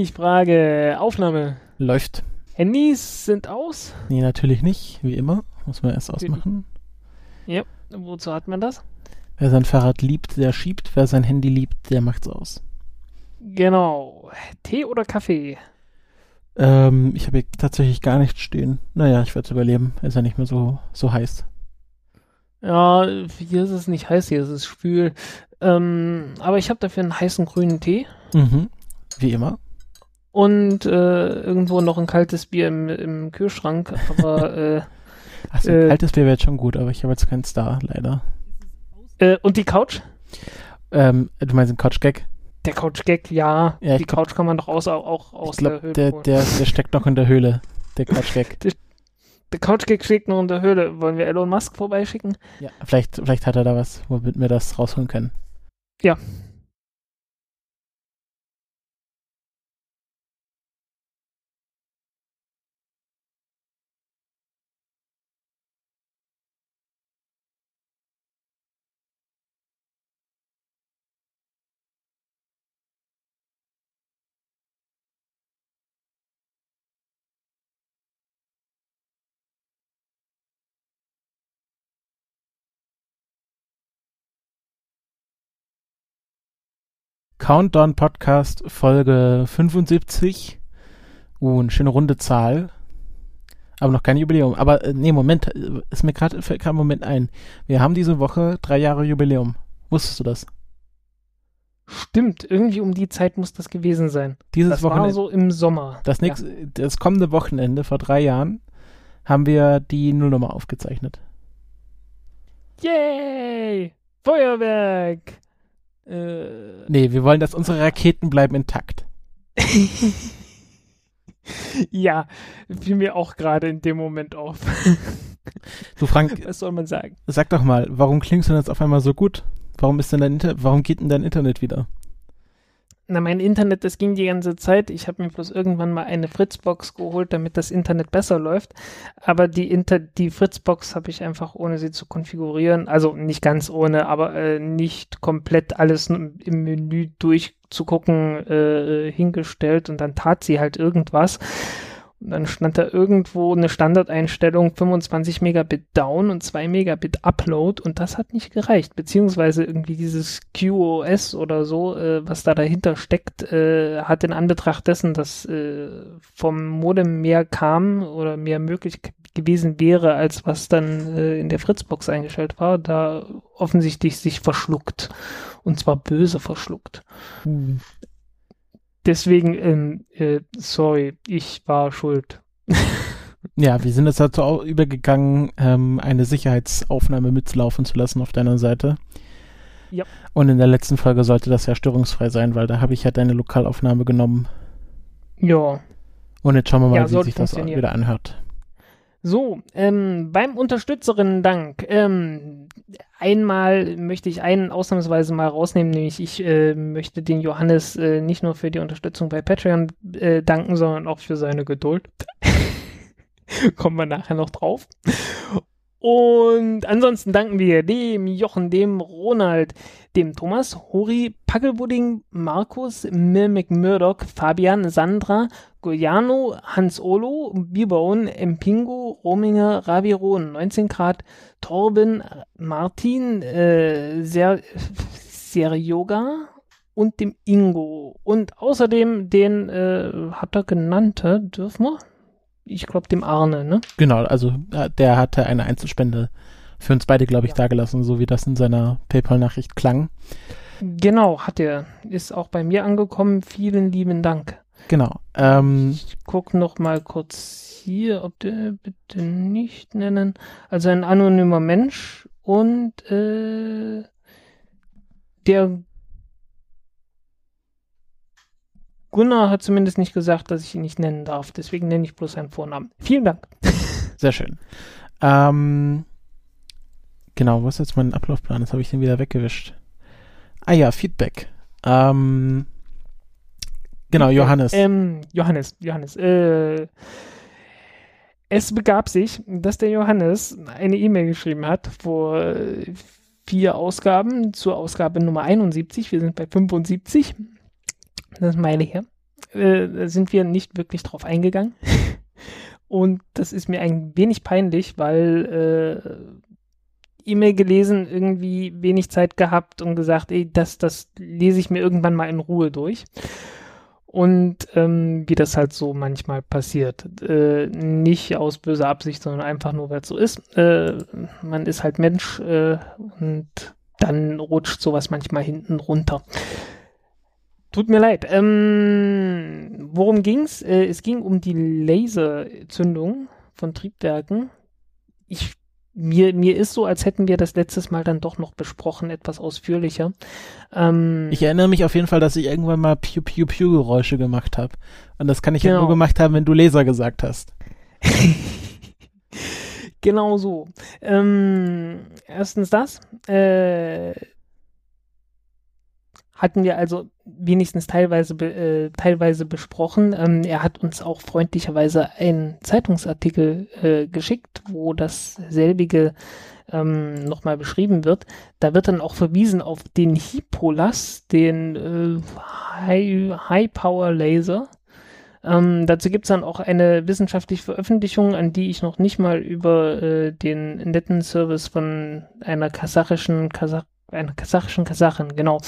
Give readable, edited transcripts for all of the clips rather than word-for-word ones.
Ich frage, Aufnahme. Läuft. Handys sind aus? Nee, natürlich nicht. Wie immer. Muss man erst ausmachen. Ja, wozu hat man das? Wer sein Fahrrad liebt, der schiebt. Wer sein Handy liebt, der macht's aus. Genau. Tee oder Kaffee? Ich habe hier tatsächlich gar nichts stehen. Naja, ich werde es überleben. Ist ja nicht mehr so heiß. Ja, hier ist es nicht heiß, hier ist es schwül. Aber ich habe dafür einen heißen grünen Tee. Mhm. Wie immer. Und irgendwo noch ein kaltes Bier im Kühlschrank. Aber Achso, kaltes Bier wäre jetzt schon gut, aber ich habe jetzt keinen Star, leider. und die Couch? Du meinst den Couch-Gag? Der Couch-Gag, ja. Ja, Die Couch kann man doch auch aus der Höhle holen. Der steckt noch in der Höhle, der Couch-Gag. Der Couch-Gag steckt noch in der Höhle. Wollen wir Elon Musk vorbeischicken? Ja, vielleicht hat er da was, womit wir das rausholen können. Ja. Countdown Podcast Folge 75. Eine schöne runde Zahl. Aber noch kein Jubiläum. Aber nee, Moment, fällt gerade ein Moment ein. Wir haben diese Woche 3 Jahre Jubiläum. Wusstest du das? Stimmt, irgendwie um die Zeit muss das gewesen sein. Dieses Wochenende. War so im Sommer. Das kommende Wochenende vor 3 Jahren haben wir die Nullnummer aufgezeichnet. Yay! Feuerwerk! Nee, wir wollen, dass unsere Raketen bleiben intakt. Ja, fiel mir auch gerade in dem Moment auf. Du Frank, was soll man sagen? Sag doch mal, warum klingst du denn jetzt auf einmal so gut? Warum geht denn dein Internet wieder? Na, mein Internet, das ging die ganze Zeit. Ich habe mir bloß irgendwann mal eine Fritzbox geholt, damit das Internet besser läuft. Aber die Fritzbox habe ich einfach, ohne sie zu konfigurieren, also nicht ganz ohne, aber nicht komplett alles im Menü durchzugucken, hingestellt. Und dann tat sie halt irgendwas. Und dann stand da irgendwo eine Standardeinstellung 25 Megabit Down und 2 Megabit Upload und das hat nicht gereicht. Beziehungsweise irgendwie dieses QoS oder so, was da dahinter steckt, hat in Anbetracht dessen, dass vom Modem mehr kam oder mehr möglich gewesen wäre, als was dann in der Fritzbox eingestellt war, da offensichtlich sich verschluckt. Und zwar böse verschluckt. Deswegen, sorry, ich war schuld. Ja, wir sind jetzt dazu übergegangen, eine Sicherheitsaufnahme mitlaufen zu lassen auf deiner Seite. Ja. Und in der letzten Folge sollte das ja störungsfrei sein, weil da habe ich ja deine Lokalaufnahme genommen. Ja. Und jetzt schauen wir mal, wie sich das wieder anhört. So, beim Unterstützerinnen-Dank, einmal möchte ich einen ausnahmsweise mal rausnehmen, nämlich ich möchte den Johannes nicht nur für die Unterstützung bei Patreon danken, sondern auch für seine Geduld. Kommen wir nachher noch drauf. Und ansonsten danken wir dem Jochen, dem Ronald, dem Thomas, Hori, Packelbudding, Markus, Mimic Murdoch, Fabian, Sandra, Goiano, Hans-Olo, Bibone, Empingo, Rominger, Raviron, 19 Grad, Torben, Martin, Seryoga und dem Ingo. Und außerdem den, hat er genannt, dürfen wir? Ich glaube, dem Arne, ne? Genau, also der hatte eine Einzelspende für uns beide, glaube ich, dagelassen, so wie das in seiner PayPal-Nachricht klang. Genau, hat er. Ist auch bei mir angekommen. Vielen lieben Dank. Genau. Ich gucke noch mal kurz hier, ob der bitte nicht nennen. Also ein anonymer Mensch und der Gunnar hat zumindest nicht gesagt, dass ich ihn nicht nennen darf. Deswegen nenne ich bloß seinen Vornamen. Vielen Dank. Sehr schön. Genau, was ist jetzt mein Ablaufplan? Das habe ich den wieder weggewischt. Ah ja, Feedback. Genau, Johannes. Johannes. Es begab sich, dass der Johannes eine E-Mail geschrieben hat vor 4 Ausgaben zur Ausgabe Nummer 71. Wir sind bei 75. Das ist eine Meile her. sind wir nicht wirklich drauf eingegangen. Und das ist mir ein wenig peinlich, weil E-Mail gelesen, irgendwie wenig Zeit gehabt und gesagt, das lese ich mir irgendwann mal in Ruhe durch. Und wie das halt so manchmal passiert. Nicht aus böser Absicht, sondern einfach nur, weil es so ist. Man ist halt Mensch und dann rutscht sowas manchmal hinten runter. Tut mir leid. Worum ging's? Es ging um die Laserzündung von Triebwerken. Mir ist so, als hätten wir das letztes Mal dann doch noch besprochen, etwas ausführlicher. Ich erinnere mich auf jeden Fall, dass ich irgendwann mal Piu-Piu-Piu-Geräusche gemacht habe. Und das kann ich ja nur gemacht haben, wenn du Laser gesagt hast. Genau so. Erstens das. Hatten wir also wenigstens teilweise besprochen. Er hat uns auch freundlicherweise einen Zeitungsartikel geschickt, wo dasselbige nochmal beschrieben wird. Da wird dann auch verwiesen auf den Hipolas, den High-Power-Laser. Dazu gibt es dann auch eine wissenschaftliche Veröffentlichung, an die ich noch nicht mal über den netten Service von einer kasachischen Kasachin, genau,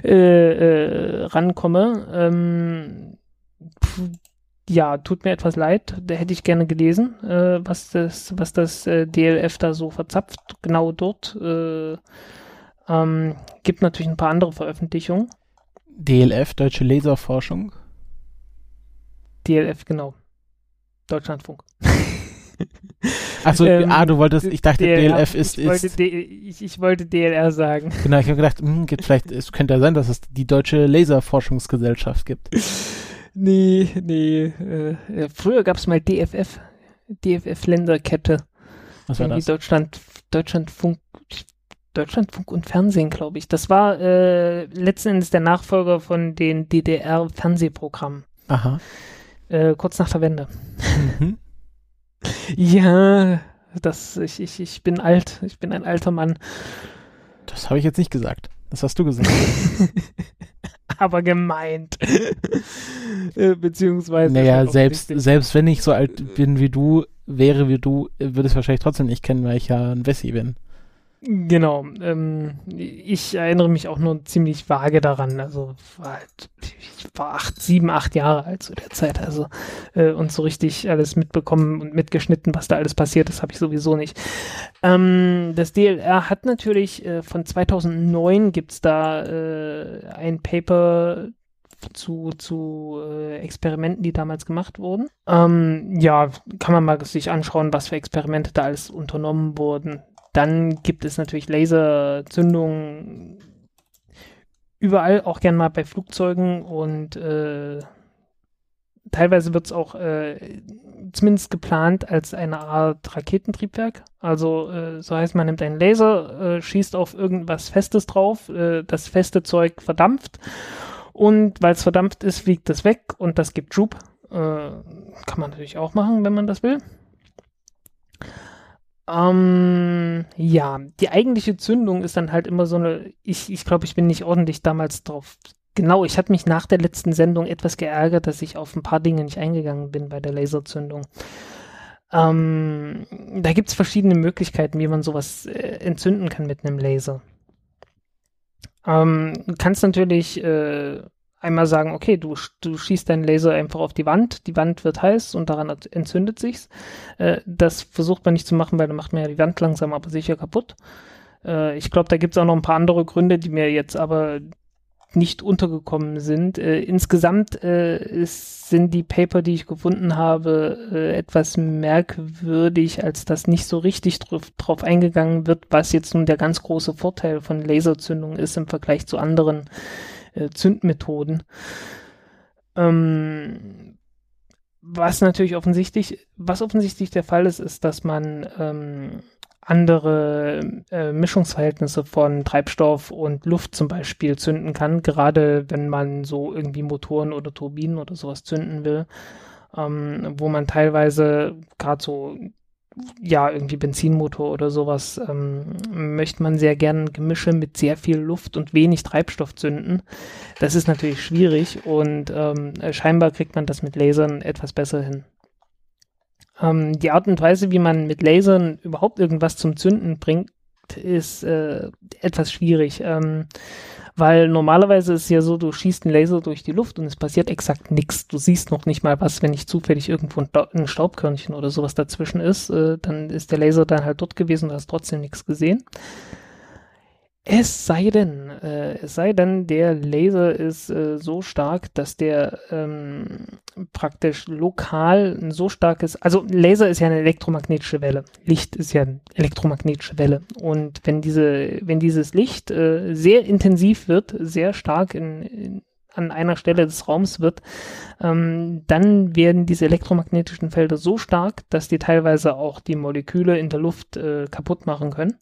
rankomme. Ja, tut mir etwas leid, da hätte ich gerne gelesen, was das DLF da so verzapft, genau dort. Gibt natürlich ein paar andere Veröffentlichungen. DLF, Deutsche Laserforschung? DLF, genau. Deutschlandfunk. Achso, du wolltest, ich dachte DLF ist... Ich wollte DLR sagen. Genau, ich habe gedacht, es könnte ja sein, dass es die Deutsche Laserforschungsgesellschaft gibt. Nee. Früher gab es mal DFF-Länderkette. Was war das? Deutschlandfunk und Fernsehen, glaube ich. Das war letzten Endes der Nachfolger von den DDR-Fernsehprogrammen. Aha. Kurz nach der Wende. Mhm. Ja, ich bin alt. Ich bin ein alter Mann. Das habe ich jetzt nicht gesagt. Das hast du gesagt. Aber gemeint. Beziehungsweise. Naja, selbst wenn ich so alt bin wie du, würde es wahrscheinlich trotzdem nicht kennen, weil ich ja ein Wessi bin. Genau. Ich erinnere mich auch nur ziemlich vage daran. Also ich war 7, 8 Jahre alt zu der Zeit. Also und so richtig alles mitbekommen und mitgeschnitten, was da alles passiert ist, habe ich sowieso nicht. Das DLR hat natürlich von 2009 gibt es da ein Paper zu Experimenten, die damals gemacht wurden. Ja, kann man mal sich anschauen, was für Experimente da alles unternommen wurden. Dann gibt es natürlich Laserzündungen überall, auch gern mal bei Flugzeugen und teilweise wird es auch zumindest geplant als eine Art Raketentriebwerk. Also so heißt, man nimmt einen Laser, schießt auf irgendwas Festes drauf, das feste Zeug verdampft und weil es verdampft ist, fliegt es weg und das gibt Schub. Kann man natürlich auch machen, wenn man das will. Ja, die eigentliche Zündung ist dann halt immer so eine, ich glaube, ich bin nicht ordentlich damals drauf. Genau, ich hatte mich nach der letzten Sendung etwas geärgert, dass ich auf ein paar Dinge nicht eingegangen bin bei der Laserzündung. Da gibt es verschiedene Möglichkeiten, wie man sowas entzünden kann mit einem Laser. Du kannst natürlich einmal sagen, okay, du schießt deinen Laser einfach auf die Wand wird heiß und daran entzündet sich's. Das versucht man nicht zu machen, weil dann macht man ja die Wand langsam aber sicher kaputt. Ich glaube, da gibt's auch noch ein paar andere Gründe, die mir jetzt aber nicht untergekommen sind. Insgesamt sind die Paper, die ich gefunden habe, etwas merkwürdig, als dass nicht so richtig drauf eingegangen wird, was jetzt nun der ganz große Vorteil von Laserzündung ist im Vergleich zu anderen Zündmethoden. Was offensichtlich der Fall ist, dass man andere Mischungsverhältnisse von Treibstoff und Luft zum Beispiel zünden kann, gerade wenn man so irgendwie Motoren oder Turbinen oder sowas zünden will, wo man teilweise gerade so ja, irgendwie Benzinmotor oder sowas, möchte man sehr gern Gemische mit sehr viel Luft und wenig Treibstoff zünden. Das ist natürlich schwierig und scheinbar kriegt man das mit Lasern etwas besser hin. Die Art und Weise, wie man mit Lasern überhaupt irgendwas zum Zünden bringt, ist etwas schwierig, weil normalerweise ist es ja so, du schießt einen Laser durch die Luft und es passiert exakt nichts. Du siehst noch nicht mal was, wenn nicht zufällig irgendwo ein Staubkörnchen oder sowas dazwischen ist, dann ist der Laser dann halt dort gewesen und du hast trotzdem nichts gesehen. Es sei denn, der Laser ist so stark, dass der praktisch lokal ein so starkes, also Laser ist ja eine elektromagnetische Welle, Licht ist ja eine elektromagnetische Welle und wenn dieses Licht sehr intensiv wird, sehr stark an einer Stelle des Raums wird, dann werden diese elektromagnetischen Felder so stark, dass die teilweise auch die Moleküle in der Luft kaputt machen können.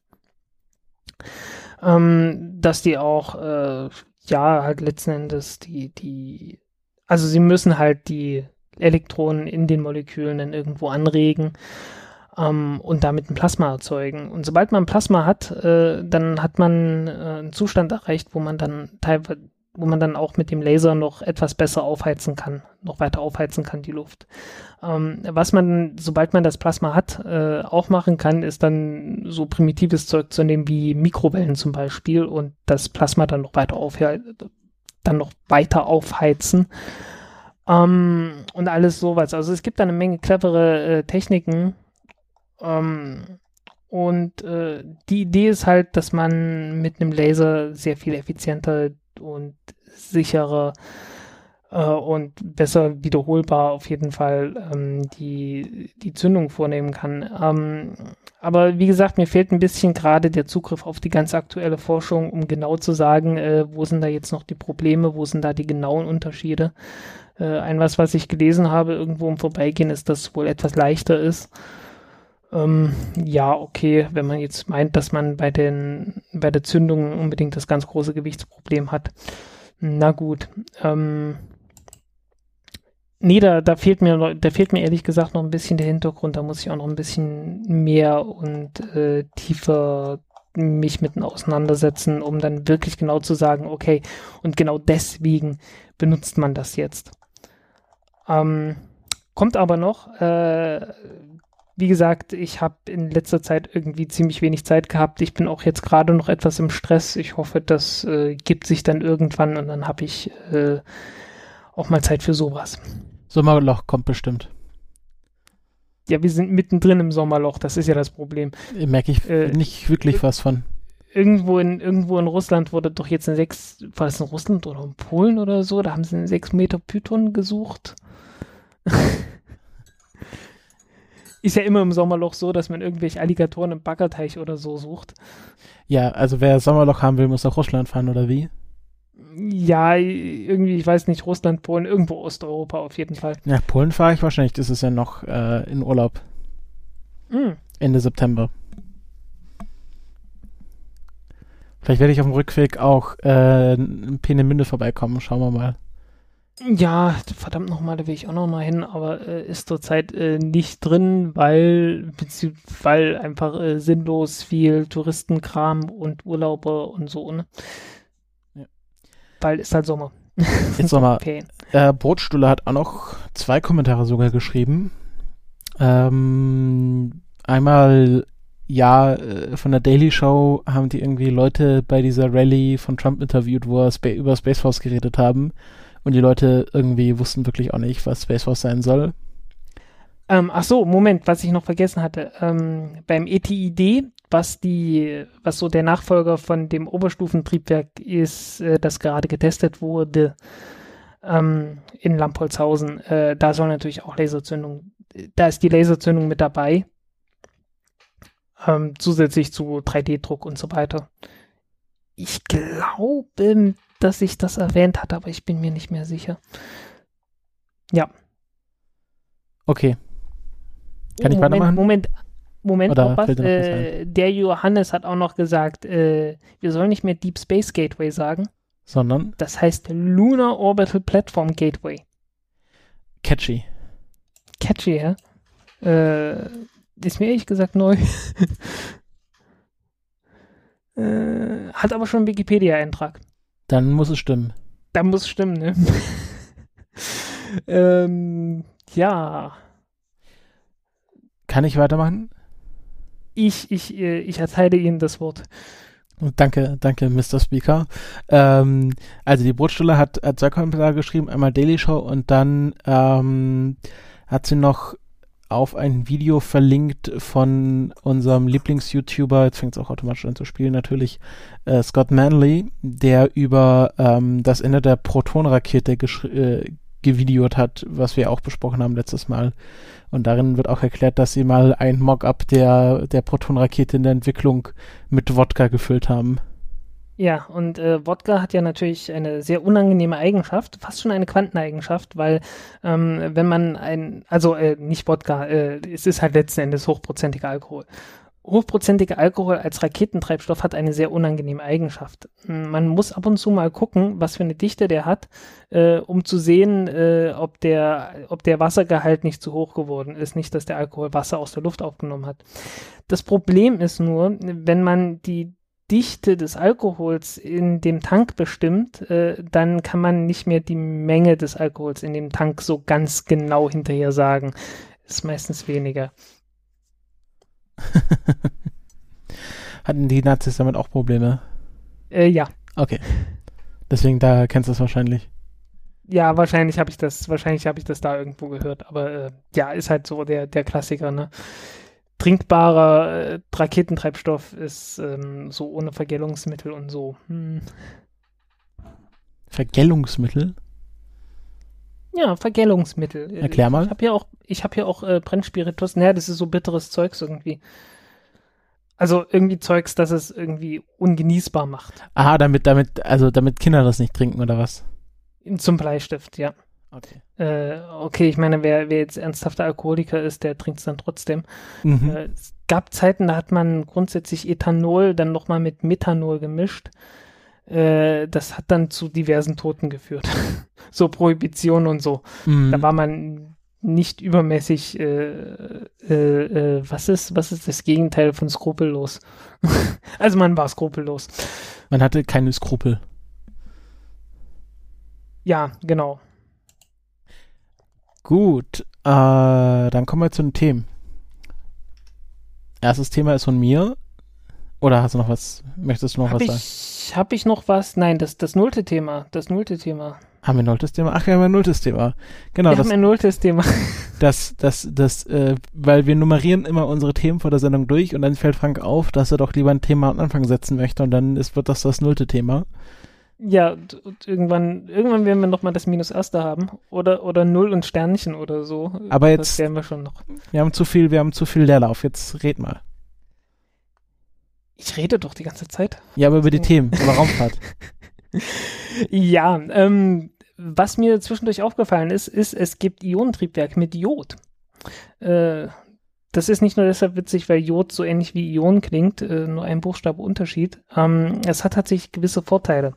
Dass die auch, halt letzten Endes also sie müssen halt die Elektronen in den Molekülen dann irgendwo anregen und damit ein Plasma erzeugen. Und sobald man ein Plasma hat, dann hat man einen Zustand erreicht, wo man dann auch mit dem Laser noch etwas besser aufheizen kann, noch weiter aufheizen kann, die Luft. Was man, sobald man das Plasma hat, auch machen kann, ist dann so primitives Zeug zu nehmen wie Mikrowellen zum Beispiel und das Plasma dann noch weiter aufheizen. Und alles sowas. Also es gibt da eine Menge clevere Techniken. Und die Idee ist halt, dass man mit einem Laser sehr viel effizienter und sicherer und besser wiederholbar auf jeden Fall die Zündung vornehmen kann. Aber wie gesagt, mir fehlt ein bisschen gerade der Zugriff auf die ganz aktuelle Forschung, um genau zu sagen, wo sind da jetzt noch die Probleme, wo sind da die genauen Unterschiede. Was ich gelesen habe, irgendwo im Vorbeigehen, ist, dass es wohl etwas leichter ist. Ja, okay, wenn man jetzt meint, dass man bei der Zündung unbedingt das ganz große Gewichtsproblem hat. Na gut. Nee, da fehlt mir ehrlich gesagt noch ein bisschen der Hintergrund. Da muss ich auch noch ein bisschen mehr und tiefer mich mit auseinandersetzen, um dann wirklich genau zu sagen, okay, und genau deswegen benutzt man das jetzt. Kommt aber noch, wie gesagt, ich habe in letzter Zeit irgendwie ziemlich wenig Zeit gehabt. Ich bin auch jetzt gerade noch etwas im Stress. Ich hoffe, das gibt sich dann irgendwann und dann habe ich auch mal Zeit für sowas. Sommerloch kommt bestimmt. Ja, wir sind mittendrin im Sommerloch, das ist ja das Problem. Merke ich nicht wirklich was von. Irgendwo in Russland wurde doch jetzt war das in Russland oder in Polen oder so, da haben sie einen 6 Meter Python gesucht. Ist ja immer im Sommerloch so, dass man irgendwelche Alligatoren im Baggerteich oder so sucht. Ja, also wer Sommerloch haben will, muss nach Russland fahren, oder wie? Ja, irgendwie, ich weiß nicht, Russland, Polen, irgendwo Osteuropa auf jeden Fall. Ja, Polen fahre ich wahrscheinlich, das ist ja noch in Urlaub. Ende September. Vielleicht werde ich auf dem Rückweg auch in Peenemünde vorbeikommen, schauen wir mal. Ja, verdammt nochmal, da will ich auch nochmal hin, aber ist zurzeit nicht drin, weil einfach sinnlos viel Touristenkram und Urlauber und so, ne? Ja. Weil ist halt Sommer. Jetzt nochmal, Brotstulle hat auch noch 2 Kommentare sogar geschrieben. Einmal, von der Daily Show haben die irgendwie Leute bei dieser Rallye von Trump interviewt, wo er über Space Force geredet haben. Und die Leute irgendwie wussten wirklich auch nicht, was Space Force sein soll. Ach so, Moment, was ich noch vergessen hatte. Beim ETID, was so der Nachfolger von dem Oberstufentriebwerk ist, das gerade getestet wurde in Lampolzhausen, da soll natürlich auch da ist die Laserzündung mit dabei. Zusätzlich zu 3D-Druck und so weiter. Ich glaube, dass ich das erwähnt hatte, aber ich bin mir nicht mehr sicher. Ja. Okay. Kann ich weitermachen? Moment noch was. Der Johannes hat auch noch gesagt, wir sollen nicht mehr Deep Space Gateway sagen. Sondern? Das heißt Lunar Orbital Platform Gateway. Catchy. Catchy, ja? Ist mir ehrlich gesagt neu. Hat aber schon einen Wikipedia-Eintrag. Dann muss es stimmen. Da muss es stimmen, ne? Ja. Kann ich weitermachen? Ich erteile Ihnen das Wort. Danke, Mr. Speaker. Also die Brotstulle hat zwei Kommentare geschrieben, einmal Daily Show und dann hat sie noch auf ein Video verlinkt von unserem Lieblings-YouTuber, jetzt fängt es auch automatisch an zu spielen, natürlich Scott Manley, der über das Ende der Proton-Rakete gevideot hat, was wir auch besprochen haben letztes Mal. Und darin wird auch erklärt, dass sie mal ein Mock-up der Proton-Rakete in der Entwicklung mit Wodka gefüllt haben. Ja, und Wodka hat ja natürlich eine sehr unangenehme Eigenschaft, fast schon eine Quanteneigenschaft, weil wenn man nicht Wodka, es ist halt letzten Endes hochprozentiger Alkohol. Hochprozentiger Alkohol als Raketentreibstoff hat eine sehr unangenehme Eigenschaft. Man muss ab und zu mal gucken, was für eine Dichte der hat, um zu sehen, ob der Wassergehalt nicht zu hoch geworden ist, nicht, dass der Alkohol Wasser aus der Luft aufgenommen hat. Das Problem ist nur, wenn man die Dichte des Alkohols in dem Tank bestimmt, dann kann man nicht mehr die Menge des Alkohols in dem Tank so ganz genau hinterher sagen. Ist meistens weniger. Hatten die Nazis damit auch Probleme? Ja. Okay. Deswegen, da kennst du es wahrscheinlich. Ja, wahrscheinlich habe ich das da irgendwo gehört, aber ja, ist halt so der Klassiker, ne? Trinkbarer Raketentreibstoff ist so ohne Vergällungsmittel und so. Vergällungsmittel? Ja, Vergällungsmittel. Erklär mal. Ich hab hier auch Brennspiritus. Naja, das ist so bitteres Zeugs irgendwie. Also irgendwie Zeugs, das es irgendwie ungenießbar macht. Aha, damit Kinder das nicht trinken, oder was? Zum Bleistift, ja. Okay. Okay, ich meine, wer jetzt ernsthafter Alkoholiker ist, der trinkt es dann trotzdem. Mhm. Es gab Zeiten, da hat man grundsätzlich Ethanol dann nochmal mit Methanol gemischt. Das hat dann zu diversen Toten geführt. So Prohibition und so. Mhm. Da war man nicht übermäßig, was ist das Gegenteil von skrupellos? Also man war skrupellos. Man hatte keine Skrupel. Ja, genau. Gut, dann kommen wir zu den Themen. Erstes Thema ist von mir. Oder hast du noch was? Möchtest du noch was sagen? Hab ich noch was? Nein, das nullte Thema. Das nullte Thema. Haben wir ein nulltes Thema? Ach, wir haben ein nulltes Thema. Genau. Wir haben ein nulltes Thema. Weil wir nummerieren immer unsere Themen vor der Sendung durch und dann fällt Frank auf, dass er doch lieber ein Thema am Anfang setzen möchte und dann wird das nullte Thema. Ja, und irgendwann werden wir nochmal das Minus-Erste haben. Oder Null und Sternchen oder so. Aber jetzt. Das werden wir schon noch. Wir haben zu viel Leerlauf. Jetzt red mal. Ich rede doch die ganze Zeit. Ja, aber über die Themen, über Raumfahrt. Ja, was mir zwischendurch aufgefallen ist, es gibt Ionentriebwerk mit Jod. Das ist nicht nur deshalb witzig, weil Jod so ähnlich wie Ion klingt, nur ein Buchstabe Unterschied. Es hat tatsächlich gewisse Vorteile.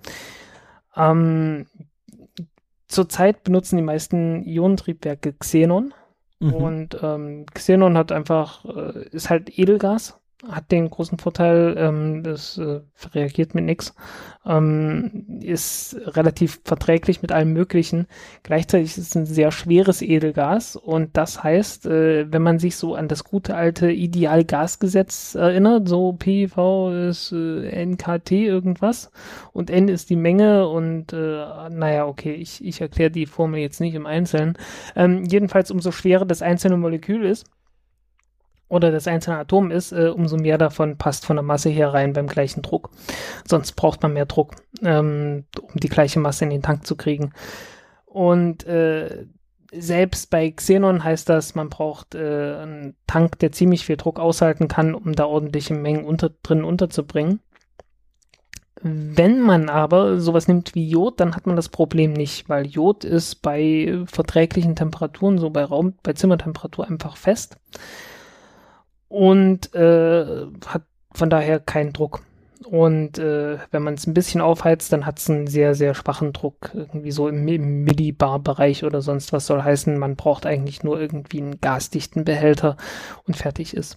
Zurzeit benutzen die meisten Ionentriebwerke Xenon. Mhm. Und Xenon hat ist halt Edelgas. Hat den großen Vorteil, das reagiert mit nichts, ist relativ verträglich mit allem Möglichen. Gleichzeitig ist es ein sehr schweres Edelgas und das heißt, wenn man sich so an das gute alte Idealgasgesetz erinnert, so PV ist NKT irgendwas und N ist die Menge und naja, okay, ich erkläre die Formel jetzt nicht im Einzelnen. Jedenfalls, umso schwerer das einzelne Molekül ist, oder das einzelne Atom ist, umso mehr davon passt von der Masse her rein beim gleichen Druck. Sonst braucht man mehr Druck, um die gleiche Masse in den Tank zu kriegen. Und selbst bei Xenon heißt das, man braucht einen Tank, der ziemlich viel Druck aushalten kann, um da ordentliche Mengen drin unterzubringen. Wenn man aber sowas nimmt wie Jod, dann hat man das Problem nicht, weil Jod ist bei verträglichen Temperaturen, so bei Zimmertemperatur einfach fest. Und hat von daher keinen Druck. Und wenn man es ein bisschen aufheizt, dann hat es einen sehr, sehr schwachen Druck, irgendwie so im Millibar-Bereich oder sonst was. Soll heißen, man braucht eigentlich nur irgendwie einen gasdichten Behälter und fertig ist.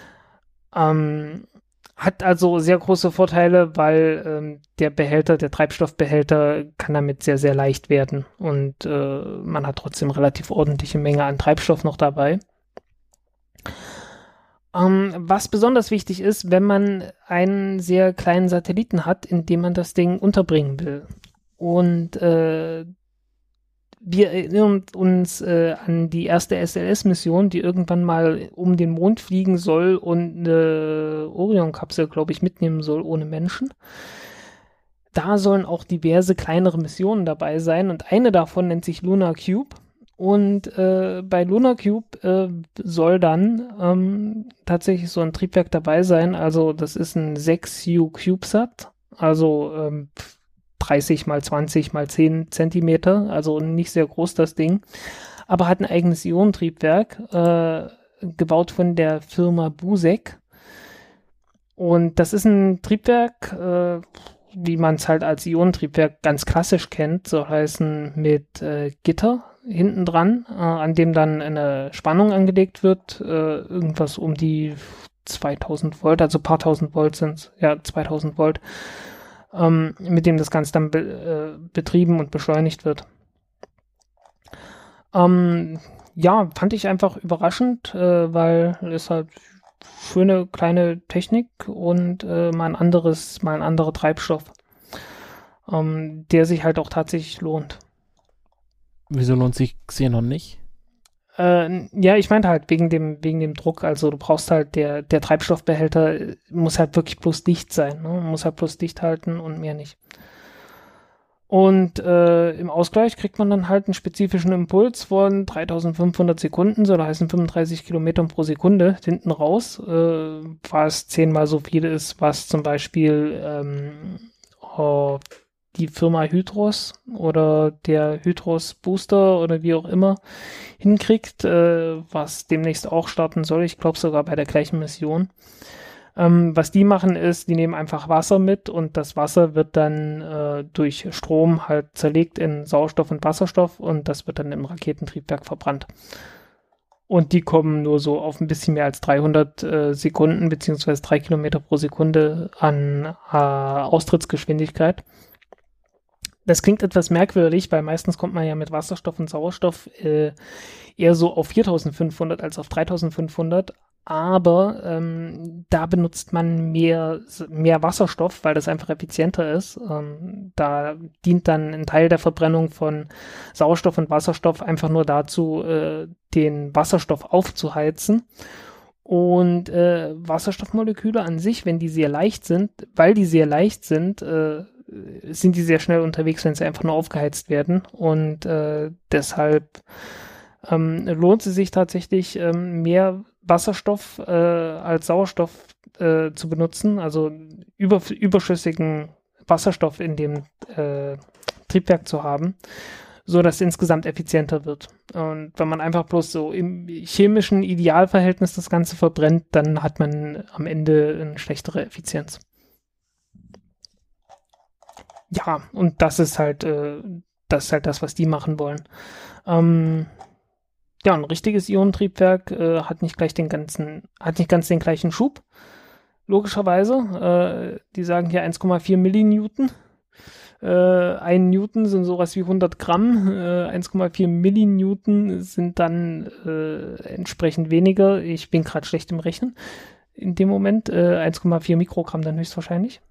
Hat also sehr große Vorteile, weil der Treibstoffbehälter kann damit sehr, sehr leicht werden und man hat trotzdem relativ ordentliche Menge an Treibstoff noch dabei. Was besonders wichtig ist, wenn man einen sehr kleinen Satelliten hat, in dem man das Ding unterbringen will. Und wir erinnern uns an die erste SLS-Mission, die irgendwann mal um den Mond fliegen soll und eine Orion-Kapsel, glaube ich, mitnehmen soll ohne Menschen. Da sollen auch diverse kleinere Missionen dabei sein und eine davon nennt sich Lunar Cube. Und bei Lunar Cube soll dann tatsächlich so ein Triebwerk dabei sein. Also das ist ein 6U CubeSat, also 30 mal 20 mal 10 Zentimeter, also nicht sehr groß das Ding, aber hat ein eigenes Ionentriebwerk, gebaut von der Firma Busek. Und das ist ein Triebwerk, wie man es halt als Ionentriebwerk ganz klassisch kennt, so heißen mit Gitter hinten dran, an dem dann eine Spannung angelegt wird, irgendwas um die 2000 Volt, also ein paar tausend Volt sind es, ja 2000 Volt, mit dem das Ganze dann betrieben und beschleunigt wird. Ja, fand ich einfach überraschend, weil es halt schöne kleine Technik und mal ein anderer Treibstoff, der sich halt auch tatsächlich lohnt. Wieso lohnt sich Xenon nicht? Ja, ich meinte halt wegen dem Druck, also du brauchst halt, der Treibstoffbehälter muss halt wirklich bloß dicht sein, ne? Muss halt bloß dicht halten und mehr nicht. Und im Ausgleich kriegt man dann halt einen spezifischen Impuls von 3500 Sekunden, so da heißen 35 Kilometern pro Sekunde hinten raus, was 10-mal so viel ist, was zum Beispiel die Firma Hydros oder der Hydros Booster oder wie auch immer hinkriegt, was demnächst auch starten soll. Ich glaube sogar bei der gleichen Mission. Was die machen ist, die nehmen einfach Wasser mit und das Wasser wird dann durch Strom halt zerlegt in Sauerstoff und Wasserstoff und das wird dann im Raketentriebwerk verbrannt. Und die kommen nur so auf ein bisschen mehr als 300 Sekunden beziehungsweise 3 Kilometer pro Sekunde an Austrittsgeschwindigkeit. Das klingt etwas merkwürdig, weil meistens kommt man ja mit Wasserstoff und Sauerstoff eher so auf 4500 als auf 3500. Aber da benutzt man mehr Wasserstoff, weil das einfach effizienter ist. Da dient dann ein Teil der Verbrennung von Sauerstoff und Wasserstoff einfach nur dazu, den Wasserstoff aufzuheizen. Und Wasserstoffmoleküle an sich, wenn die sehr leicht sind, weil die sehr leicht sind, sind die sehr schnell unterwegs, wenn sie einfach nur aufgeheizt werden. Und deshalb lohnt es sich tatsächlich, mehr Wasserstoff als Sauerstoff zu benutzen, also überschüssigen Wasserstoff in dem Triebwerk zu haben, so dass es insgesamt effizienter wird. Und wenn man einfach bloß so im chemischen Idealverhältnis das Ganze verbrennt, dann hat man am Ende eine schlechtere Effizienz. Ja, und das ist halt das, was die machen wollen. Ja, ein richtiges Ionentriebwerk hat nicht ganz den gleichen Schub. Logischerweise. Die sagen hier 1,4 Millinewton. 1 Newton sind sowas wie 100 Gramm. 1,4 Millinewton sind dann entsprechend weniger. Ich bin gerade schlecht im Rechnen. In dem Moment 1,4 Mikrogramm dann höchstwahrscheinlich.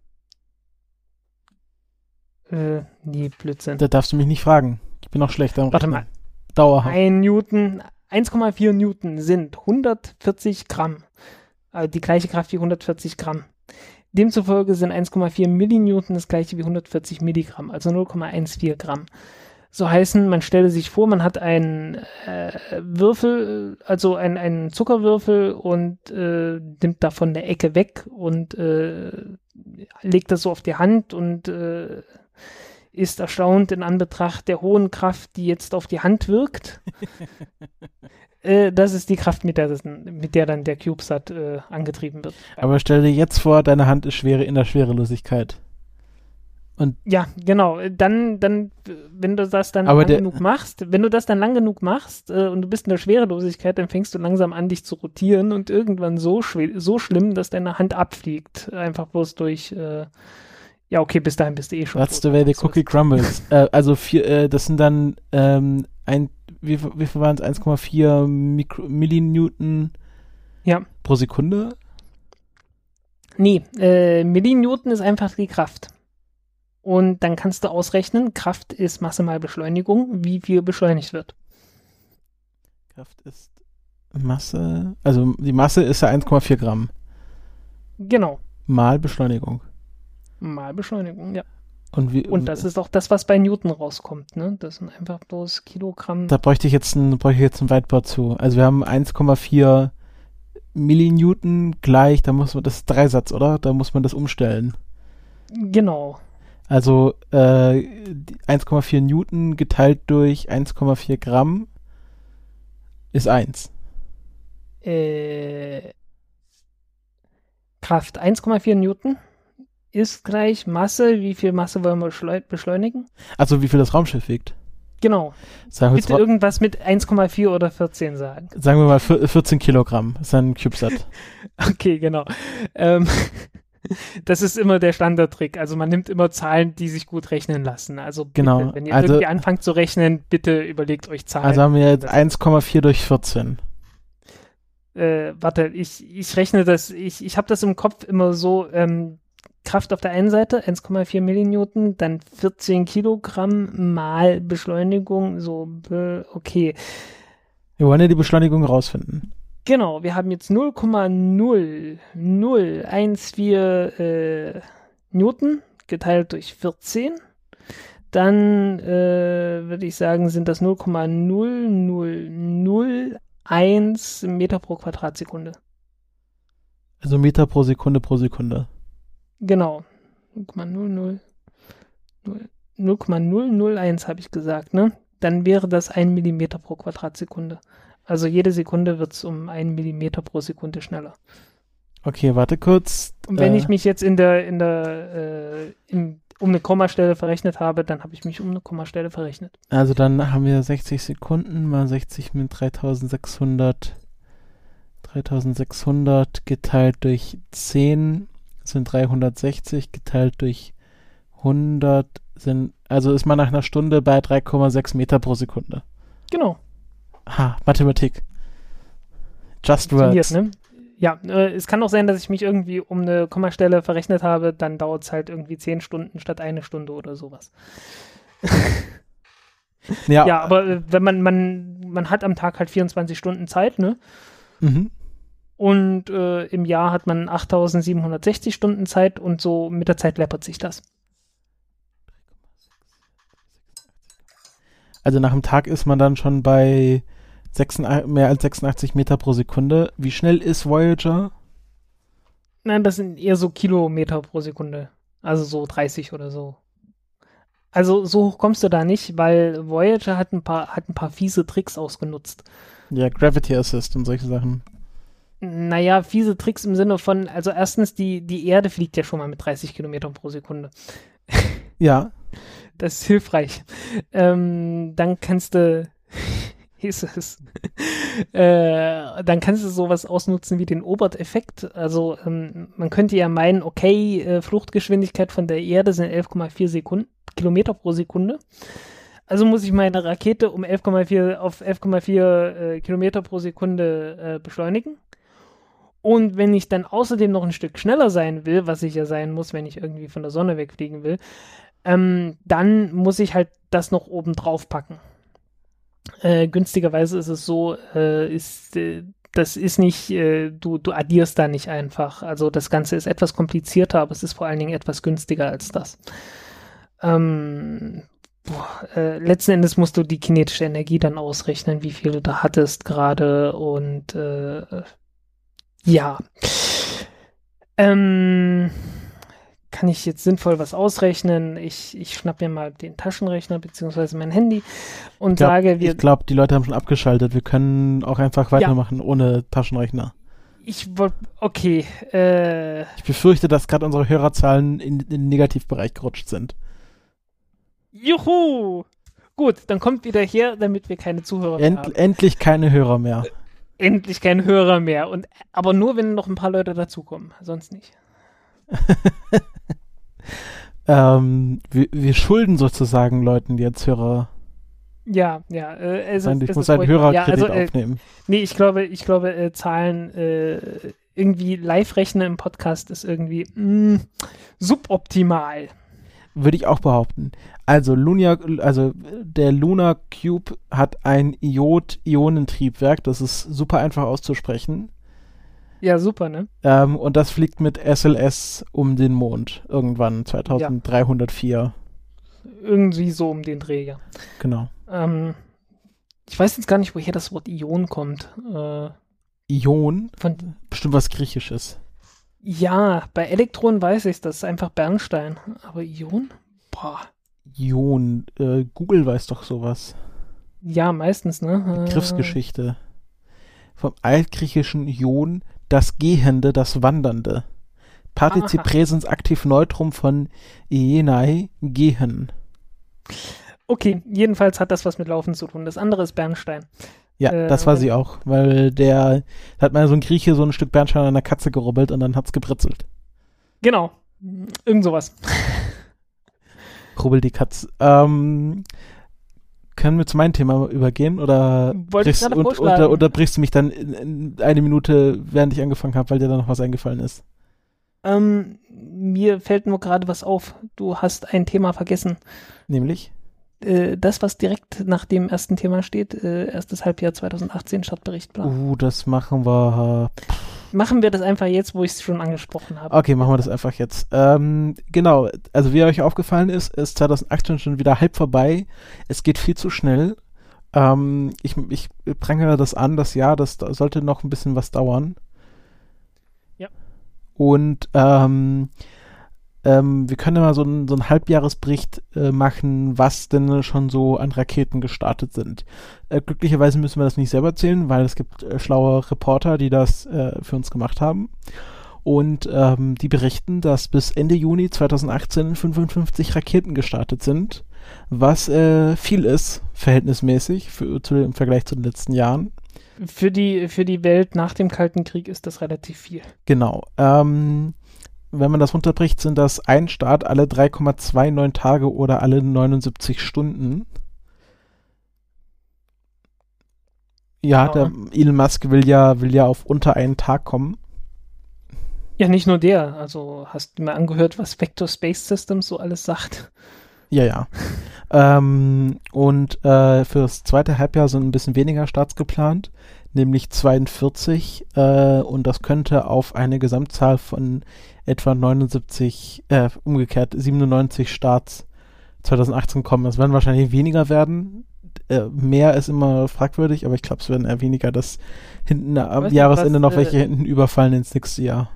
Nee, Blödsinn. Da darfst du mich nicht fragen. Ich bin auch schlecht am Rechnen. Warte mal. Dauerhaft. 1,4 Newton sind 140 Gramm. Also die gleiche Kraft wie 140 Gramm. Demzufolge sind 1,4 Millinewton das gleiche wie 140 Milligramm, also 0,14 Gramm. So heißen, man stelle sich vor, man hat einen Würfel, also einen Zuckerwürfel und nimmt davon eine Ecke weg und legt das so auf die Hand und ist erstaunt in Anbetracht der hohen Kraft, die jetzt auf die Hand wirkt. Das ist die Kraft, mit der dann der CubeSat angetrieben wird. Aber stell dir jetzt vor, deine Hand ist in der Schwerelosigkeit. Und ja, genau. Dann, wenn du das dann lang genug machst, und du bist in der Schwerelosigkeit, dann fängst du langsam an, dich zu rotieren und irgendwann so schlimm, dass deine Hand abfliegt. Einfach bloß durch, ja, okay, bis dahin bist du eh schon. That's the way the cookie crumbles. Also das sind dann wie viel waren es? 1,4 Millinewton pro Sekunde? Nee, Millinewton ist einfach die Kraft. Und dann kannst du ausrechnen, Kraft ist Masse mal Beschleunigung, wie viel beschleunigt wird. Kraft ist Masse, also die Masse ist ja 1,4 Gramm. Genau. Mal Beschleunigung. Mal Beschleunigung, ja. Und das ist auch das, was bei Newton rauskommt, ne? Das sind einfach bloß Kilogramm. Da bräuchte ich jetzt ein Whiteboard zu. Also wir haben 1,4 Millinewton gleich, das ist Dreisatz, oder? Da muss man das umstellen. Genau. Also 1,4 Newton geteilt durch 1,4 Gramm ist 1. Kraft 1,4 Newton ist gleich Masse. Wie viel Masse wollen wir beschleunigen? Also wie viel das Raumschiff wiegt? Genau. Bitte irgendwas mit 1,4 oder 14 sagen. Sagen wir mal 14 Kilogramm. Das ist ein CubeSat. Okay, genau. Das ist immer der Standardtrick. Also man nimmt immer Zahlen, die sich gut rechnen lassen. Also bitte, genau. Wenn ihr irgendwie anfangt zu rechnen, bitte überlegt euch Zahlen. Also haben wir jetzt 1,4 durch 14. Warte, ich rechne das, ich habe das im Kopf immer so, Kraft auf der einen Seite, 1,4 Millinewton, dann 14 Kilogramm mal Beschleunigung, so, okay. Wir wollen ja die Beschleunigung rausfinden. Genau, wir haben jetzt 0,0014 Newton geteilt durch 14. Dann würde ich sagen, sind das 0,0001 Meter pro Quadratsekunde. Also Meter pro Sekunde pro Sekunde. Genau. 0,001 habe ich gesagt, ne? Dann wäre das 1 Millimeter pro Quadratsekunde. Also jede Sekunde wird es um 1 Millimeter pro Sekunde schneller. Okay, warte kurz. Und wenn ich mich jetzt um eine Kommastelle verrechnet habe, dann habe ich mich um eine Kommastelle verrechnet. Also dann haben wir 60 Sekunden mal 60 mit 3600 geteilt durch 10 sind 360, geteilt durch 100 also ist man nach einer Stunde bei 3,6 Meter pro Sekunde. Genau. Mathematik. Just words. Ne? Ja, es kann auch sein, dass ich mich irgendwie um eine Kommastelle verrechnet habe, dann dauert es halt irgendwie 10 Stunden statt 1 Stunde oder sowas. Ja, aber wenn man hat am Tag halt 24 Stunden Zeit, ne? Mhm. Und im Jahr hat man 8760 Stunden Zeit und so mit der Zeit läppert sich das. Also nach dem Tag ist man dann schon bei mehr als 86 Meter pro Sekunde. Wie schnell ist Voyager? Nein, das sind eher so Kilometer pro Sekunde. Also so 30 oder so. Also so hoch kommst du da nicht, weil Voyager hat ein paar fiese Tricks ausgenutzt. Ja, Gravity Assist und solche Sachen. Naja, fiese Tricks im Sinne von, also erstens, die Erde fliegt ja schon mal mit 30 Kilometern pro Sekunde. Ja. Das ist hilfreich. Dann kannst du dann kannst du sowas ausnutzen wie den Obert-Effekt. Also man könnte ja meinen, okay, Fluchtgeschwindigkeit von der Erde sind 11,4 Kilometer pro Sekunde. Also muss ich meine Rakete um 11,4 Kilometer pro Sekunde beschleunigen. Und wenn ich dann außerdem noch ein Stück schneller sein will, was ich ja sein muss, wenn ich irgendwie von der Sonne wegfliegen will, dann muss ich halt das noch oben drauf packen. Günstigerweise ist es so, das ist nicht, du addierst da nicht einfach. Also das Ganze ist etwas komplizierter, aber es ist vor allen Dingen etwas günstiger als das. Letzten Endes musst du die kinetische Energie dann ausrechnen, wie viel du da hattest gerade und ja. kann ich jetzt sinnvoll was ausrechnen? Ich schnapp mir mal den Taschenrechner beziehungsweise mein Handy und sage, ich glaube, die Leute haben schon abgeschaltet. Wir können auch einfach weitermachen ohne Taschenrechner. Okay. Ich befürchte, dass gerade unsere Hörerzahlen in den Negativbereich gerutscht sind. Juhu! Gut, dann kommt wieder her, damit wir keine Zuhörer mehr haben. Endlich keine Hörer mehr. Endlich kein Hörer mehr. Aber nur, wenn noch ein paar Leute dazukommen. Sonst nicht. Wir schulden sozusagen Leuten, die jetzt Hörer. Ja. Ich muss einen Hörerkredit aufnehmen. Nee, ich glaube, Zahlen irgendwie live rechnen im Podcast ist irgendwie suboptimal. Würde ich auch behaupten. Also der Lunar Cube hat ein Iod-Ionentriebwerk, das ist super einfach auszusprechen. Ja, super, ne? Und das fliegt mit SLS um den Mond irgendwann 2304. Irgendwie so um den Dreh, ja. Genau. Ich weiß jetzt gar nicht, woher das Wort Ion kommt. Ion? Bestimmt was Griechisches. Ja, bei Elektronen weiß ich, das ist einfach Bernstein. Aber Ion? Boah. Ion. Google weiß doch sowas. Ja, meistens, ne? Begriffsgeschichte. Vom altgriechischen Ion, das Gehende, das Wandernde. Partizip Präsens Aktiv Neutrum von Ienai, gehen. Okay, jedenfalls hat das was mit Laufen zu tun. Das andere ist Bernstein. Ja, das war sie auch, weil da hat mal so ein Grieche so ein Stück Bernstein an einer Katze gerubbelt und dann hat's gebritzelt. Genau, irgend sowas. Rubbel die Katze. Können wir zu meinem Thema übergehen oder brichst du mich dann in eine Minute, während ich angefangen habe, weil dir da noch was eingefallen ist? Mir fällt nur gerade was auf. Du hast ein Thema vergessen. Nämlich? Das, was direkt nach dem ersten Thema steht, erstes Halbjahr 2018, Startbericht, bla. Das machen wir. Machen wir das einfach jetzt, wo ich es schon angesprochen habe. Okay, machen wir das einfach jetzt. Genau, also wie euch aufgefallen ist 2018 schon wieder halb vorbei. Es geht viel zu schnell. Ich prangere das an, das Jahr, das sollte noch ein bisschen was dauern. Ja. Und wir können ja mal so einen Halbjahresbericht machen, was denn schon so an Raketen gestartet sind. Glücklicherweise müssen wir das nicht selber erzählen, weil es gibt schlaue Reporter, die das für uns gemacht haben. Und die berichten, dass bis Ende Juni 2018 55 Raketen gestartet sind, was viel ist, verhältnismäßig, im Vergleich zu den letzten Jahren. Für die Welt nach dem Kalten Krieg ist das relativ viel. Genau. Wenn man das runterbricht, sind das ein Start alle 3,29 Tage oder alle 79 Stunden. Ja, der Elon Musk will ja auf unter einen Tag kommen. Ja, nicht nur der. Also hast du mal angehört, was Vector Space Systems so alles sagt? Ja. Und fürs zweite Halbjahr sind ein bisschen weniger Starts geplant, nämlich 42. Und das könnte auf eine Gesamtzahl von etwa 97 Starts 2018 kommen. Es werden wahrscheinlich weniger werden. Mehr ist immer fragwürdig, aber ich glaube, es werden eher weniger, dass hinten am Jahresende noch welche hinten überfallen ins nächste Jahr.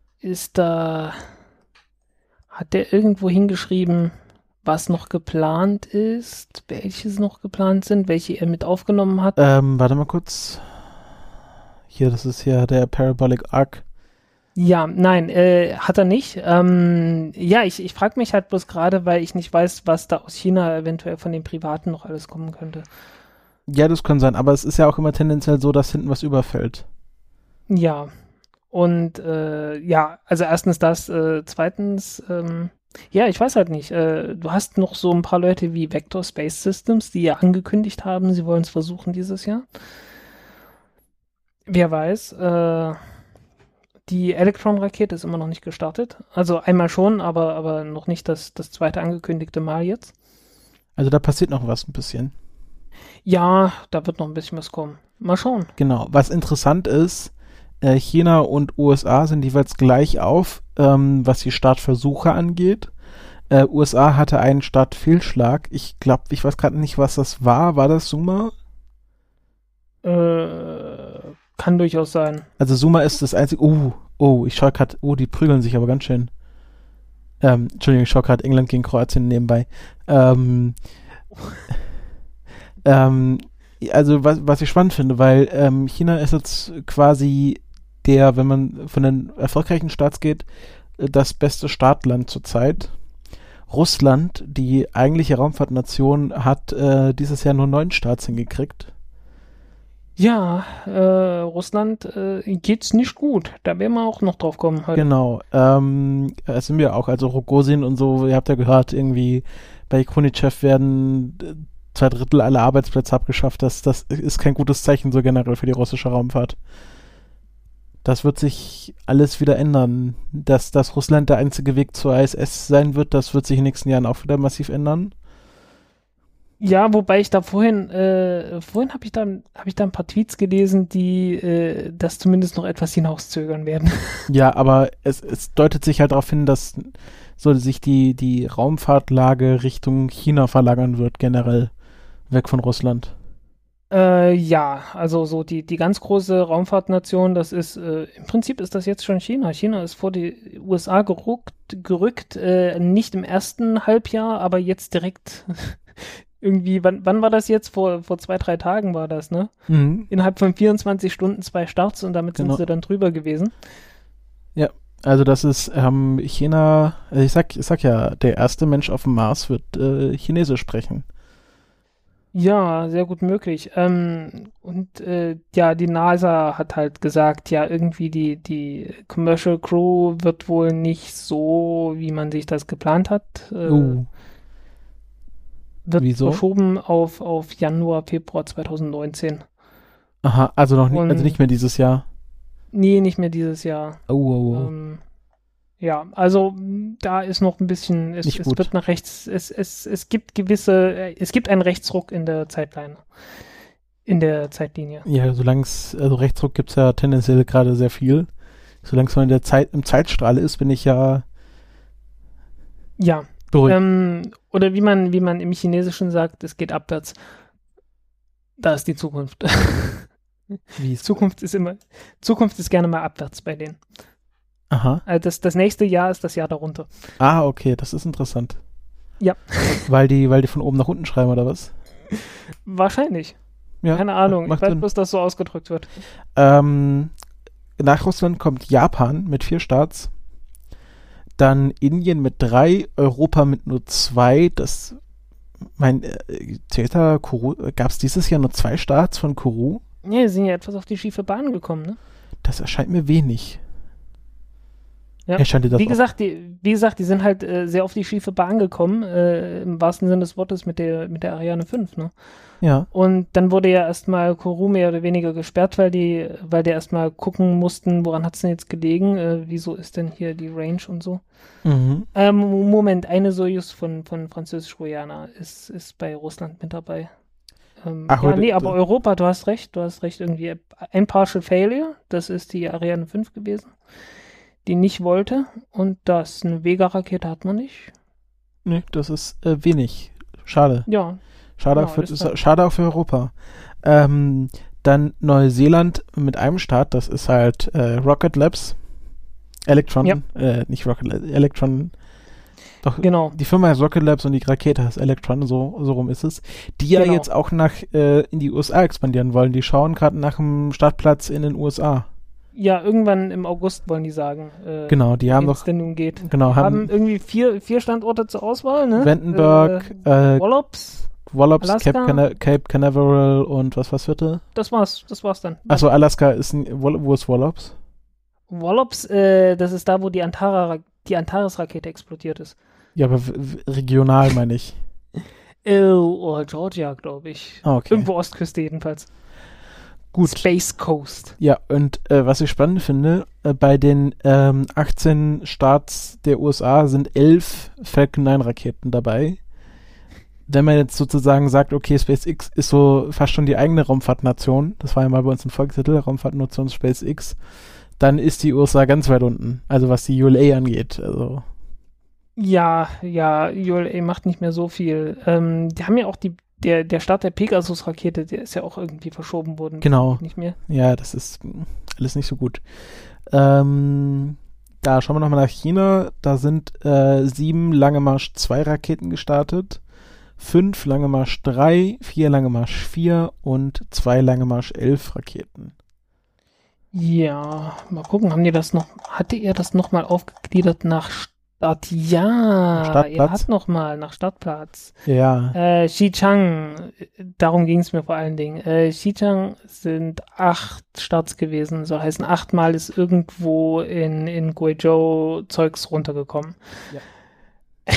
Hat der irgendwo hingeschrieben, was noch geplant ist, welches noch geplant sind, welche er mit aufgenommen hat? Warte mal kurz. Hier, das ist ja der Parabolic Arc. Ja, nein, hat er nicht. Ich frage mich halt bloß gerade, weil ich nicht weiß, was da aus China eventuell von den Privaten noch alles kommen könnte. Ja, das kann sein, aber es ist ja auch immer tendenziell so, dass hinten was überfällt. Ja, und also erstens das, zweitens, ich weiß halt nicht. Du hast noch so ein paar Leute wie Vector Space Systems, die ja angekündigt haben, sie wollen es versuchen dieses Jahr. Wer weiß, die Electron-Rakete ist immer noch nicht gestartet. Also einmal schon, aber noch nicht das zweite angekündigte Mal jetzt. Also da passiert noch was ein bisschen. Ja, da wird noch ein bisschen was kommen. Mal schauen. Genau. Was interessant ist, China und USA sind jeweils gleich auf, was die Startversuche angeht. USA hatte einen Startfehlschlag. Ich glaube, ich weiß gerade nicht, was das war. War das Suma? Kann durchaus sein. Also Suma ist das einzige. Ich schaue gerade. Die prügeln sich aber ganz schön. Entschuldigung, ich schaue gerade England gegen Kroatien nebenbei. Also was ich spannend finde, weil China ist jetzt quasi wenn man von den erfolgreichen Starts geht, das beste Startland zurzeit. Russland, die eigentliche Raumfahrtnation, hat dieses Jahr nur 9 Starts hingekriegt. Ja, Russland geht's nicht gut. Da werden wir auch noch drauf kommen heute. Genau. Das sind wir auch. Also Rogozin und so, ihr habt ja gehört, irgendwie bei Khrunichev werden 2/3 aller Arbeitsplätze abgeschafft. Das ist kein gutes Zeichen so generell für die russische Raumfahrt. Das wird sich alles wieder ändern. Dass Russland der einzige Weg zur ISS sein wird, das wird sich in den nächsten Jahren auch wieder massiv ändern. Ja, wobei ich da vorhin habe ich da ein paar Tweets gelesen, die das zumindest noch etwas hinauszögern werden. Ja, aber es deutet sich halt darauf hin, dass so sich die Raumfahrtlage Richtung China verlagern wird, generell weg von Russland. Ja, also so die ganz große Raumfahrtnation, das ist, im Prinzip ist das jetzt schon China. China ist vor die USA gerückt, nicht im ersten Halbjahr, aber jetzt direkt irgendwie, wann war das jetzt? Vor 2-3 Tagen war das, ne? Mhm. Innerhalb von 24 Stunden 2 Starts und damit Genau. sind sie dann drüber gewesen. Ja, also das ist China, ich sag ja, der erste Mensch auf dem Mars wird Chinesisch sprechen. Ja, sehr gut möglich. Ja, die NASA hat halt gesagt, ja, irgendwie die Commercial Crew wird wohl nicht so, wie man sich das geplant hat. Wird Wieso? verschoben auf Januar, Februar 2019. Aha, also also nicht mehr dieses Jahr. Nee, nicht mehr dieses Jahr. Oh. Ja, also da ist noch ein bisschen, es wird nach rechts, es gibt einen Rechtsruck in der Zeitlinie. Ja, also Rechtsruck gibt es ja tendenziell gerade sehr viel. Solange es noch im Zeitstrahl ist, bin ich ja beruhigt. Oder wie man im Chinesischen sagt, es geht abwärts. Da ist die Zukunft. Zukunft ist gerne mal abwärts bei denen. Aha. Also das nächste Jahr ist das Jahr darunter. Ah, okay, das ist interessant. Ja. Weil die von oben nach unten schreiben, oder was? Wahrscheinlich. Ja, keine Ahnung. Ich weiß Sinn. bloß, dass so ausgedrückt wird. Nach Russland kommt Japan mit 4 Starts. Dann Indien mit 3, Europa mit nur 2. Kourou, gab es dieses Jahr nur 2 Starts von Kourou? Ja, die sind ja etwas auf die schiefe Bahn gekommen, ne? Das erscheint mir wenig. Ja. Wie gesagt, die sind halt sehr auf die schiefe Bahn gekommen, im wahrsten Sinne des Wortes mit der Ariane 5, ne? Ja. Und dann wurde ja erstmal Kourou mehr oder weniger gesperrt, weil die erstmal gucken mussten, woran hat es denn jetzt gelegen, wieso ist denn hier die Range und so. Mhm. Moment, eine Soyuz von Französisch-Guyana ist bei Russland mit dabei. Aber Europa, du hast recht, irgendwie ein Partial Failure, das ist die Ariane 5 gewesen, die nicht wollte, und eine Vega-Rakete hat man nicht. Nee, das ist wenig. Schade. Ja. Schade auch für Europa. Dann Neuseeland mit einem Start, das ist halt Rocket Labs. Electron, ja. Nicht Rocket Labs, Electron. Doch, genau. Die Firma heißt Rocket Labs und die Rakete heißt Electron, so rum ist es. Die ja jetzt auch in die USA expandieren wollen. Die schauen gerade nach einem Startplatz in den USA. Ja, irgendwann im August wollen die sagen. Genau, die haben doch. Denn nun geht. Genau, haben irgendwie 4 Standorte zur Auswahl, ne? Vandenberg, Wallops, Cape Canaveral und was vierte? Das war's dann. Achso, Alaska wo ist Wallops? Wallops, das ist da, wo die Antares-Rakete explodiert ist. Ja, aber regional meine ich. Georgia, glaube ich. Okay. Irgendwo Ostküste jedenfalls. Gut. Space Coast. Ja, und was ich spannend finde, bei den 18 Starts der USA sind 11 Falcon 9 Raketen dabei. Wenn man jetzt sozusagen sagt, okay, SpaceX ist so fast schon die eigene Raumfahrtnation, das war ja mal bei uns ein Folgetitel, Raumfahrtnation SpaceX, dann ist die USA ganz weit unten, also was die ULA angeht. Also. Ja, ULA macht nicht mehr so viel. Die haben ja auch der Start der Pegasus-Rakete, der ist ja auch irgendwie verschoben worden. Genau. Nicht mehr. Ja, das ist alles nicht so gut. Dann Da schauen wir nochmal nach China. Da sind 7 Lange Marsch 2 Raketen gestartet, 5 Lange Marsch 3, 4 Lange Marsch 4 und 2 Lange Marsch 11 Raketen. Ja, mal gucken, hatte er das nochmal aufgegliedert nach Start? Ja, Startplatz? er hat nochmal nach Startplatz. Ja. Xichang, darum ging es mir vor allen Dingen. Xichang sind 8 Starts gewesen, so heißen 8-mal ist irgendwo in Guizhou Zeugs runtergekommen. Ja.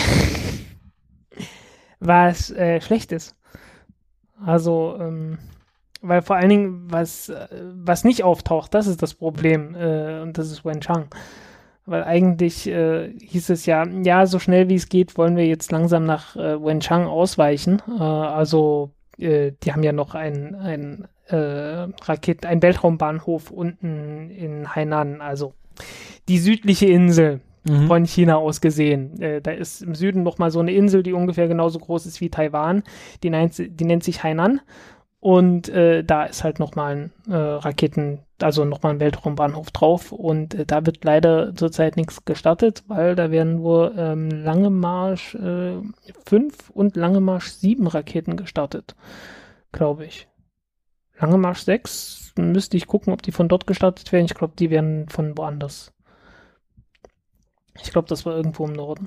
Was schlecht ist. Also, weil vor allen Dingen, was nicht auftaucht, das ist das Problem. Und das ist Wenchang. Weil eigentlich hieß es ja, so schnell wie es geht, wollen wir jetzt langsam nach Wenchang ausweichen. Die haben ja noch einen Weltraumbahnhof unten in Hainan, also die südliche Insel von China aus gesehen. Da ist im Süden noch mal so eine Insel, die ungefähr genauso groß ist wie Taiwan. Die nennt sich Hainan. Und da ist halt nochmal ein Weltraumbahnhof drauf. Und da wird leider zurzeit nichts gestartet, weil da werden nur Lange Marsch 5 und Lange Marsch 7 Raketen gestartet, glaube ich. Lange Marsch 6 müsste ich gucken, ob die von dort gestartet werden. Ich glaube, die werden von woanders. Ich glaube, das war irgendwo im Norden.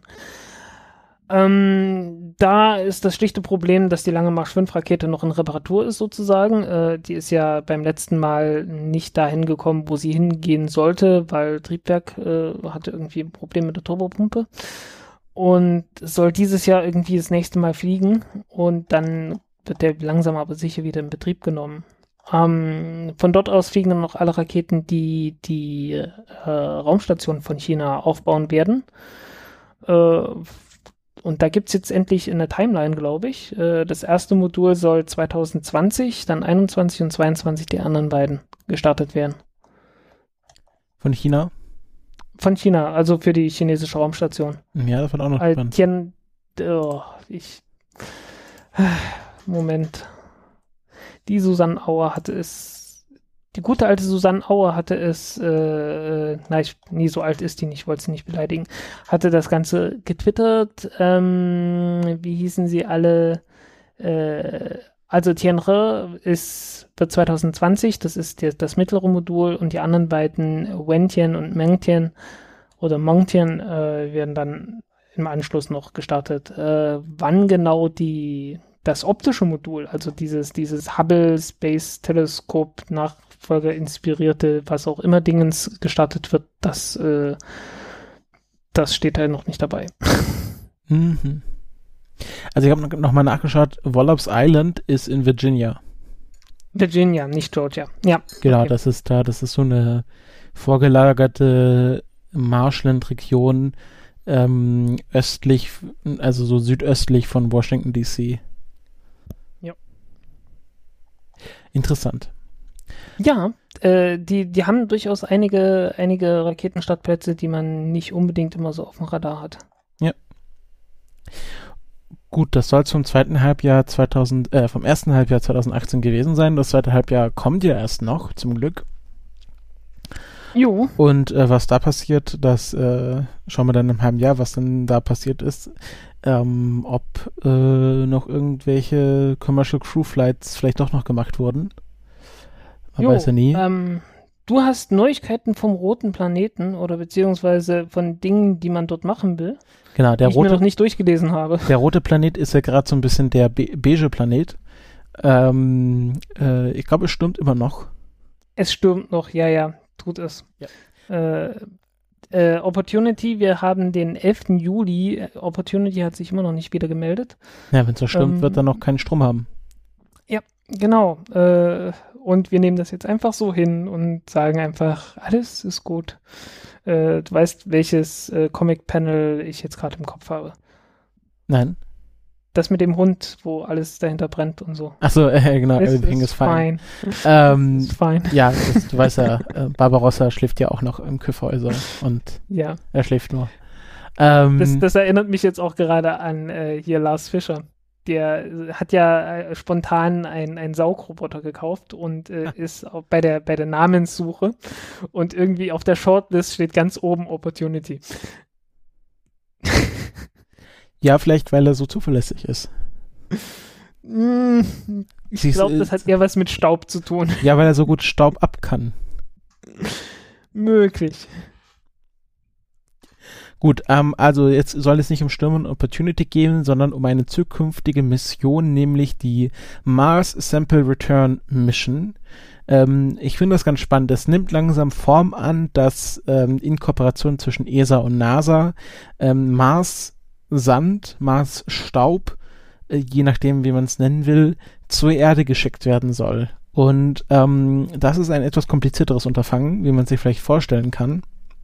Da ist das schlichte Problem, dass die Lange Marsch 5 Rakete noch in Reparatur ist sozusagen. Die ist ja beim letzten Mal nicht dahin gekommen, wo sie hingehen sollte, weil Triebwerk hatte irgendwie ein Problem mit der Turbopumpe und soll dieses Jahr irgendwie das nächste Mal fliegen und dann wird der langsam aber sicher wieder in Betrieb genommen. Von dort aus fliegen dann noch alle Raketen, die die Raumstation von China aufbauen werden. Und da gibt es jetzt endlich eine Timeline, glaube ich. Das erste Modul soll 2020, dann 21 und 22 die anderen beiden gestartet werden. Von China? Von China, also für die chinesische Raumstation. Ja, das wird auch noch spannend. Moment. Die Susanne Auer hatte es. Die gute alte Susanne Auer hatte es, nee, so alt ist die nicht, ich wollte sie nicht beleidigen, hatte das Ganze getwittert, wie hießen sie alle, also Tianhe wird 2020, das ist das mittlere Modul und die anderen beiden, Wentian und Mengtian oder Mengtian, werden dann im Anschluss noch gestartet. Wann genau das optische Modul, also dieses Hubble Space Telescope Nachfolger inspirierte, was auch immer Dingens gestartet wird, das steht da noch nicht dabei. Mhm. Also ich habe noch mal nachgeschaut, Wallops Island ist in Virginia. Virginia, nicht Georgia. Ja. Genau, okay. das ist so eine vorgelagerte Marshland-Region östlich, also so südöstlich von Washington DC. Ja. Interessant. Ja, die haben durchaus einige Raketenstartplätze, die man nicht unbedingt immer so auf dem Radar hat. Ja. Gut, das soll vom ersten Halbjahr 2018 gewesen sein. Das zweite Halbjahr kommt ja erst noch, zum Glück. Jo. Und was da passiert, das schauen wir dann im halben Jahr, was denn da passiert ist. Ob noch irgendwelche Commercial Crew Flights vielleicht doch noch gemacht wurden. Man weiß ja nie. Du hast Neuigkeiten vom roten Planeten oder beziehungsweise von Dingen, die man dort machen will, genau, die ich mir noch nicht durchgelesen habe. Der rote Planet ist ja gerade so ein bisschen der beige Planet. Ich glaube, es stürmt immer noch. Es stürmt noch, ja, tut es. Ja. Opportunity, wir haben den 11. Juli. Opportunity hat sich immer noch nicht wieder gemeldet. Ja, wenn es so stürmt, wird er noch keinen Strom haben. Ja, genau. Und wir nehmen das jetzt einfach so hin und sagen einfach, alles ist gut. Du weißt, welches Comic-Panel ich jetzt gerade im Kopf habe. Nein. Das mit dem Hund, wo alles dahinter brennt und so. Achso, genau, everything is fine. Ist fine. Ja, du weißt ja, Barbarossa schläft ja auch noch im Kyffhäuser und ja. Er schläft nur. Das erinnert mich jetzt auch gerade an hier Lars Fischer. der hat ja spontan einen Saugroboter gekauft und ist auch bei der Namenssuche und irgendwie auf der Shortlist steht ganz oben Opportunity. Ja, vielleicht, weil er so zuverlässig ist. Ich glaube, das hat eher was mit Staub zu tun. Ja, weil er so gut Staub ab kann. Möglich. Gut, also jetzt soll es nicht um Stürme und Opportunity gehen, sondern um eine zukünftige Mission, nämlich die Mars Sample Return Mission. Ich finde das ganz spannend. Es nimmt langsam Form an, dass in Kooperation zwischen ESA und NASA Mars Sand, Mars Staub, je nachdem, wie man es nennen will, zur Erde geschickt werden soll. Und das ist ein etwas komplizierteres Unterfangen, wie man sich vielleicht vorstellen kann.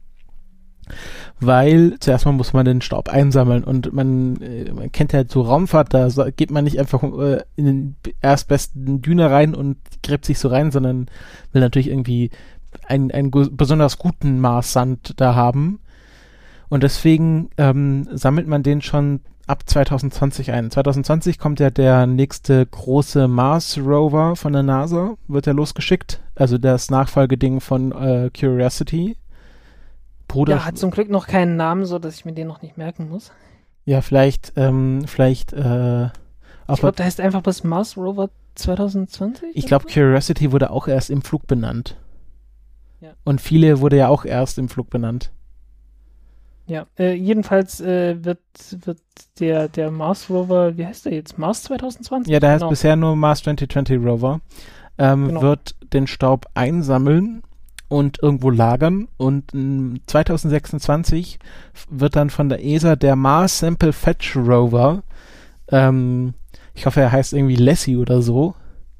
Weil zuerst mal muss man den Staub einsammeln und man kennt ja so Raumfahrt, da geht man nicht einfach in den erstbesten Düne rein und gräbt sich so rein, sondern will natürlich irgendwie einen besonders guten Marssand da haben. Und deswegen sammelt man den schon ab 2020 ein. 2020 kommt ja der nächste große Mars-Rover von der NASA, wird ja losgeschickt. Also das Nachfolgeding von Curiosity. Bruder, Ja, hat zum Glück noch keinen Namen, so dass ich mir den noch nicht merken muss. Ja, vielleicht, Ich glaube, der heißt einfach bloß Mars Rover 2020? Ich glaube, Curiosity wurde auch erst im Flug benannt. Ja. Und viele wurde ja auch erst im Flug benannt. Ja, jedenfalls wird der Mars Rover, wie heißt der jetzt? Mars 2020? Ja, der heißt bisher nur Mars 2020 Rover. Wird den Staub einsammeln und irgendwo lagern und 2026 wird dann von der ESA der Mars Sample Fetch Rover, ich hoffe, er heißt irgendwie Lassie oder so.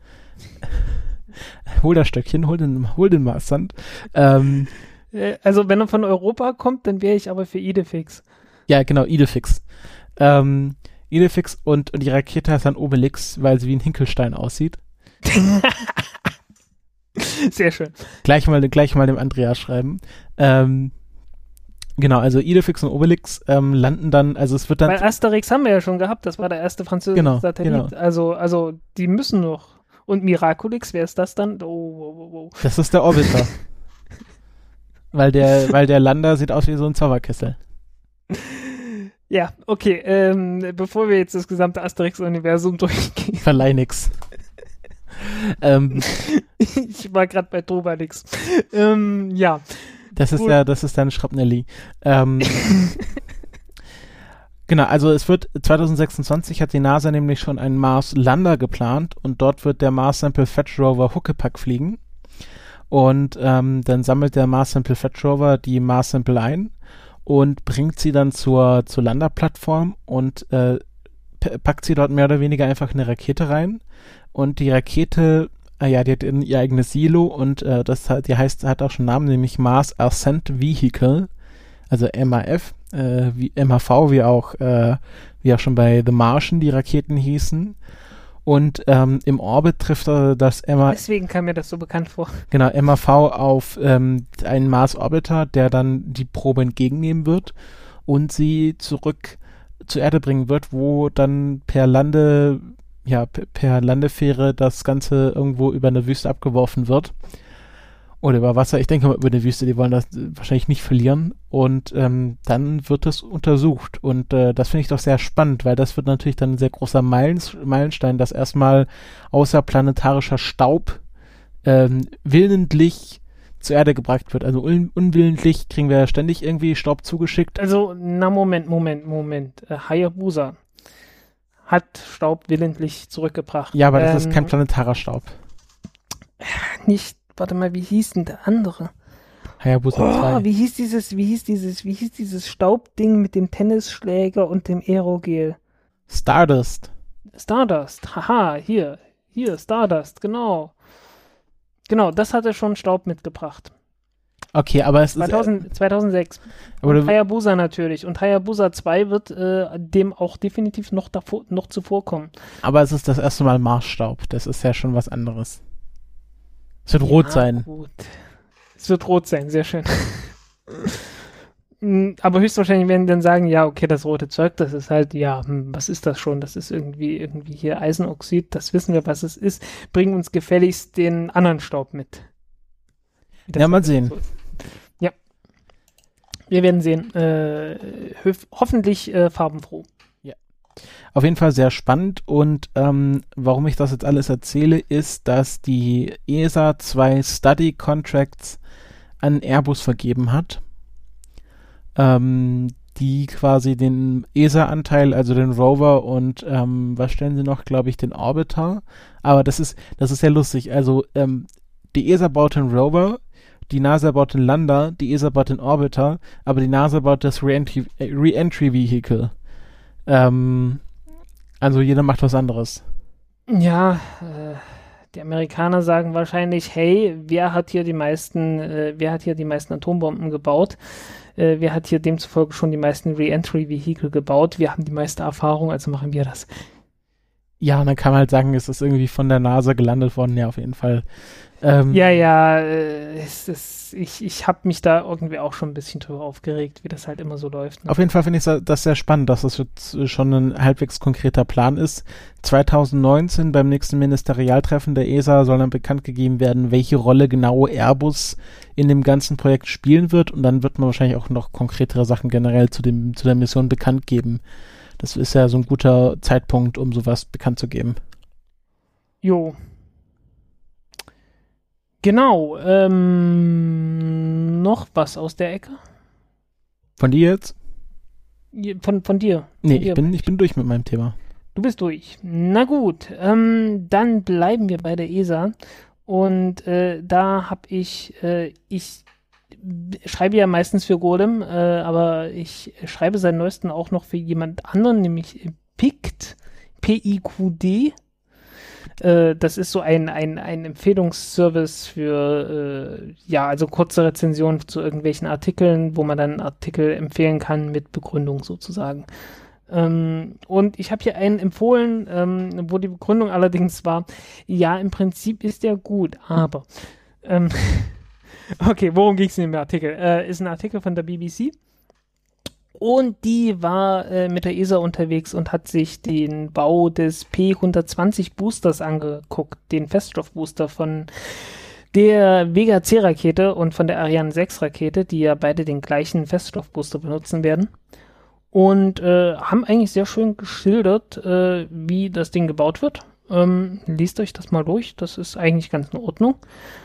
Hol das Stöckchen, hol den Marssand. Also wenn er von Europa kommt, dann wäre ich aber für Idefix. Ja, genau, Idefix. Idefix und die Rakete heißt dann Obelix, weil sie wie ein Hinkelstein aussieht. Sehr schön. Gleich mal dem Andreas schreiben. Genau, also Idefix und Obelix landen dann, also es wird dann... Weil Asterix haben wir ja schon gehabt, das war der erste französische Satellit. Genau. Also die müssen noch. Und Miraculix, wer ist das dann? Oh. Das ist der Orbiter. weil der Lander sieht aus wie so ein Zauberkessel. Ja, okay. Bevor wir jetzt das gesamte Asterix-Universum durchgehen. Verleih nix. Ich war gerade bei Dobalix. Ja. Das ist dann Schrapnelli. Genau, also es wird 2026 hat die NASA nämlich schon einen Mars-Lander geplant und dort wird der Mars Sample Fetch Rover Huckepack fliegen und dann sammelt der Mars Sample Fetch Rover die Mars Sample ein und bringt sie dann zur Landerplattform und packt sie dort mehr oder weniger einfach in eine Rakete rein und die Rakete die hat ihr eigenes Silo und die hat auch schon einen Namen, nämlich Mars Ascent Vehicle, also MAF, wie MAV, wie auch schon bei The Martian die Raketen hießen. Und im Orbit trifft das Deswegen kam mir das so bekannt vor. Genau, MAV auf einen Mars-Orbiter, der dann die Probe entgegennehmen wird und sie zurück zur Erde bringen wird, wo dann per Landefähre das Ganze irgendwo über eine Wüste abgeworfen wird. Oder über Wasser. Ich denke mal über eine Wüste, die wollen das wahrscheinlich nicht verlieren. Und dann wird das untersucht. Und das finde ich doch sehr spannend, weil das wird natürlich dann ein sehr großer Meilenstein, dass erstmal außerplanetarischer Staub willentlich zur Erde gebracht wird. Also unwillentlich kriegen wir ja ständig irgendwie Staub zugeschickt. Also, Moment. Hayabusa hat Staub willentlich zurückgebracht. Ja, aber das ist kein planetarer Staub. Nicht, warte mal, wie hieß denn der andere? Hayabusa 2. Wie hieß dieses Staubding mit dem Tennisschläger und dem Aerogel? Stardust, haha, hier, Stardust, genau. Genau, das hatte schon Staub mitgebracht. Okay, aber es 2006. Und Hayabusa natürlich. Und Hayabusa 2 wird dem auch definitiv noch zuvorkommen. Aber es ist das erste Mal Marsstaub. Das ist ja schon was anderes. Es wird rot sein. Gut. Es wird rot sein, sehr schön. Aber höchstwahrscheinlich werden die dann sagen, ja, okay, das rote Zeug, das ist halt, ja, was ist das schon? Das ist irgendwie hier Eisenoxid, das wissen wir, was es ist. Bring uns gefälligst den anderen Staub mit. Ja, mal sehen. So. Ja. Wir werden sehen. Hoffentlich farbenfroh. Ja. Auf jeden Fall sehr spannend und warum ich das jetzt alles erzähle, ist, dass die ESA 2 Study Contracts an Airbus vergeben hat. Die quasi den ESA-Anteil, also den Rover und was stellen sie noch, glaube ich, den Orbiter. Aber das ist sehr lustig. Also die ESA baut den Rover, die NASA baut den Lander, die ESA baut den Orbiter, aber die NASA baut das Re-Entry Vehicle. Also jeder macht was anderes. Ja, die Amerikaner sagen wahrscheinlich, hey, wer hat hier die meisten Atombomben gebaut? Wer hat hier demzufolge schon die meisten Re-Entry-Vehicle gebaut? Wir haben die meiste Erfahrung, also machen wir das. Ja, und dann kann man halt sagen, es ist irgendwie von der NASA gelandet worden, ja, auf jeden Fall. Ich habe mich da irgendwie auch schon ein bisschen drüber aufgeregt, wie das halt immer so läuft. Ne? Auf jeden Fall finde ich das sehr spannend, dass das jetzt schon ein halbwegs konkreter Plan ist. 2019 beim nächsten Ministerialtreffen der ESA soll dann bekannt gegeben werden, welche Rolle genau Airbus in dem ganzen Projekt spielen wird und dann wird man wahrscheinlich auch noch konkretere Sachen generell zu der Mission bekannt geben. Das ist ja so ein guter Zeitpunkt, um sowas bekannt zu geben. Jo. Genau. Noch was aus der Ecke? Von dir jetzt? Von dir. Nee, ich bin durch mit meinem Thema. Du bist durch. Na gut, dann bleiben wir bei der ESA. Und da habe ich schreibe ja meistens für Golem, aber ich schreibe seit neuestem auch noch für jemand anderen, nämlich PIQD. PIQD. Das ist so ein Empfehlungsservice für, also kurze Rezensionen zu irgendwelchen Artikeln, wo man dann Artikel empfehlen kann mit Begründung sozusagen. Und ich habe hier einen empfohlen, wo die Begründung allerdings war, ja, im Prinzip ist der gut, aber okay, worum ging es in dem Artikel? Ist ein Artikel von der BBC. Und die war mit der ESA unterwegs und hat sich den Bau des P-120 Boosters angeguckt, den Feststoffbooster von der Vega-C-Rakete und von der Ariane 6 Rakete, die ja beide den gleichen Feststoffbooster benutzen werden. Und haben eigentlich sehr schön geschildert, wie das Ding gebaut wird. Liest euch das mal durch, das ist eigentlich ganz in Ordnung.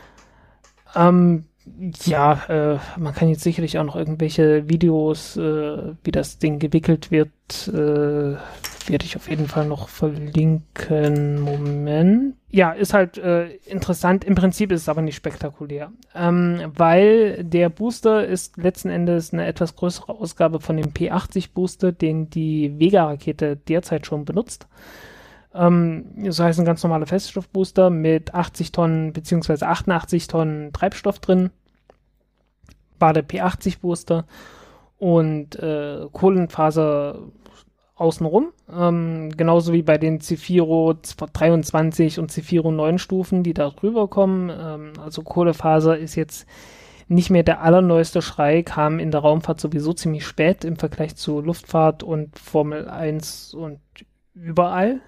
Man kann jetzt sicherlich auch noch irgendwelche Videos, wie das Ding gewickelt wird, werde ich auf jeden Fall noch verlinken. Moment. Ja, ist halt interessant. Im Prinzip ist es aber nicht spektakulär, weil der Booster ist letzten Endes eine etwas größere Ausgabe von dem P-80 Booster, den die Vega-Rakete derzeit schon benutzt. Das heißt, ein ganz normaler Feststoffbooster mit 80 Tonnen bzw. 88 Tonnen Treibstoff drin. War der P-80 Booster und Kohlenfaser außenrum. Genauso wie bei den Zefiro 23 und Zefiro 9 Stufen, die da drüber kommen. Also Kohlefaser ist jetzt nicht mehr der allerneueste Schrei, kam in der Raumfahrt sowieso ziemlich spät im Vergleich zu Luftfahrt und Formel 1 und überall.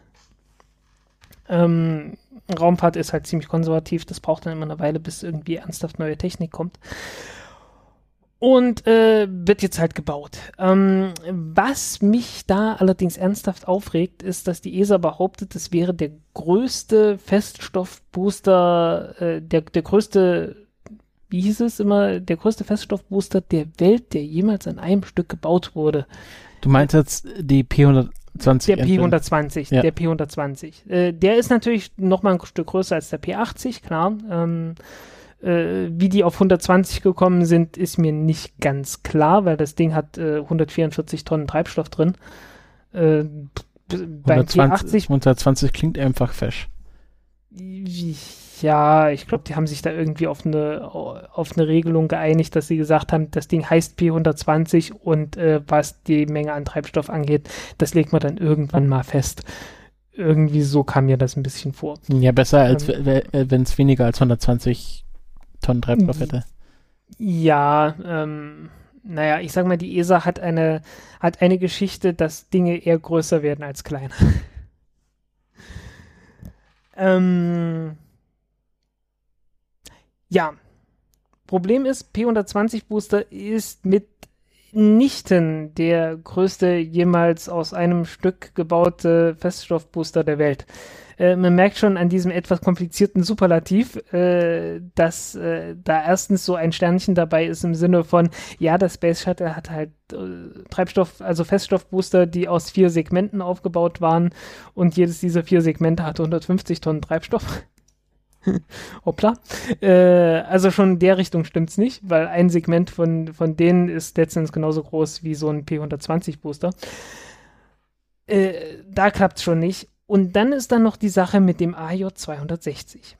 Raumfahrt ist halt ziemlich konservativ, das braucht dann immer eine Weile, bis irgendwie ernsthaft neue Technik kommt. Und wird jetzt halt gebaut. Was mich da allerdings ernsthaft aufregt, ist, dass die ESA behauptet, es wäre der größte Feststoffbooster, der größte, wie hieß es immer, der größte Feststoffbooster der Welt, der jemals an einem Stück gebaut wurde. Du meinst jetzt die P-120? Der P-120, ja. Der P-120. Der ist natürlich noch mal ein Stück größer als der P-80, klar. Wie die auf 120 gekommen sind, ist mir nicht ganz klar, weil das Ding hat 144 Tonnen Treibstoff drin. Beim P-80 120 klingt einfach fesch. Ja, ich glaube, die haben sich da irgendwie auf eine Regelung geeinigt, dass sie gesagt haben, das Ding heißt P-120 und was die Menge an Treibstoff angeht, das legt man dann irgendwann mal fest. Irgendwie so kam mir das ein bisschen vor. Ja, besser als wenn es weniger als 120 Tonnen Treibstoff hätte. Ja, naja, ich sag mal, die ESA hat eine Geschichte, dass Dinge eher größer werden als kleiner. Ja, Problem ist, P120 Booster ist mitnichten der größte jemals aus einem Stück gebaute Feststoffbooster der Welt. Man merkt schon an diesem etwas komplizierten Superlativ, dass da erstens so ein Sternchen dabei ist im Sinne von, ja, das Space Shuttle hat halt also Feststoffbooster, die aus 4 Segmenten aufgebaut waren und jedes dieser 4 Segmente hatte 150 Tonnen Treibstoff. Hoppla. Also schon in der Richtung stimmt's nicht, weil ein Segment von denen ist letztendlich genauso groß wie so ein P120 Booster. Da klappt's schon nicht. Und dann ist dann noch die Sache mit dem AJ260.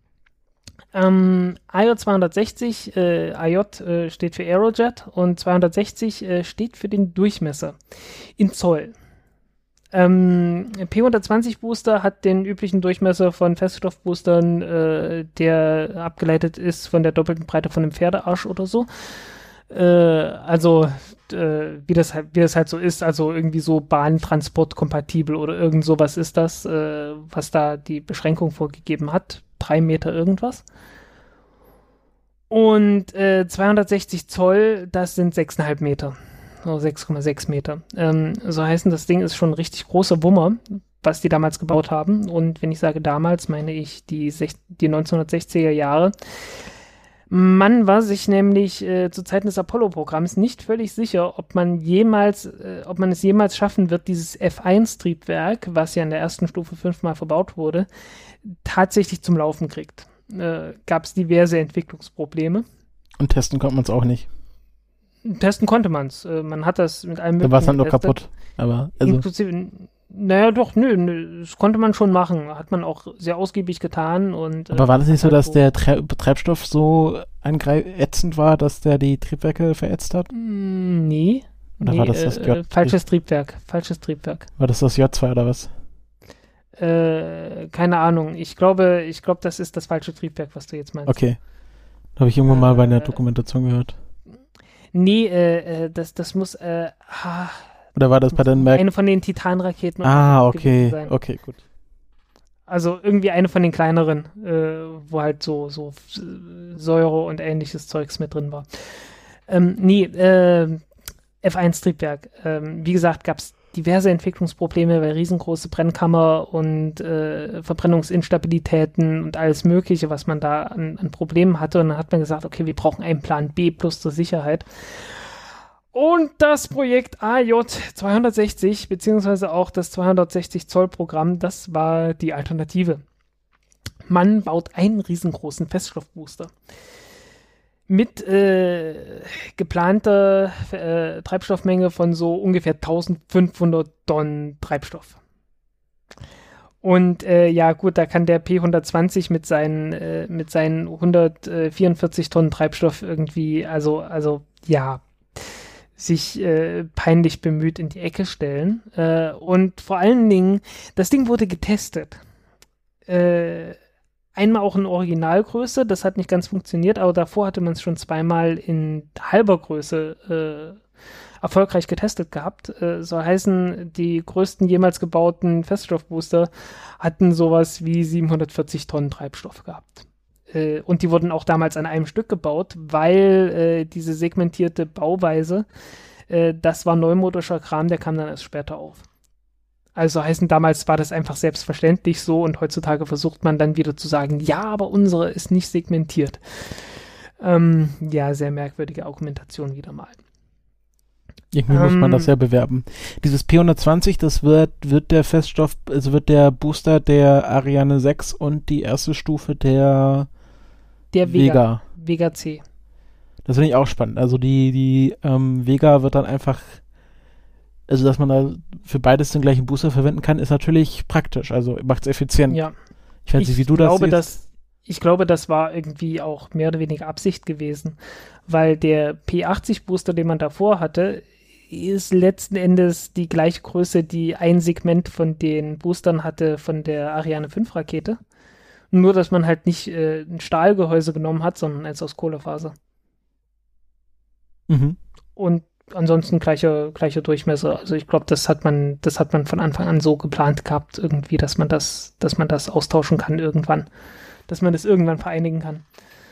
AJ260, AJ steht für Aerojet und 260 steht für den Durchmesser in Zoll. P120 Booster hat den üblichen Durchmesser von Feststoffboostern, der abgeleitet ist von der doppelten Breite von einem Pferdearsch oder so. Wie das halt so ist, also irgendwie so bahntransportkompatibel oder irgend sowas ist das, was da die Beschränkung vorgegeben hat. 3 Meter irgendwas. Und 260 Zoll, das sind 6,5 Meter. 6,6 Meter. So heißen, das Ding ist schon ein richtig großer Wummer, was die damals gebaut haben. Und wenn ich sage damals, meine ich die 1960er Jahre. Man war sich nämlich zu Zeiten des Apollo-Programms nicht völlig sicher, ob man es jemals schaffen wird, dieses F1-Triebwerk, was ja in der ersten Stufe 5-mal verbaut wurde, tatsächlich zum Laufen kriegt. Gab es diverse Entwicklungsprobleme. Und testen konnte man es auch nicht. Testen konnte man es. Man hat das mit allem möglichen. Da war es dann nur kaputt. Aber also inklusive, naja, doch, nö, das konnte man schon machen. Hat man auch sehr ausgiebig getan. Aber war das nicht so, dass der Treibstoff so ätzend war, dass der die Triebwerke verätzt hat? Nee. Oder war das J? Falsches Triebwerk. War das J2 oder was? Keine Ahnung. Ich glaube, das ist das falsche Triebwerk, was du jetzt meinst. Okay. Habe ich irgendwann mal bei einer Dokumentation gehört. Nee, das muss, oder war das bei den eine von den Titan-Raketen. Okay, okay, gut. Also irgendwie eine von den kleineren, wo halt so Säure und ähnliches Zeugs mit drin war. F1-Triebwerk. Wie gesagt, gab es diverse Entwicklungsprobleme, weil riesengroße Brennkammer und Verbrennungsinstabilitäten und alles Mögliche, was man da an Problemen hatte. Und dann hat man gesagt, okay, wir brauchen einen Plan B plus zur Sicherheit. Und das Projekt AJ260, beziehungsweise auch das 260-Zoll-Programm, das war die Alternative. Man baut einen riesengroßen Feststoffbooster mit geplanter Treibstoffmenge von so ungefähr 1500 Tonnen Treibstoff. Und ja gut, da kann der P120 mit seinen 144 Tonnen Treibstoff irgendwie, also ja, sich peinlich bemüht in die Ecke stellen. Und vor allen Dingen, das Ding wurde getestet. Einmal auch in Originalgröße, das hat nicht ganz funktioniert, aber davor hatte man es schon zweimal in halber Größe erfolgreich getestet gehabt. Soll heißen, die größten jemals gebauten Feststoffbooster hatten sowas wie 740 Tonnen Treibstoff gehabt. Und die wurden auch damals an einem Stück gebaut, weil diese segmentierte Bauweise, das war neumodischer Kram, der kam dann erst später auf. Also heißen, damals war das einfach selbstverständlich so und heutzutage versucht man dann wieder zu sagen, ja, aber unsere ist nicht segmentiert. Ja, sehr merkwürdige Argumentation wieder mal. Irgendwie muss man das ja bewerben. Dieses P120, das wird der Feststoff, also wird der Booster der Ariane 6 und die erste Stufe der Vega C. Das finde ich auch spannend. Also die Vega wird dann einfach, also dass man da für beides den gleichen Booster verwenden kann, ist natürlich praktisch. Also macht es effizient. Ja. Ich weiß nicht, wie du das siehst. Ich glaube, das war irgendwie auch mehr oder weniger Absicht gewesen, weil der P80 Booster, den man davor hatte, ist letzten Endes die gleiche Größe, die ein Segment von den Boostern hatte von der Ariane 5 Rakete. Nur, dass man halt nicht ein Stahlgehäuse genommen hat, sondern eins aus Kohlefaser. Mhm. Und ansonsten gleicher Durchmesser. Also ich glaube, das hat man von Anfang an so geplant gehabt, irgendwie, dass man das austauschen kann irgendwann. Dass man das irgendwann vereinigen kann.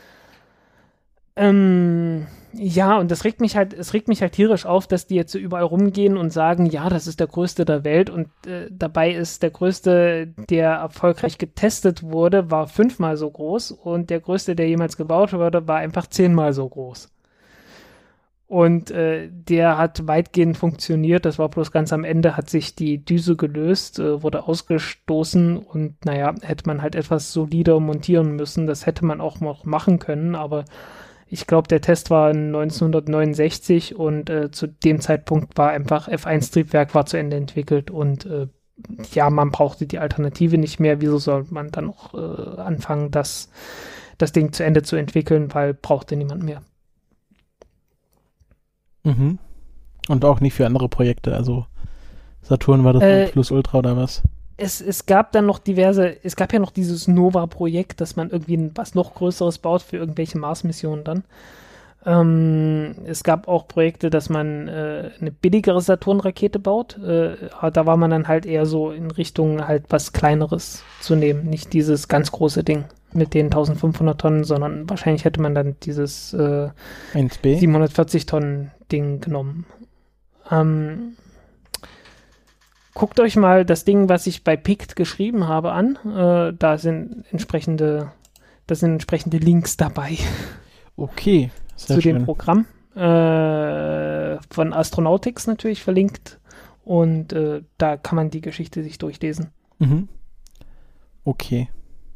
Ja, und es regt mich halt tierisch auf, dass die jetzt so überall rumgehen und sagen, ja, das ist der größte der Welt und dabei ist der größte, der erfolgreich getestet wurde, war 5-mal so groß und der größte, der jemals gebaut wurde, war einfach 10-mal so groß. Und der hat weitgehend funktioniert, das war bloß ganz am Ende, hat sich die Düse gelöst, wurde ausgestoßen und naja, hätte man halt etwas solider montieren müssen, das hätte man auch noch machen können, aber ich glaube, der Test war 1969 und zu dem Zeitpunkt war einfach F1-Triebwerk war zu Ende entwickelt und ja, man brauchte die Alternative nicht mehr. Wieso soll man dann noch anfangen, das Ding zu Ende zu entwickeln, weil brauchte niemand mehr. Mhm. Und auch nicht für andere Projekte, also Saturn war das Plus Ultra oder was? Es gab dann noch es gab ja noch dieses Nova-Projekt, dass man irgendwie was noch Größeres baut für irgendwelche Mars-Missionen dann. Es gab auch Projekte, dass man eine billigere Saturn-Rakete baut. Da war man dann halt eher so in Richtung halt was Kleineres zu nehmen. Nicht dieses ganz große Ding mit den 1500 Tonnen, sondern wahrscheinlich hätte man dann dieses 1B? 740 Tonnen Ding genommen. Guckt euch mal das Ding, was ich bei Pict geschrieben habe, an. Da sind entsprechende Links dabei. Okay, sehr zu schön. dem Programm. Von Astronautics natürlich verlinkt. Und da kann man die Geschichte sich durchlesen. Mhm. Okay.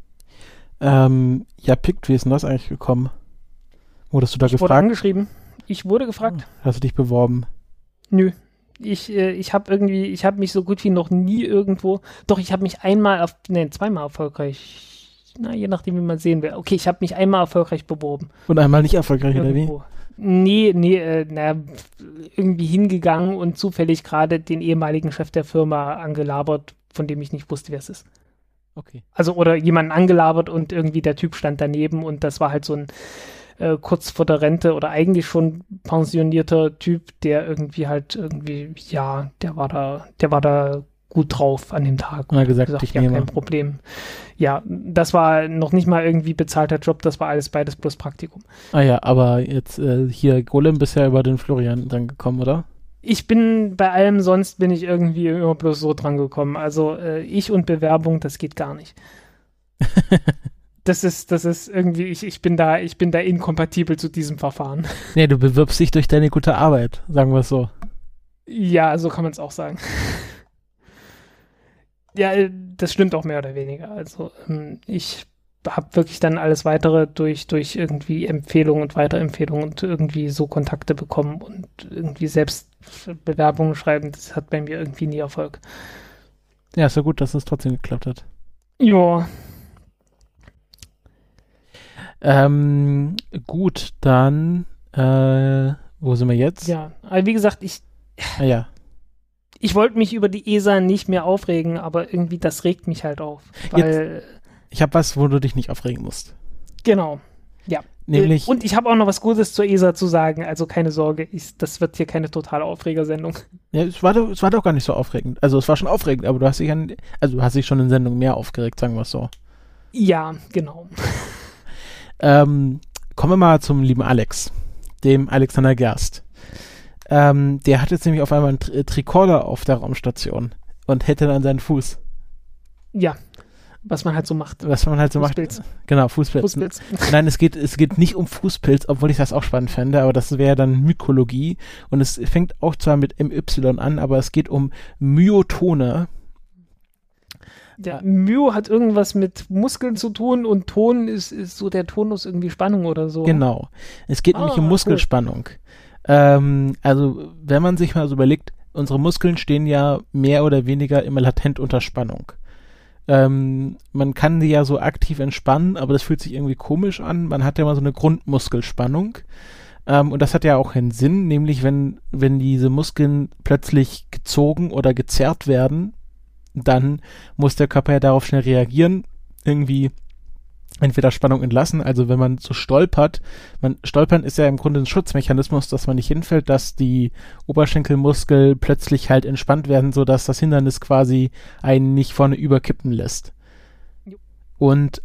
Ja, Pict, wie ist denn das eigentlich gekommen? Wurdest du da gefragt? Ich wurde angeschrieben. Ich wurde gefragt. Hast du dich beworben? Nö. Ich habe mich so gut wie noch nie irgendwo, doch ich habe mich zweimal erfolgreich, je nachdem, wie man sehen will. Okay, ich habe mich einmal erfolgreich beworben. Und einmal nicht erfolgreich, irgendwo. Oder wie? Nee, irgendwie hingegangen und zufällig gerade den ehemaligen Chef der Firma angelabert, von dem ich nicht wusste, wer es ist. Okay. Also, oder jemanden angelabert und irgendwie der Typ stand daneben und das war halt so ein kurz vor der Rente oder eigentlich schon pensionierter Typ, der irgendwie, ja, der war da gut drauf an dem Tag. Und hat gesagt, ja, kein Problem. Ja, das war noch nicht mal irgendwie bezahlter Job, das war beides plus Praktikum. Ah ja, aber jetzt hier Golem bisher über den Florian dann gekommen, oder? Ich bin bei allem sonst bin ich irgendwie immer bloß so dran gekommen. Also ich und Bewerbung, das geht gar nicht. Das ist irgendwie, ich bin da inkompatibel zu diesem Verfahren. Nee, du bewirbst dich durch deine gute Arbeit, sagen wir es so. Ja, so kann man es auch sagen. Ja, das stimmt auch mehr oder weniger. Also ich habe wirklich dann alles Weitere durch irgendwie Empfehlungen und Weiterempfehlungen und irgendwie so Kontakte bekommen und irgendwie selbst Bewerbungen schreiben, das hat bei mir irgendwie nie Erfolg. Ja, ist ja gut, dass es trotzdem geklappt hat. Ja. Gut, dann wo sind wir jetzt? Ja, aber wie gesagt, ja. Ich wollte mich über die ESA nicht mehr aufregen, aber irgendwie das regt mich halt auf. Weil ich habe was, wo du dich nicht aufregen musst. Genau, ja. Nämlich, und ich habe auch noch was Gutes zur ESA zu sagen, also keine Sorge, das wird hier keine totale Aufregersendung. Ja, es war doch gar nicht so aufregend. Also es war schon aufregend, aber du hast dich schon in Sendungen mehr aufgeregt, sagen wir es so. Ja, genau. Kommen wir mal zum lieben Alex, dem Alexander Gerst. Der hat jetzt nämlich auf einmal einen Tricorder auf der Raumstation und hält dann an seinen Fuß. Ja, was man halt so macht. Fußpilz. Genau, Fußpilz. Nein, es geht nicht um Fußpilz, obwohl ich das auch spannend fände, aber das wäre dann Mykologie und es fängt auch zwar mit MY an, aber es geht um Myotone. Ja, Myo hat irgendwas mit Muskeln zu tun und Ton ist so der Tonus irgendwie Spannung oder so. Genau. Es geht nämlich um Muskelspannung. Cool. Also, wenn man sich mal so überlegt, unsere Muskeln stehen ja mehr oder weniger immer latent unter Spannung. Man kann die ja so aktiv entspannen, aber das fühlt sich irgendwie komisch an. Man hat ja mal so eine Grundmuskelspannung. Und das hat ja auch einen Sinn, nämlich wenn diese Muskeln plötzlich gezogen oder gezerrt werden, dann muss der Körper ja darauf schnell reagieren, irgendwie entweder Spannung entlassen, also wenn man so stolpern ist ja im Grunde ein Schutzmechanismus, dass man nicht hinfällt, dass die Oberschenkelmuskel plötzlich halt entspannt werden, sodass das Hindernis quasi einen nicht vorne überkippen lässt. Jo. Und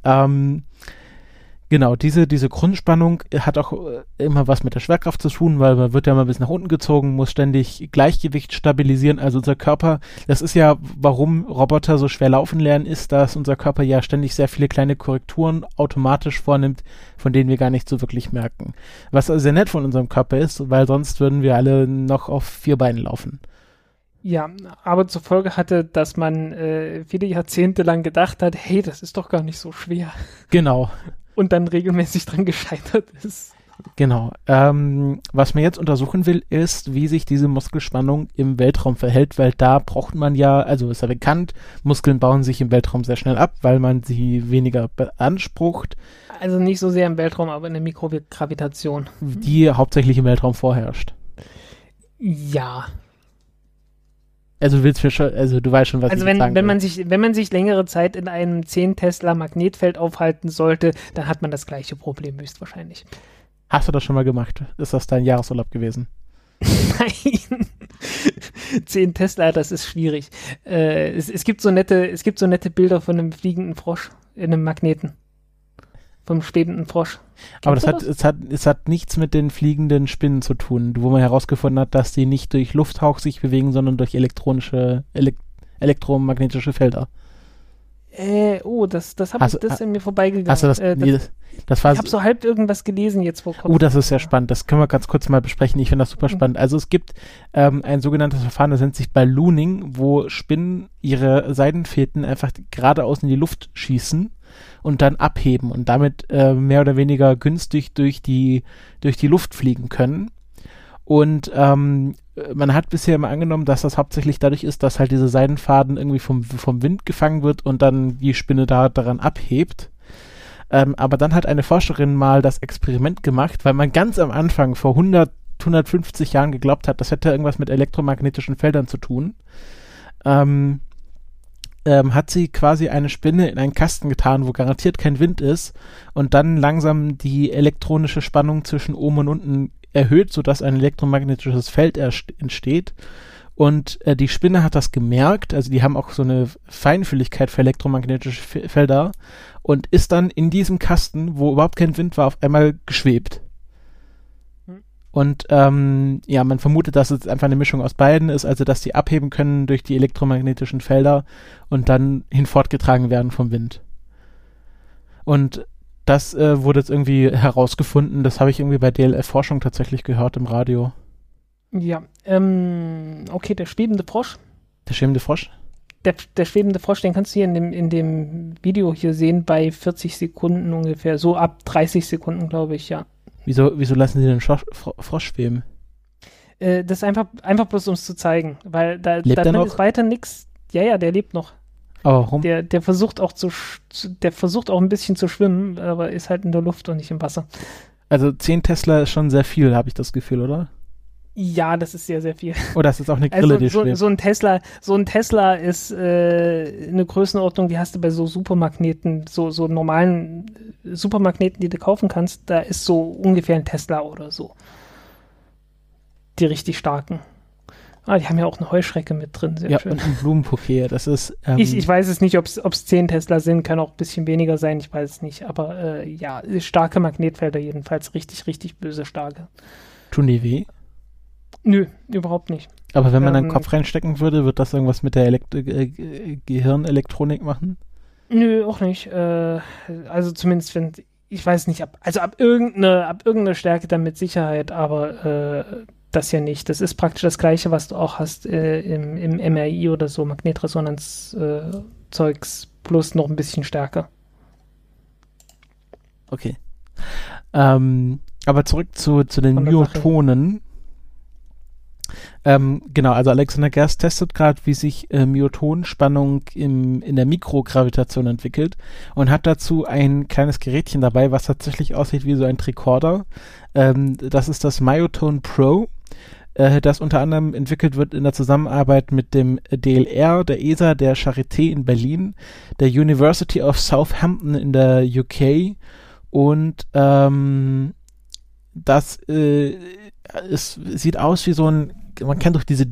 genau, diese Grundspannung hat auch immer was mit der Schwerkraft zu tun, weil man wird ja mal bis nach unten gezogen, muss ständig Gleichgewicht stabilisieren. Also unser Körper, das ist ja, warum Roboter so schwer laufen lernen, ist, dass unser Körper ja ständig sehr viele kleine Korrekturen automatisch vornimmt, von denen wir gar nicht so wirklich merken. Was sehr nett von unserem Körper ist, weil sonst würden wir alle noch auf 4 Beinen laufen. Ja, aber zur Folge hatte, dass man viele Jahrzehnte lang gedacht hat, hey, das ist doch gar nicht so schwer. Genau. Und dann regelmäßig dran gescheitert ist. Genau. Was man jetzt untersuchen will, ist, wie sich diese Muskelspannung im Weltraum verhält, weil da braucht man ja, also ist ja bekannt, Muskeln bauen sich im Weltraum sehr schnell ab, weil man sie weniger beansprucht. Also nicht so sehr im Weltraum, aber in der Mikrogravitation. Die hauptsächlich im Weltraum vorherrscht. Ja. Also du weißt schon, was ich sagen will. Wenn man sich längere Zeit in einem 10 Tesla Magnetfeld aufhalten sollte, dann hat man das gleiche Problem höchstwahrscheinlich. Hast du das schon mal gemacht? Ist das dein Jahresurlaub gewesen? Nein. 10 Tesla, das ist schwierig. Es gibt so nette Bilder von einem fliegenden Frosch in einem Magneten. Vom schwebenden Frosch. Aber es hat nichts mit den fliegenden Spinnen zu tun, wo man herausgefunden hat, dass die nicht durch Lufthauch sich bewegen, sondern durch elektromagnetische Felder. Das ist an mir vorbeigegangen. Hast du das? Das war ich habe so halb irgendwas gelesen jetzt vor kurzem. Das ist sehr spannend. Das können wir ganz kurz mal besprechen. Ich finde das super spannend. Also es gibt ein sogenanntes Verfahren, das nennt sich Ballooning, wo Spinnen ihre Seidenfäden einfach geradeaus in die Luft schießen und dann abheben und damit mehr oder weniger günstig durch die Luft fliegen können. Und man hat bisher immer angenommen, dass das hauptsächlich dadurch ist, dass halt diese Seidenfaden irgendwie vom Wind gefangen wird und dann die Spinne daran abhebt. Aber dann hat eine Forscherin mal das Experiment gemacht, weil man ganz am Anfang vor 150 Jahren geglaubt hat, das hätte irgendwas mit elektromagnetischen Feldern zu tun. Hat sie quasi eine Spinne in einen Kasten getan, wo garantiert kein Wind ist und dann langsam die elektronische Spannung zwischen oben und unten erhöht, sodass ein elektromagnetisches Feld entsteht. Und die Spinne hat das gemerkt, also die haben auch so eine Feinfühligkeit für elektromagnetische Felder und ist dann in diesem Kasten, wo überhaupt kein Wind war, auf einmal geschwebt. Und man vermutet, dass es einfach eine Mischung aus beiden ist, also dass die abheben können durch die elektromagnetischen Felder und dann hinfortgetragen werden vom Wind. Und das wurde jetzt irgendwie herausgefunden, das habe ich irgendwie bei DLF-Forschung tatsächlich gehört im Radio. Ja, okay, der schwebende Frosch. Der schwebende Frosch? Der schwebende Frosch, den kannst du hier in dem Video hier sehen, bei 40 Sekunden ungefähr, so ab 30 Sekunden, glaube ich, ja. Wieso lassen sie den Frosch schweben? Das ist einfach bloß, um es zu zeigen, weil da ist weiter nichts. Ja, der lebt noch. Aber warum? Der versucht auch ein bisschen zu schwimmen, aber ist halt in der Luft und nicht im Wasser. Also 10 Tesla ist schon sehr viel, habe ich das Gefühl, oder? Ja, das ist sehr, sehr viel. Oder ist das auch eine Grille, die schwebt? So ein Tesla ist eine Größenordnung, die hast du bei so Supermagneten, so normalen Supermagneten, die du kaufen kannst, da ist so ungefähr ein Tesla oder so. Die richtig starken. Die haben ja auch eine Heuschrecke mit drin, sehr schön. Und ein Blumenbouquet, das ist... Ich weiß es nicht, ob es 10 Tesla sind, kann auch ein bisschen weniger sein, ich weiß es nicht, aber starke Magnetfelder jedenfalls, richtig, richtig böse starke. Tun die weh? Nö, überhaupt nicht. Aber wenn man einen Kopf reinstecken würde, wird das irgendwas mit der Gehirnelektronik machen? Nö, auch nicht. Also zumindest, ich weiß nicht, ab irgendeiner Stärke dann mit Sicherheit, aber das ja nicht. Das ist praktisch das Gleiche, was du auch hast im MRI oder so, Magnetresonanz-Zeugs, plus noch ein bisschen stärker. Okay. Aber zurück zu den Myotonen. Genau, also Alexander Gerst testet gerade, wie sich Myotonspannung in der Mikrogravitation entwickelt und hat dazu ein kleines Gerätchen dabei, was tatsächlich aussieht wie so ein Tricorder. Das ist das Myotone Pro. das unter anderem entwickelt wird in der Zusammenarbeit mit dem DLR, der ESA, der Charité in Berlin, der University of Southampton in der UK und das sieht aus wie so ein, man kennt doch diese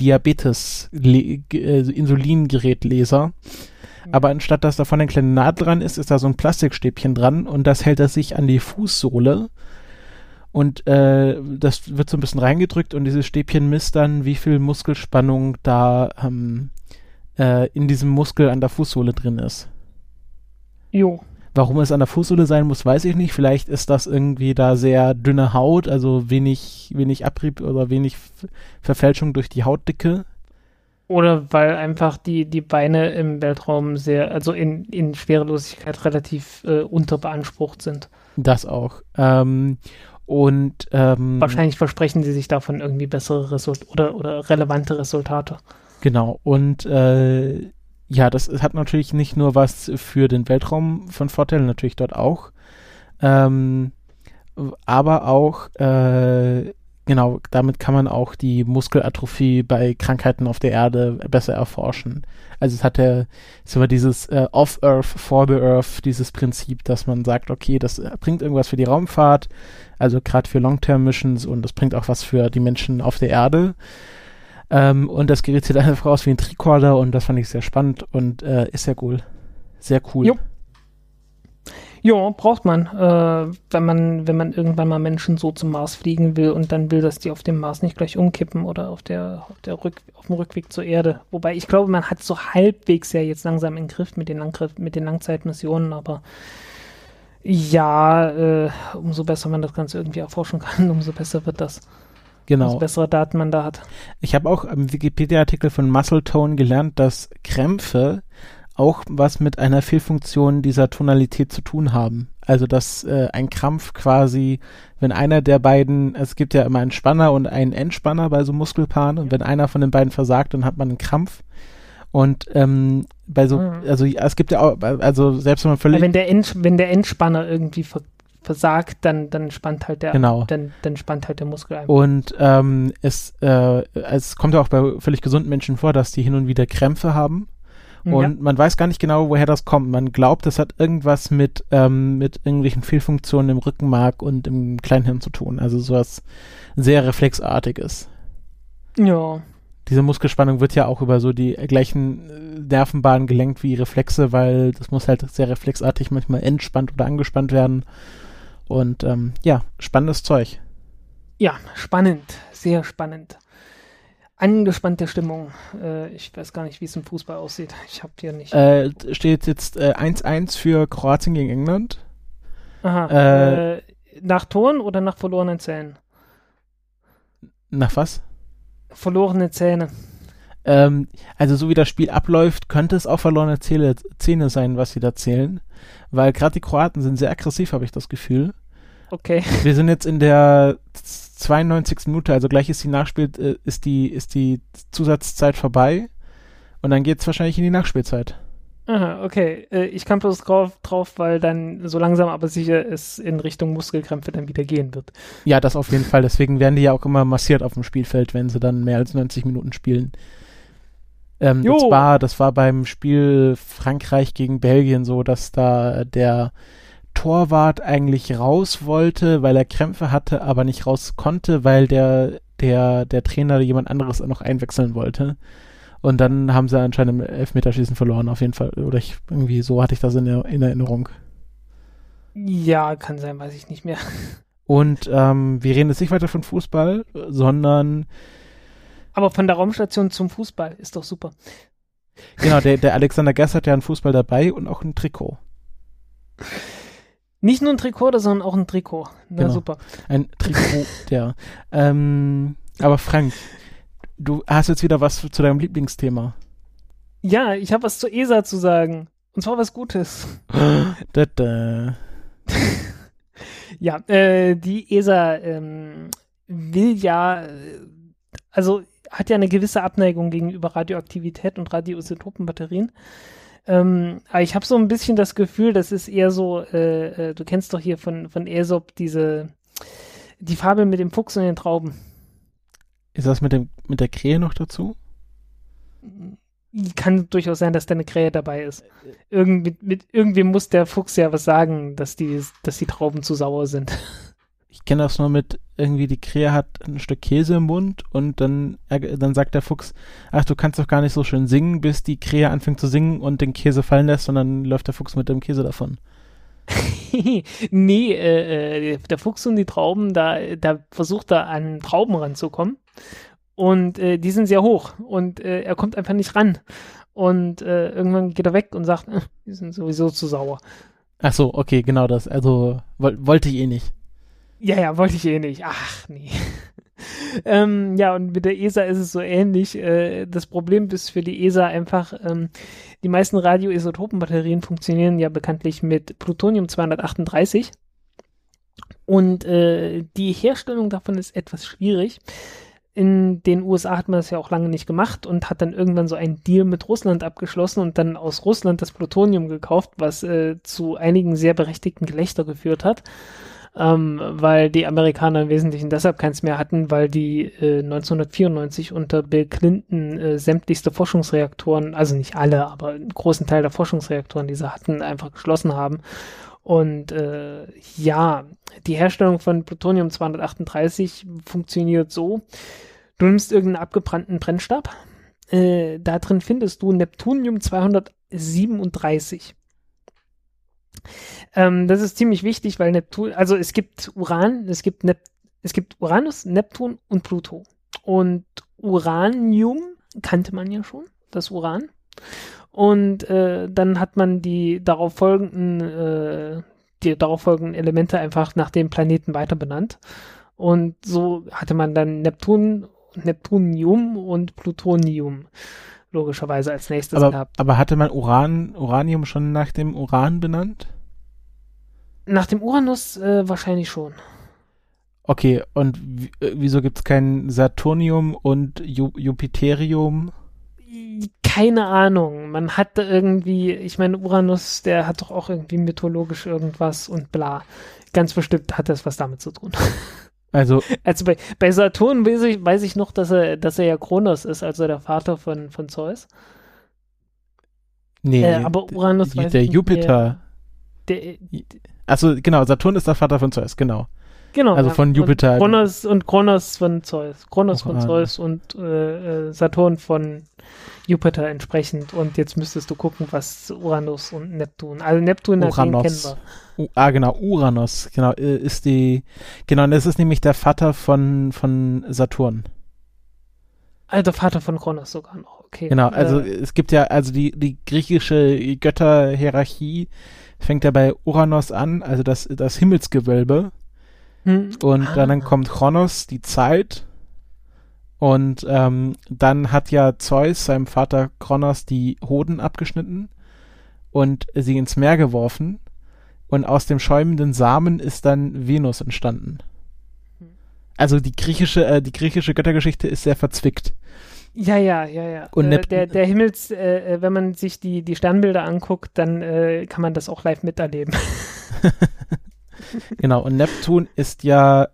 Diabetes-Insulingerätleser, aber anstatt dass da vorne eine kleine Nadel dran ist, ist da so ein Plastikstäbchen dran und das hält er sich an die Fußsohle. Und das wird so ein bisschen reingedrückt und dieses Stäbchen misst dann, wie viel Muskelspannung da in diesem Muskel an der Fußsohle drin ist. Jo. Warum es an der Fußsohle sein muss, weiß ich nicht. Vielleicht ist das irgendwie da sehr dünne Haut, also wenig Abrieb oder wenig Verfälschung durch die Hautdicke. Oder weil einfach die Beine im Weltraum sehr, also in Schwerelosigkeit relativ unterbeansprucht sind. Das auch. Wahrscheinlich versprechen sie sich davon irgendwie bessere Resultate oder relevante Resultate. Genau, und ja, das hat natürlich nicht nur was für den Weltraum von Vorteil, natürlich dort auch, aber auch, genau, damit kann man auch die Muskelatrophie bei Krankheiten auf der Erde besser erforschen. Also es ist immer dieses Off-Earth, for the Earth, dieses Prinzip, dass man sagt, okay, das bringt irgendwas für die Raumfahrt, also gerade für Long-Term-Missions und das bringt auch was für die Menschen auf der Erde. Und das Gerät sieht einfach aus wie ein Tricorder und das fand ich sehr spannend und ist sehr cool. Sehr cool. Jo. Ja, braucht man, wenn man irgendwann mal Menschen so zum Mars fliegen will und dann will, dass die auf dem Mars nicht gleich umkippen oder auf dem Rückweg zur Erde. Wobei ich glaube, man hat so halbwegs ja jetzt langsam in den Griff mit den Langzeitmissionen, aber ja, umso besser man das Ganze irgendwie erforschen kann, umso besser wird das. Genau. Umso bessere Daten man da hat. Ich habe auch im Wikipedia-Artikel von Muscletone gelernt, dass Krämpfe auch was mit einer Fehlfunktion dieser Tonalität zu tun haben. Also, dass ein Krampf quasi, wenn einer der beiden, es gibt ja immer einen Spanner und einen Entspanner bei so Muskelpaaren und wenn einer von den beiden versagt, dann hat man einen Krampf. Und bei so, also es gibt ja auch, also selbst wenn man völlig... Wenn der Entspanner irgendwie versagt, dann spannt halt der, genau. dann spannt halt der Muskel ein. Und es kommt ja auch bei völlig gesunden Menschen vor, dass die hin und wieder Krämpfe haben. Und man weiß gar nicht genau, woher das kommt. Man glaubt, das hat irgendwas mit irgendwelchen Fehlfunktionen im Rückenmark und im Kleinhirn zu tun. Also sowas sehr Reflexartiges. Ja. Diese Muskelspannung wird ja auch über so die gleichen Nervenbahnen gelenkt wie Reflexe, weil das muss halt sehr reflexartig manchmal entspannt oder angespannt werden. Und ja, spannendes Zeug. Ja, spannend. Sehr spannend. Angespannte Stimmung. Ich weiß gar nicht, wie es im Fußball aussieht. Ich habe hier nicht. Steht jetzt 1-1 für Kroatien gegen England. Aha. Nach Toren oder nach verlorenen Zähnen? Nach was? Verlorene Zähne. Also so wie das Spiel abläuft, könnte es auch verlorene Zähne sein, was sie da zählen. Weil gerade die Kroaten sind sehr aggressiv, habe ich das Gefühl. Okay. Wir sind jetzt in der 92. Minute, also gleich ist ist die Zusatzzeit vorbei und dann geht es wahrscheinlich in die Nachspielzeit. Aha, okay. Ich kam bloß drauf, weil dann so langsam aber sicher es in Richtung Muskelkrämpfe dann wieder gehen wird. Ja, das auf jeden Fall. Deswegen werden die ja auch immer massiert auf dem Spielfeld, wenn sie dann mehr als 90 Minuten spielen. Das war beim Spiel Frankreich gegen Belgien so, dass da der Torwart eigentlich raus wollte, weil er Krämpfe hatte, aber nicht raus konnte, weil der Trainer jemand anderes noch einwechseln wollte. Und dann haben sie anscheinend im Elfmeterschießen verloren, auf jeden Fall. Oder irgendwie so hatte ich das in Erinnerung. Ja, kann sein, weiß ich nicht mehr. Und wir reden jetzt nicht weiter von Fußball, sondern aber von der Raumstation zum Fußball ist doch super. Genau, der Alexander Gerst hat ja einen Fußball dabei und auch ein Trikot. Nicht nur ein Trikot, sondern auch ein Trikot. Na genau. Super. Ein Trikot, ja. Aber Frank, du hast jetzt wieder was zu deinem Lieblingsthema. Ja, ich habe was zur ESA zu sagen. Und zwar was Gutes. Ja, die ESA will ja, also hat ja eine gewisse Abneigung gegenüber Radioaktivität und Radioisotopenbatterien. Aber ich habe so ein bisschen das Gefühl, das ist eher so, du kennst doch hier von Aesop die Fabel mit dem Fuchs und den Trauben. Ist das mit der Krähe noch dazu? Kann durchaus sein, dass da eine Krähe dabei ist. Irgendwie muss der Fuchs ja was sagen, dass die Trauben zu sauer sind. Ich kenne das nur mit, irgendwie die Krähe hat ein Stück Käse im Mund und dann sagt der Fuchs, ach, du kannst doch gar nicht so schön singen, bis die Krähe anfängt zu singen und den Käse fallen lässt und dann läuft der Fuchs mit dem Käse davon. Nee, der Fuchs und die Trauben, da versucht er an Trauben ranzukommen. Und die sind sehr hoch und er kommt einfach nicht ran. Und irgendwann geht er weg und sagt, die sind sowieso zu sauer. Ach so, okay, genau das. Also wollte ich eh nicht. Ja, wollte ich eh nicht. Ach, nee. Ja, und mit der ESA ist es so ähnlich. Das Problem ist für die ESA einfach, die meisten Radioisotopenbatterien funktionieren ja bekanntlich mit Plutonium 238. Und die Herstellung davon ist etwas schwierig. In den USA hat man das ja auch lange nicht gemacht und hat dann irgendwann so einen Deal mit Russland abgeschlossen und dann aus Russland das Plutonium gekauft, was zu einigen sehr berechtigten Gelächter geführt hat, weil die Amerikaner im Wesentlichen deshalb keins mehr hatten, weil die 1994 unter Bill Clinton sämtlichste Forschungsreaktoren, also nicht alle, aber einen großen Teil der Forschungsreaktoren, die sie hatten, einfach geschlossen haben. Und ja, die Herstellung von Plutonium 238 funktioniert so: Du nimmst irgendeinen abgebrannten Brennstab, da drin findest du Neptunium 237. Das ist ziemlich wichtig, weil also es gibt Uran, es gibt Uranus, Neptun und Pluto. Und Uranium kannte man ja schon, das Uran. Und dann hat man die darauf folgenden Elemente einfach nach dem Planeten weiter benannt. Und so hatte man dann Neptunium und Plutonium logischerweise als nächstes gehabt. Aber hatte man Uranium schon nach dem Uran benannt? Nach dem Uranus wahrscheinlich schon. Okay, und wieso gibt es kein Saturnium und Jupiterium? Keine Ahnung. Man hatte irgendwie, ich meine, Uranus, der hat doch auch irgendwie mythologisch irgendwas und bla. Ganz bestimmt hat das was damit zu tun. Also bei Saturn weiß ich noch, dass er ja Kronos ist, also der Vater von Zeus. Nee, aber Uranus weiß der ich nicht Jupiter. Also genau, Saturn ist der Vater von Zeus, genau. Genau. Also von Jupiter. Kronos von Zeus. Kronos von Zeus und Saturn von Jupiter entsprechend. Und jetzt müsstest du gucken, was Uranus und Neptun. Also Neptun, den kennen wir. Genau, Uranus. Genau, das ist nämlich der Vater von Saturn. Also der Vater von Kronos sogar noch, okay. Genau, also es gibt ja, also die griechische Götterhierarchie fängt ja bei Uranus an, also das Himmelsgewölbe. Und dann kommt Kronos, die Zeit. Und dann hat ja Zeus, seinem Vater Kronos, die Hoden abgeschnitten und sie ins Meer geworfen. Und aus dem schäumenden Samen ist dann Venus entstanden. Also die griechische Göttergeschichte ist sehr verzwickt. Ja. Und der Himmels, wenn man sich die Sternbilder anguckt, dann kann man das auch live miterleben. Genau, und Neptun ist ja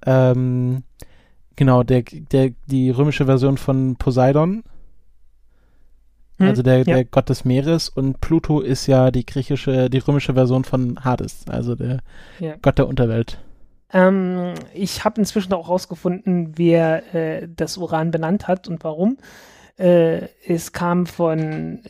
die römische Version von Poseidon, also der Gott des Meeres, und Pluto ist ja die römische Version von Hades, also der Gott der Unterwelt. Ich habe inzwischen auch rausgefunden, wer das Uran benannt hat und warum. Es kam von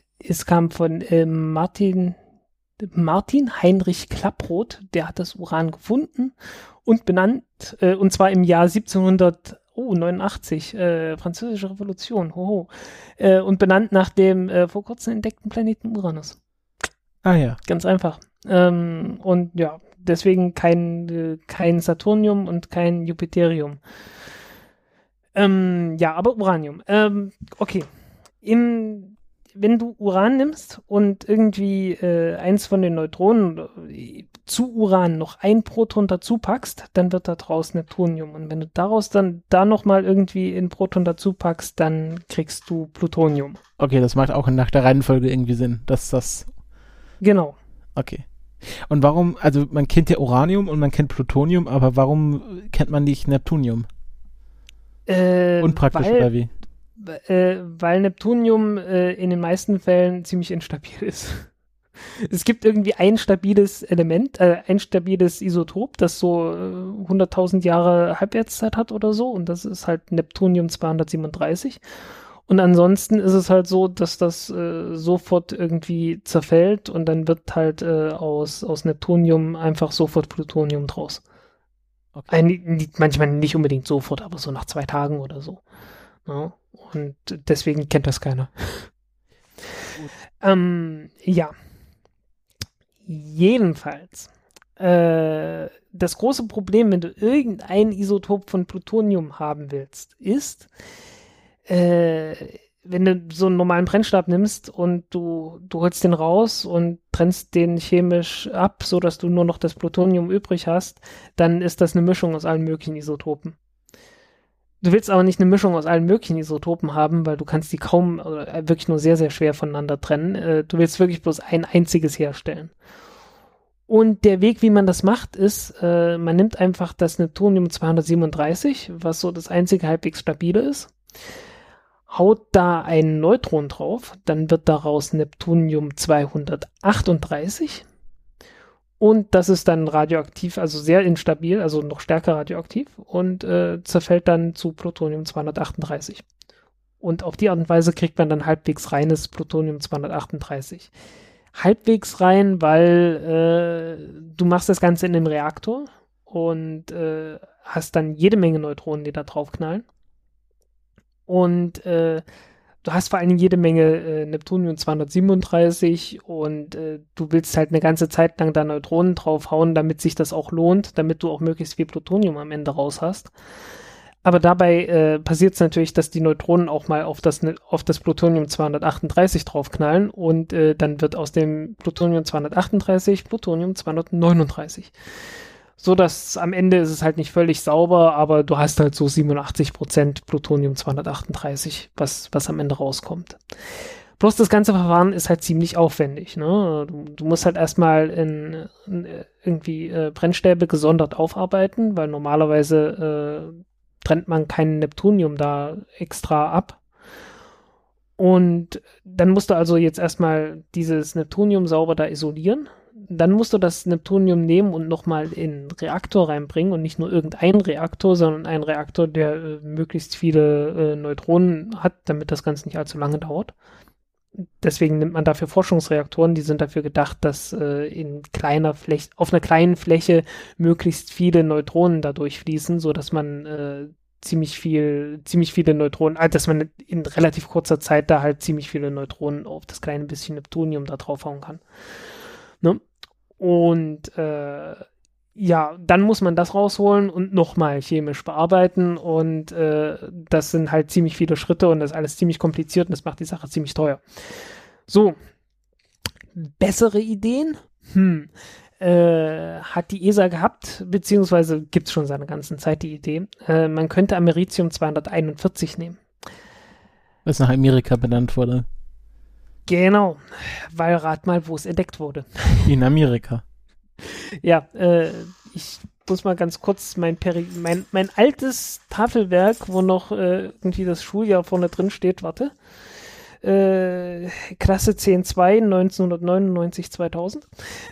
Martin Heinrich Klaproth, der hat das Uran gefunden und benannt, und zwar im Jahr 1789, Französische Revolution, und benannt nach dem vor kurzem entdeckten Planeten Uranus. Ah ja. Ganz einfach. Und ja, deswegen kein Saturnium und kein Jupiterium. Ja, aber Uranium. Okay. Wenn du Uran nimmst und irgendwie eins von den Neutronen zu Uran noch ein Proton dazu packst, dann wird da draus Neptunium. Und wenn du daraus dann da nochmal irgendwie ein Proton dazu packst, dann kriegst du Plutonium. Okay, das macht auch nach der Reihenfolge irgendwie Sinn, dass das... Genau. Okay. Und warum, also man kennt ja Uranium und man kennt Plutonium, aber warum kennt man nicht Neptunium? Unpraktisch oder wie? Weil Neptunium in den meisten Fällen ziemlich instabil ist. Es gibt irgendwie ein stabiles Element, ein stabiles Isotop, das so 100.000 Jahre Halbwertszeit hat oder so, und das ist halt Neptunium 237. Und ansonsten ist es halt so, dass das sofort irgendwie zerfällt und dann wird halt aus Neptunium einfach sofort Plutonium draus. Okay. Manchmal nicht unbedingt sofort, aber so nach 2 Tagen oder so. Ja, und deswegen kennt das keiner. Ja. Jedenfalls. Das große Problem, wenn du irgendein Isotop von Plutonium haben willst, ist, wenn du so einen normalen Brennstab nimmst und du holst den raus und trennst den chemisch ab, sodass du nur noch das Plutonium übrig hast, dann ist das eine Mischung aus allen möglichen Isotopen. Du willst aber nicht eine Mischung aus allen möglichen Isotopen haben, weil du kannst die kaum oder wirklich nur sehr, sehr schwer voneinander trennen. Du willst wirklich bloß ein einziges herstellen. Und der Weg, wie man das macht, ist, man nimmt einfach das Neptunium 237, was so das einzige halbwegs stabile ist, haut da ein Neutron drauf, dann wird daraus Neptunium 238 und das ist dann radioaktiv, also sehr instabil, also noch stärker radioaktiv und zerfällt dann zu Plutonium 238. Und auf die Art und Weise kriegt man dann halbwegs reines Plutonium 238. Halbwegs rein, weil du machst das Ganze in einem Reaktor und hast dann jede Menge Neutronen, die da draufknallen. Und du hast vor allen Dingen jede Menge Neptunium 237 und du willst halt eine ganze Zeit lang da Neutronen draufhauen, damit sich das auch lohnt, damit du auch möglichst viel Plutonium am Ende raus hast. Aber dabei passiert es natürlich, dass die Neutronen auch mal auf das Plutonium 238 draufknallen und dann wird aus dem Plutonium 238 Plutonium 239. So dass am Ende ist es halt nicht völlig sauber, aber du hast halt so 87% Plutonium 238, was am Ende rauskommt. Bloß das ganze Verfahren ist halt ziemlich aufwendig. Ne? Du musst halt erstmal irgendwie Brennstäbe gesondert aufarbeiten, weil normalerweise trennt man kein Neptunium da extra ab. Und dann musst du also jetzt erstmal dieses Neptunium sauber da isolieren. Dann musst du das Neptunium nehmen und nochmal in einen Reaktor reinbringen und nicht nur irgendeinen Reaktor, sondern einen Reaktor, der möglichst viele Neutronen hat, damit das Ganze nicht allzu lange dauert. Deswegen nimmt man dafür Forschungsreaktoren, die sind dafür gedacht, dass auf einer kleinen Fläche möglichst viele Neutronen da durchfließen, sodass man ziemlich viele Neutronen, dass man in relativ kurzer Zeit da halt ziemlich viele Neutronen auf das kleine bisschen Neptunium da draufhauen kann. Ne? Und ja, dann muss man das rausholen und nochmal chemisch bearbeiten und das sind halt ziemlich viele Schritte und das ist alles ziemlich kompliziert und das macht die Sache ziemlich teuer. So, bessere Ideen? Hat die ESA gehabt, beziehungsweise gibt es schon seit einer ganzen Zeit die Idee. Man könnte Americium 241 nehmen. Was nach Amerika benannt wurde. Genau, weil rat mal, wo es entdeckt wurde. In Amerika. Ja, ich muss mal ganz kurz mein altes Tafelwerk, wo noch irgendwie das Schuljahr vorne drin steht, warte. Klasse 10.2, 1999-2000.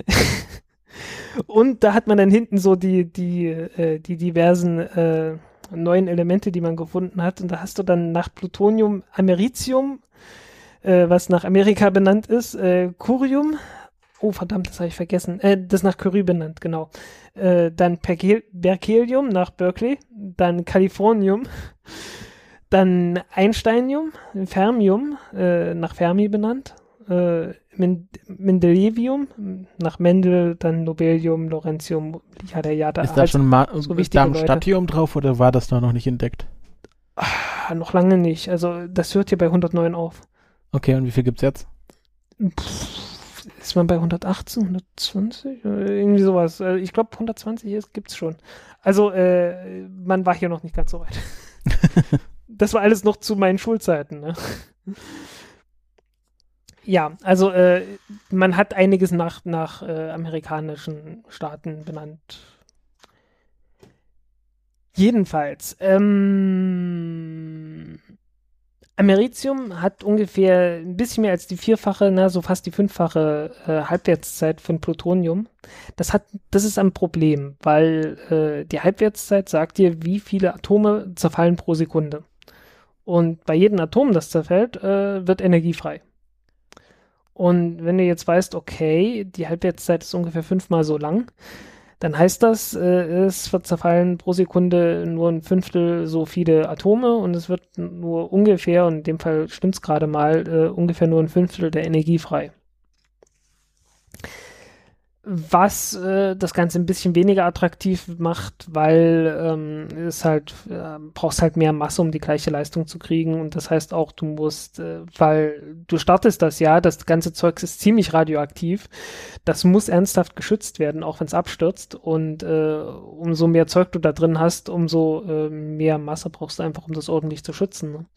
Und da hat man dann hinten so die diversen neuen Elemente, die man gefunden hat. Und da hast du dann nach Plutonium Americium, was nach Amerika benannt ist, Curium. Oh, verdammt, das habe ich vergessen. Das nach Curie benannt, genau. Dann Berkelium nach Berkeley. Dann Californium. Dann Einsteinium. Fermium, nach Fermi benannt. Mendelevium, nach Mendel. Dann Nobelium, Lawrencium, Jada. Ist da schon Darmstadtium drauf oder war das da noch nicht entdeckt? Noch lange nicht. Also das hört hier bei 109 auf. Okay, und wie viel gibt's jetzt? Ist man bei 118, 120? Irgendwie sowas. Ich glaube, 120 gibt's schon. Also, man war hier noch nicht ganz so weit. Das war alles noch zu meinen Schulzeiten. Ne? Ja, also, man hat einiges nach amerikanischen Staaten benannt. Jedenfalls, Americium hat ungefähr ein bisschen mehr als die vierfache, so fast die fünffache Halbwertszeit von Plutonium. Das ist ein Problem, weil die Halbwertszeit sagt dir, wie viele Atome zerfallen pro Sekunde. Und bei jedem Atom, das zerfällt, wird Energie frei. Und wenn du jetzt weißt, okay, die Halbwertszeit ist ungefähr 5-mal so lang, dann heißt das, es wird zerfallen pro Sekunde nur ein Fünftel so viele Atome und es wird nur ungefähr, und in dem Fall stimmt es gerade mal, ungefähr nur ein Fünftel der Energie frei. Was das Ganze ein bisschen weniger attraktiv macht, weil es halt brauchst halt mehr Masse, um die gleiche Leistung zu kriegen. Und das heißt auch, du musst, weil du startest das ganze Zeug ist ziemlich radioaktiv. Das muss ernsthaft geschützt werden, auch wenn es abstürzt. Und umso mehr Zeug du da drin hast, umso mehr Masse brauchst du einfach, um das ordentlich zu schützen. Ne?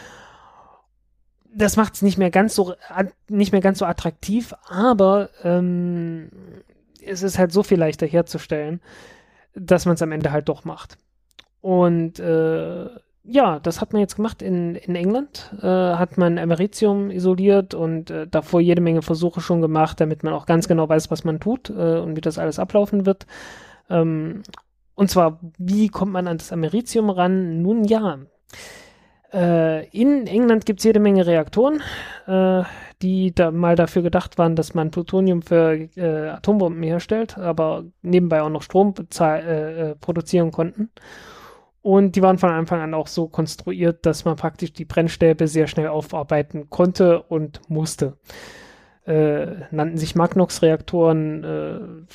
Das macht es nicht mehr ganz so attraktiv, aber es ist halt so viel leichter herzustellen, dass man es am Ende halt doch macht. Und das hat man jetzt gemacht in England, hat man Americium isoliert und davor jede Menge Versuche schon gemacht, damit man auch ganz genau weiß, was man tut und wie das alles ablaufen wird. Und zwar, wie kommt man an das Americium ran? Nun ja, in England gibt es jede Menge Reaktoren, die da mal dafür gedacht waren, dass man Plutonium für Atombomben herstellt, aber nebenbei auch noch Strom produzieren konnten. Und die waren von Anfang an auch so konstruiert, dass man praktisch die Brennstäbe sehr schnell aufarbeiten konnte und musste. Nannten sich Magnox-Reaktoren,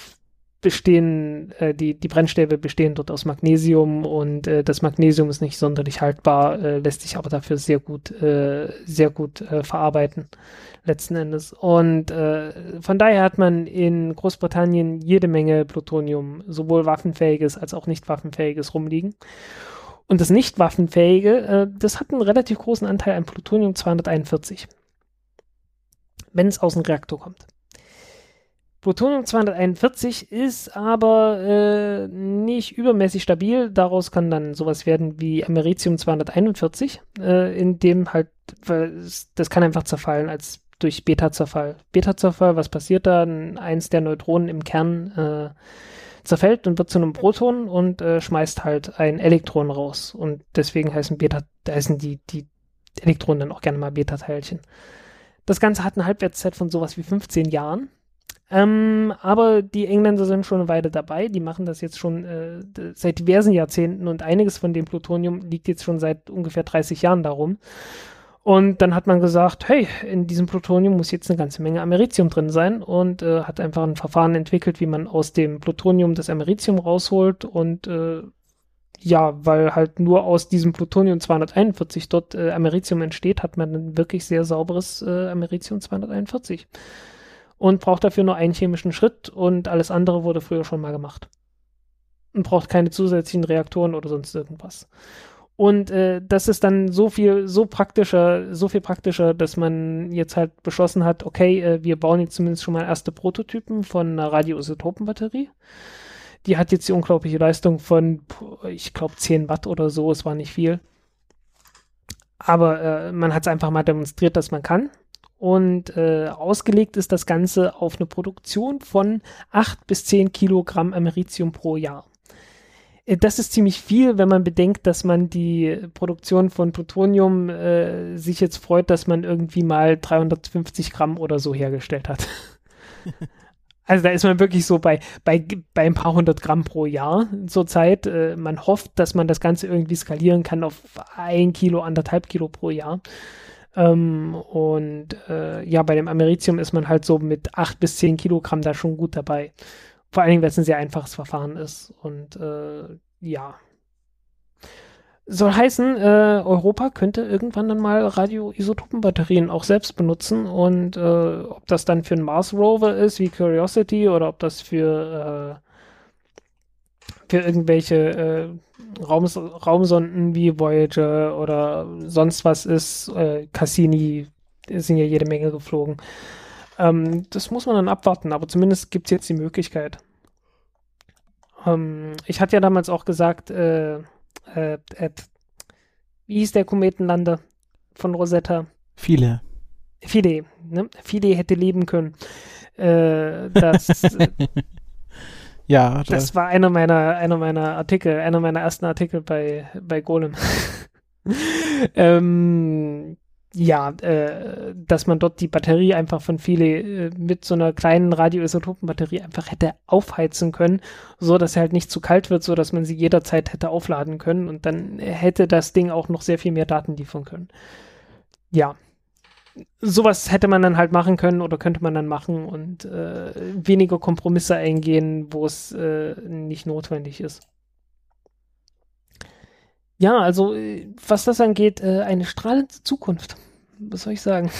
die Brennstäbe bestehen dort aus Magnesium und das Magnesium ist nicht sonderlich haltbar, lässt sich aber dafür sehr gut verarbeiten, letzten Endes. Und von daher hat man in Großbritannien jede Menge Plutonium, sowohl waffenfähiges als auch nicht waffenfähiges rumliegen. Und das nicht waffenfähige, das hat einen relativ großen Anteil an Plutonium 241, wenn es aus dem Reaktor kommt. Plutonium 241 ist aber nicht übermäßig stabil. Daraus kann dann sowas werden wie Americium 241, in dem halt, das kann einfach zerfallen durch Beta-Zerfall. Beta-Zerfall, was passiert da? Eins der Neutronen im Kern zerfällt und wird zu einem Proton und schmeißt halt ein Elektron raus. Und deswegen heißen die Elektronen dann auch gerne mal Beta-Teilchen. Das Ganze hat eine Halbwertszeit von sowas wie 15 Jahren. Aber die Engländer sind schon eine Weile dabei. Die machen das jetzt schon seit diversen Jahrzehnten und einiges von dem Plutonium liegt jetzt schon seit ungefähr 30 Jahren darum. Und dann hat man gesagt, hey, in diesem Plutonium muss jetzt eine ganze Menge Americium drin sein und hat einfach ein Verfahren entwickelt, wie man aus dem Plutonium das Americium rausholt und weil halt nur aus diesem Plutonium 241 dort Americium entsteht, hat man ein wirklich sehr sauberes Americium 241. Und braucht dafür nur einen chemischen Schritt und alles andere wurde früher schon mal gemacht. Und braucht keine zusätzlichen Reaktoren oder sonst irgendwas. Und das ist dann so viel praktischer, dass man jetzt halt beschlossen hat, okay, wir bauen jetzt zumindest schon mal erste Prototypen von einer Radioisotopenbatterie. Die hat jetzt die unglaubliche Leistung von, ich glaube, 10 Watt oder so, es war nicht viel. Aber man hat es einfach mal demonstriert, dass man kann. Und ausgelegt ist das Ganze auf eine Produktion von 8 bis 10 Kilogramm Americium pro Jahr. Das ist ziemlich viel, wenn man bedenkt, dass man die Produktion von Plutonium sich jetzt freut, dass man irgendwie mal 350 Gramm oder so hergestellt hat. Also da ist man wirklich so bei ein paar 100 Gramm pro Jahr zurzeit. Man hofft, dass man das Ganze irgendwie skalieren kann auf 1 Kilo, 1,5 Kilo pro Jahr. Bei dem Americium ist man halt so mit 8 bis 10 Kilogramm da schon gut dabei. Vor allen Dingen, weil es ein sehr einfaches Verfahren ist. Und soll heißen, Europa könnte irgendwann dann mal Radioisotopenbatterien auch selbst benutzen. Und ob das dann für einen Mars Rover ist, wie Curiosity, oder ob das für irgendwelche Raumsonden wie Voyager oder sonst was ist. Cassini sind ja jede Menge geflogen. Das muss man dann abwarten, aber zumindest gibt es jetzt die Möglichkeit. Ich hatte ja damals auch gesagt, wie hieß der Kometenlander von Rosetta? Viele. Fide, ne? Fide hätte leben können. Das Ja, das war einer meiner Artikel, einer meiner ersten Artikel bei Golem. Ja, dass man dort die Batterie einfach von Fide mit so einer kleinen Radioisotopenbatterie einfach hätte aufheizen können, so dass sie halt nicht zu kalt wird, so dass man sie jederzeit hätte aufladen können und dann hätte das Ding auch noch sehr viel mehr Daten liefern können. Ja. Sowas hätte man dann halt machen können oder könnte man dann machen und weniger Kompromisse eingehen, wo es nicht notwendig ist. Ja, also was das angeht, eine strahlende Zukunft. Was soll ich sagen?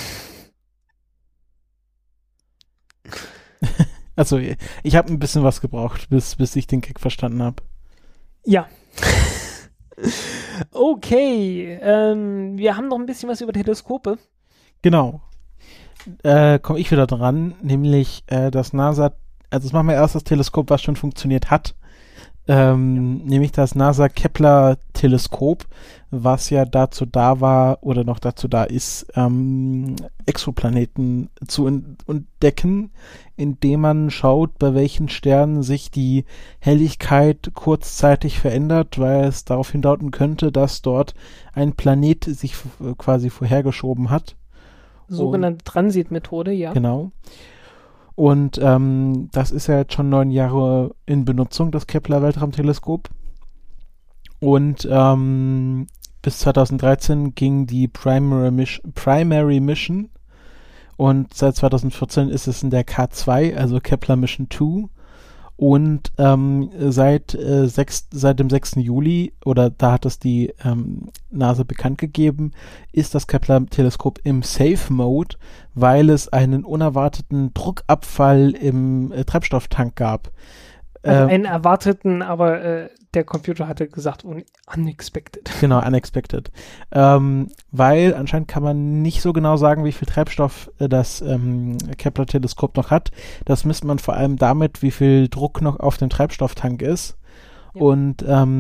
Also, ich habe ein bisschen was gebraucht, bis ich den Kick verstanden habe. Ja. Okay, wir haben noch ein bisschen was über Teleskope. Genau. Komme ich wieder dran, nämlich das NASA, also das machen wir erst das Teleskop, was schon funktioniert hat, nämlich das NASA Kepler-Teleskop, was ja dazu da war oder noch dazu da ist, Exoplaneten zu entdecken, indem man schaut, bei welchen Sternen sich die Helligkeit kurzzeitig verändert, weil es darauf hindeuten könnte, dass dort ein Planet sich quasi vorhergeschoben hat. Sogenannte Transitmethode, ja. Genau. Und das ist ja jetzt schon 9 Jahre in Benutzung, das Kepler-Weltraumteleskop. Und bis 2013 ging die Primary Mission. Und seit 2014 ist es in der K2, also Kepler Mission 2. Und seit dem 6. Juli, oder da hat es die NASA bekannt gegeben, ist das Kepler-Teleskop im Safe-Mode, weil es einen unerwarteten Druckabfall im Treibstofftank gab. Also einen erwarteten, aber der Computer hatte gesagt, unexpected. Genau, unexpected. Weil anscheinend kann man nicht so genau sagen, wie viel Treibstoff das Kepler-Teleskop noch hat. Das misst man vor allem damit, wie viel Druck noch auf dem Treibstofftank ist. Ja. Und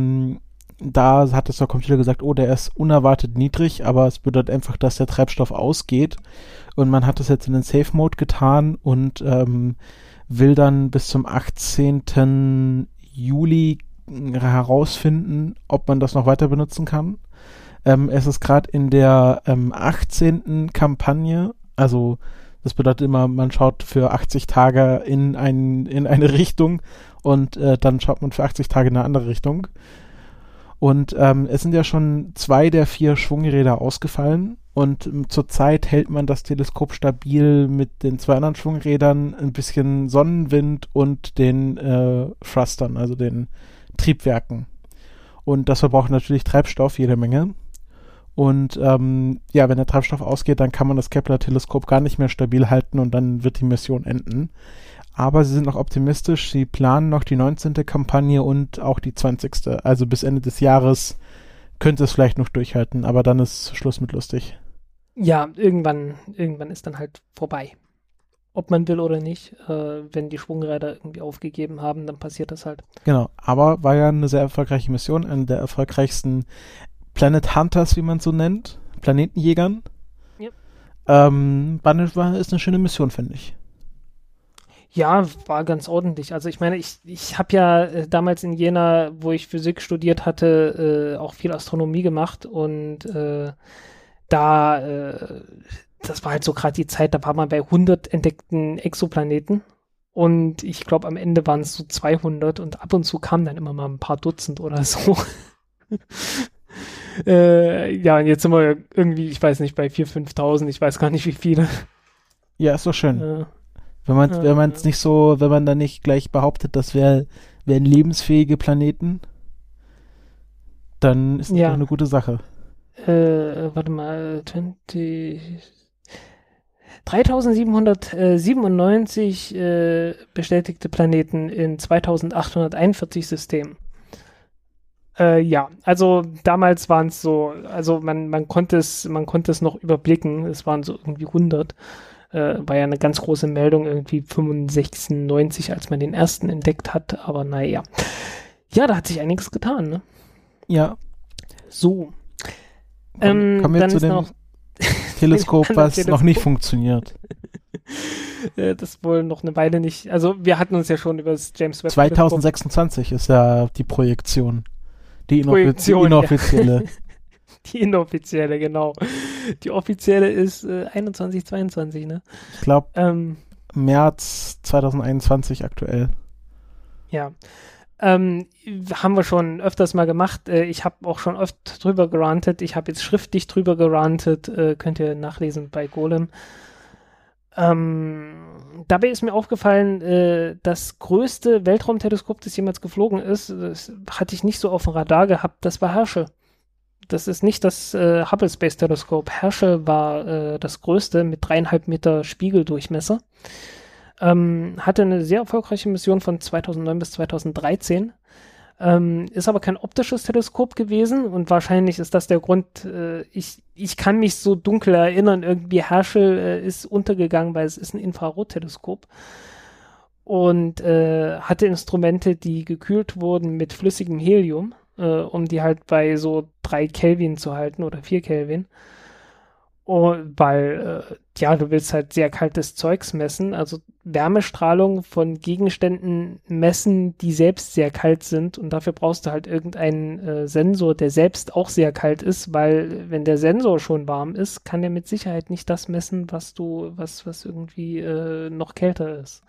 da hat der Computer gesagt, oh, der ist unerwartet niedrig, aber es bedeutet einfach, dass der Treibstoff ausgeht. Und man hat das jetzt in den Safe-Mode getan und will dann bis zum 18. Juli herausfinden, ob man das noch weiter benutzen kann. Es ist gerade in der 18. Kampagne, also das bedeutet immer, man schaut für 80 Tage in eine Richtung und dann schaut man für 80 Tage in eine andere Richtung. Und es sind ja schon 2 der 4 Schwungräder ausgefallen und zurzeit hält man das Teleskop stabil mit den 2 anderen Schwungrädern, ein bisschen Sonnenwind und den Thrustern, also den Triebwerken. Und das verbraucht natürlich Treibstoff, jede Menge. Und wenn der Treibstoff ausgeht, dann kann man das Kepler-Teleskop gar nicht mehr stabil halten und dann wird die Mission enden. Aber sie sind noch optimistisch, sie planen noch die 19. Kampagne und auch die 20. Also bis Ende des Jahres könnte es vielleicht noch durchhalten, aber dann ist Schluss mit lustig. Ja, irgendwann ist dann halt vorbei. Ob man will oder nicht, wenn die Schwungräder irgendwie aufgegeben haben, dann passiert das halt. Genau, aber war ja eine sehr erfolgreiche Mission, eine der erfolgreichsten Planet Hunters, wie man es so nennt, Planetenjägern. Ja. Ist eine schöne Mission, finde ich. Ja, war ganz ordentlich. Also ich meine, ich habe ja damals in Jena, wo ich Physik studiert hatte, auch viel Astronomie gemacht und das war halt so gerade die Zeit, da war man bei 100 entdeckten Exoplaneten und ich glaube am Ende waren es so 200 und ab und zu kamen dann immer mal ein paar Dutzend oder so. Ja, und jetzt sind wir irgendwie, ich weiß nicht, bei 4.000, 5.000, ich weiß gar nicht wie viele. Ja, ist doch schön. Wenn man es nicht so, wenn man dann nicht gleich behauptet, das wären lebensfähige Planeten, dann ist das doch eine gute Sache. Warte mal, 3.797 bestätigte Planeten in 2.841 Systemen. Ja, also damals waren es so, also man konnte es noch überblicken, es waren so irgendwie 100. War ja eine ganz große Meldung, irgendwie 65, 90, als man den ersten entdeckt hat, aber naja. Ja, da hat sich einiges getan, ne? Ja. So. Kommen wir dann zu ist dem... noch Teleskop, was noch nicht funktioniert. Das wohl noch eine Weile nicht. Also wir hatten uns ja schon über das James Webb 2026 ist ja die Projektion. Die inoffizielle. Ja. Die inoffizielle, genau. Die offizielle ist 21, 22, ne? Ich glaube, März 2021 aktuell. Ja. Haben wir schon öfters mal gemacht. Ich habe auch schon oft drüber gerantet. Ich habe jetzt schriftlich drüber gerantet. Könnt ihr nachlesen bei Golem. Dabei ist mir aufgefallen, das größte Weltraumteleskop, das jemals geflogen ist, das hatte ich nicht so auf dem Radar gehabt, das war Herschel. Das ist nicht das Hubble Space Teleskop. Herschel war das größte mit 3,5 Meter Spiegeldurchmesser. Hatte eine sehr erfolgreiche Mission von 2009 bis 2013. Ist aber kein optisches Teleskop gewesen und wahrscheinlich ist das der Grund, ich kann mich so dunkel erinnern, irgendwie Herschel ist untergegangen, weil es ist ein Infrarotteleskop und hatte Instrumente, die gekühlt wurden mit flüssigem Helium, um die halt bei so 3 Kelvin zu halten oder 4 Kelvin. Weil, du willst halt sehr kaltes Zeugs messen, also Wärmestrahlung von Gegenständen messen, die selbst sehr kalt sind und dafür brauchst du halt irgendeinen Sensor, der selbst auch sehr kalt ist, weil wenn der Sensor schon warm ist, kann er mit Sicherheit nicht das messen, was irgendwie noch kälter ist.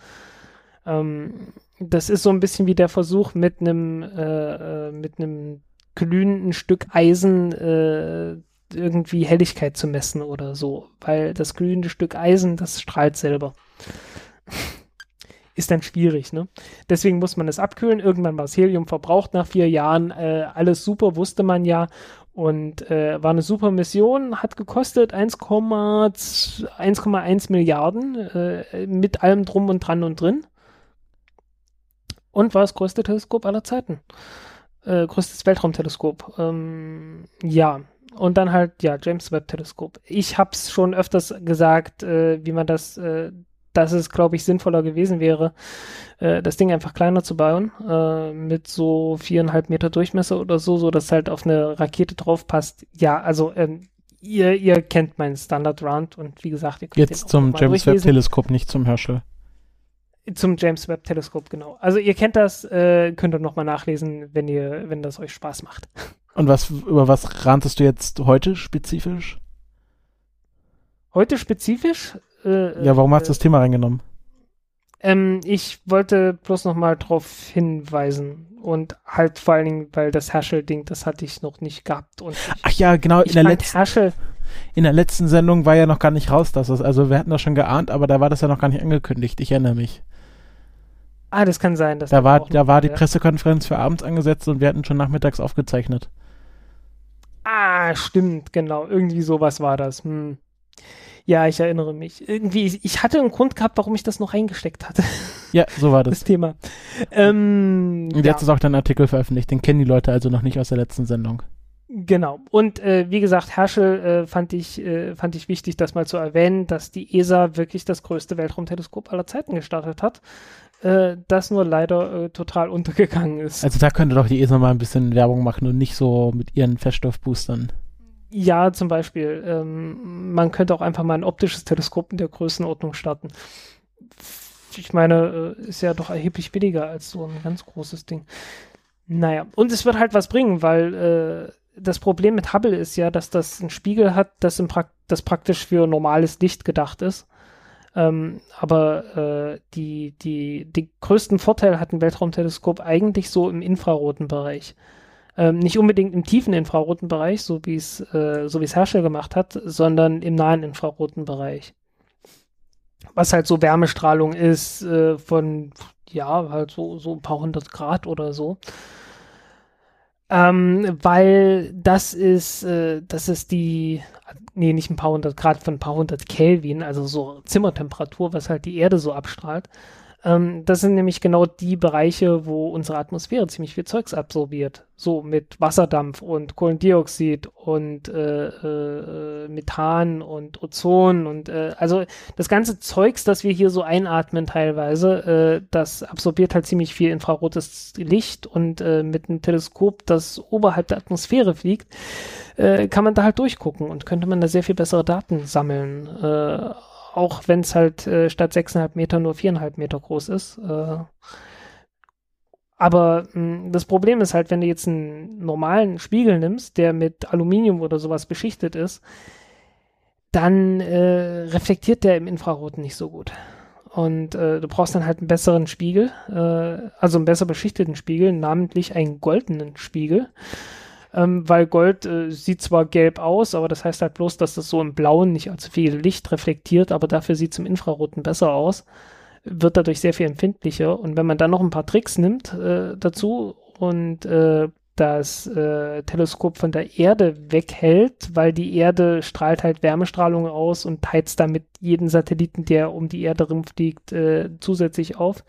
Das ist so ein bisschen wie der Versuch mit einem glühenden Stück Eisen irgendwie Helligkeit zu messen oder so, weil das glühende Stück Eisen, das strahlt selber. Ist dann schwierig, ne? Deswegen muss man es abkühlen. Irgendwann war das Helium verbraucht nach 4 Jahren. Alles super, wusste man ja. Und war eine super Mission, hat gekostet 1,1 Milliarden mit allem drum und dran und drin. Und war das größte Teleskop aller Zeiten. Größtes Weltraumteleskop. Ja. Und dann halt, James Webb Teleskop. Ich habe es schon öfters gesagt, wie man dass es, glaube ich, sinnvoller gewesen wäre, das Ding einfach kleiner zu bauen, mit so 4,5 Meter Durchmesser oder so dass halt auf eine Rakete drauf passt. Ja, also ihr kennt meinen Standard-Rant und wie gesagt, ihr könnt jetzt zum James Webb Teleskop, nicht zum Herschel. Zum James Webb Teleskop, genau. Also ihr kennt das, könnt ihr nochmal nachlesen, wenn das euch Spaß macht. Und über was rantest du jetzt heute spezifisch? Heute spezifisch? Warum hast du das Thema reingenommen? Ich wollte bloß nochmal drauf hinweisen und halt vor allen Dingen, weil das Herschel-Ding, das hatte ich noch nicht gehabt. Und ach ja, genau, in der letzten Sendung war ja noch gar nicht raus, dass es, also wir hatten das schon geahnt, aber da war das ja noch gar nicht angekündigt, ich erinnere mich. Ah, das kann sein. Da war die Pressekonferenz für abends angesetzt und wir hatten schon nachmittags aufgezeichnet. Ah, stimmt, genau. Irgendwie sowas war das. Ja, ich erinnere mich. Irgendwie, ich hatte einen Grund gehabt, warum ich das noch reingesteckt hatte. Ja, so war das. Das Thema. Und jetzt ist auch dein Artikel veröffentlicht. Den kennen die Leute also noch nicht aus der letzten Sendung. Genau. Und wie gesagt, Herschel fand ich wichtig, das mal zu erwähnen, dass die ESA wirklich das größte Weltraumteleskop aller Zeiten gestartet hat, das nur leider total untergegangen ist. Also da könnte doch die ESA mal ein bisschen Werbung machen und nicht so mit ihren Feststoffboostern. Ja, zum Beispiel. Man könnte auch einfach mal ein optisches Teleskop in der Größenordnung starten. Ich meine, ist ja doch erheblich billiger als so ein ganz großes Ding. Naja, und es wird halt was bringen, weil das Problem mit Hubble ist ja, dass das einen Spiegel hat, das praktisch für normales Licht gedacht ist. Aber die größten Vorteil hat ein Weltraumteleskop eigentlich so im infraroten Bereich. Nicht unbedingt im tiefen infraroten Bereich, so wie es Herschel gemacht hat, sondern im nahen infraroten Bereich. Was halt so Wärmestrahlung ist von, halt so ein paar 100 Grad oder so. Weil das ist nicht ein paar 100 Grad, von ein paar 100 Kelvin, also so Zimmertemperatur, was halt die Erde so abstrahlt. Das sind nämlich genau die Bereiche, wo unsere Atmosphäre ziemlich viel Zeugs absorbiert. So mit Wasserdampf und Kohlendioxid und Methan und Ozon und also das ganze Zeugs, das wir hier so einatmen teilweise, das absorbiert halt ziemlich viel infrarotes Licht und mit einem Teleskop, das oberhalb der Atmosphäre fliegt, kann man da halt durchgucken und könnte man da sehr viel bessere Daten sammeln. Auch wenn es halt statt 6,5 Meter nur 4,5 Meter groß ist. Aber das Problem ist halt, wenn du jetzt einen normalen Spiegel nimmst, der mit Aluminium oder sowas beschichtet ist, dann reflektiert der im Infraroten nicht so gut. Und du brauchst dann halt einen besseren Spiegel, also einen besser beschichteten Spiegel, namentlich einen goldenen Spiegel. Weil Gold sieht zwar gelb aus, aber das heißt halt bloß, dass das so im Blauen nicht allzu viel Licht reflektiert, aber dafür sieht es im Infraroten besser aus, wird dadurch sehr viel empfindlicher. Und wenn man dann noch ein paar Tricks nimmt dazu und das Teleskop von der Erde weghält, weil die Erde strahlt halt Wärmestrahlung aus und heizt damit jeden Satelliten, der um die Erde rumfliegt, zusätzlich auf.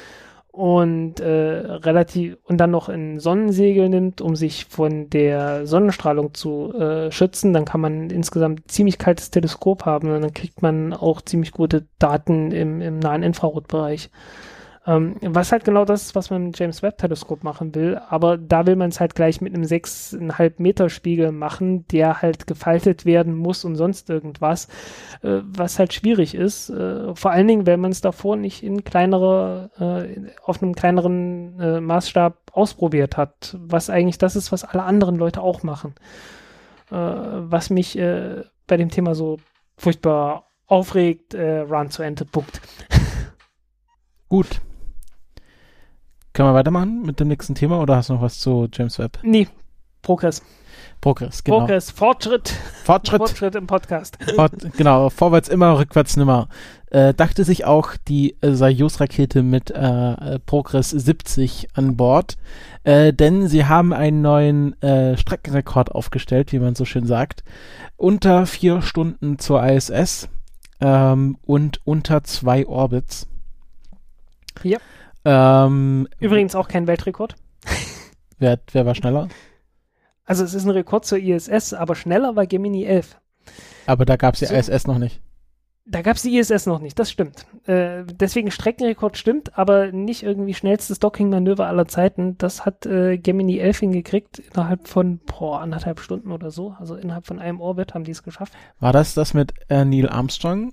Und und dann noch ein Sonnensegel nimmt, um sich von der Sonnenstrahlung zu schützen, dann kann man insgesamt ein ziemlich kaltes Teleskop haben und dann kriegt man auch ziemlich gute Daten im nahen Infrarotbereich. Was halt genau das ist, was man mit dem James Webb Teleskop machen will, aber da will man es halt gleich mit einem 6,5 Meter Spiegel machen, der halt gefaltet werden muss und sonst irgendwas, was halt schwierig ist, vor allen Dingen, wenn man es davor nicht auf einem kleineren Maßstab ausprobiert hat, was eigentlich das ist, was alle anderen Leute auch machen. Was mich bei dem Thema so furchtbar aufregt, Run zu Ende, Punkt. Gut. Können wir weitermachen mit dem nächsten Thema oder hast du noch was zu James Webb? Nee, Progress, genau. Progress, Fortschritt im Podcast. Genau, vorwärts immer, rückwärts nimmer. Dachte sich auch die Soyuz-Rakete mit Progress 70 an Bord, denn sie haben einen neuen Streckenrekord aufgestellt, wie man so schön sagt. Unter 4 Stunden zur ISS und unter 2 Orbits. Ja. Übrigens auch kein Weltrekord. Wer war schneller? Also es ist ein Rekord zur ISS, aber schneller war Gemini 11. Aber da gab es die ISS noch nicht. Da gab es die ISS noch nicht, das stimmt. Deswegen Streckenrekord stimmt, aber nicht irgendwie schnellstes Docking-Manöver aller Zeiten. Das hat Gemini 11 hingekriegt innerhalb von 1,5 Stunden oder so. Also innerhalb von einem Orbit haben die es geschafft. War das mit Neil Armstrong?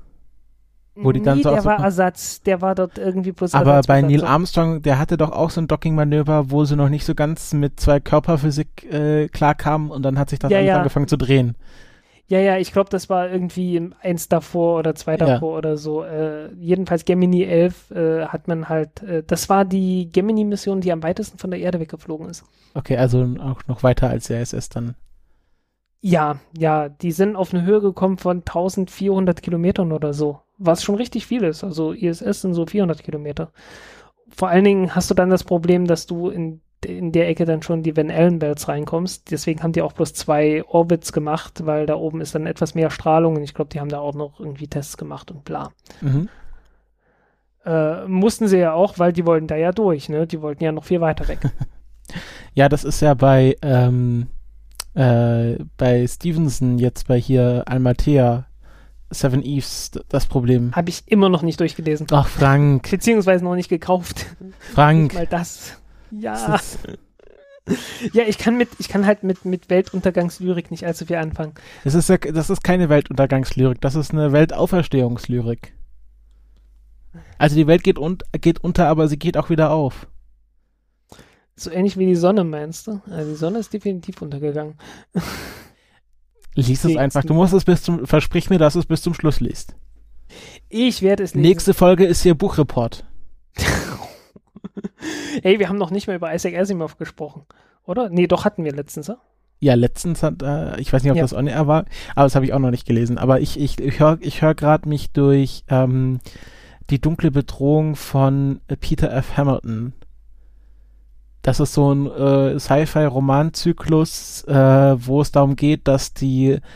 Wo die dann der war Ersatz, der war dort irgendwie bloß aber Ersatz. Aber bei Neil Armstrong, der hatte doch auch so ein Docking-Manöver, wo sie noch nicht so ganz mit 2 Körperphysik klarkamen und dann hat sich das alles angefangen zu drehen. Ja, ich glaube, das war irgendwie 1 davor oder 2 davor oder so. Jedenfalls Gemini 11 hat man halt, das war die Gemini-Mission, die am weitesten von der Erde weggeflogen ist. Okay, also auch noch weiter als der ISS dann. Ja, die sind auf eine Höhe gekommen von 1400 Kilometern oder so, was schon richtig viel ist. Also ISS sind so 400 Kilometer. Vor allen Dingen hast du dann das Problem, dass du in der Ecke dann schon die Van Allen Belts reinkommst. Deswegen haben die auch bloß 2 Orbits gemacht, weil da oben ist dann etwas mehr Strahlung und ich glaube, die haben da auch noch irgendwie Tests gemacht und bla. Mhm. Mussten sie ja auch, weil die wollten da ja durch, ne? Die wollten ja noch viel weiter weg. Ja, das ist ja bei Stevenson jetzt bei hier Almatea Seven Eves das Problem. Habe ich immer noch nicht durchgelesen. Ach, Frank. Beziehungsweise noch nicht gekauft. Frank. Nicht mal das. Ja. Ja, ich kann halt mit Weltuntergangslyrik nicht allzu viel anfangen. Das ist keine Weltuntergangslyrik, das ist eine Weltauferstehungslyrik. Also die Welt geht unter, aber sie geht auch wieder auf. So ähnlich wie die Sonne, meinst du? Also die Sonne ist definitiv untergegangen. Lies es einfach. Du musst es versprich mir, dass du es bis zum Schluss liest. Ich werde es lesen. Nächste Folge ist hier Buchreport. Ey, wir haben noch nicht mehr über Isaac Asimov gesprochen, oder? Nee, doch hatten wir letztens, ja? Ja, letztens hat, ich weiß nicht, ob das on-air war, aber das habe ich auch noch nicht gelesen. Aber ich höre gerade mich durch die dunkle Bedrohung von Peter F. Hamilton. Das ist so ein Sci-Fi-Romanzyklus, wo es darum geht, dass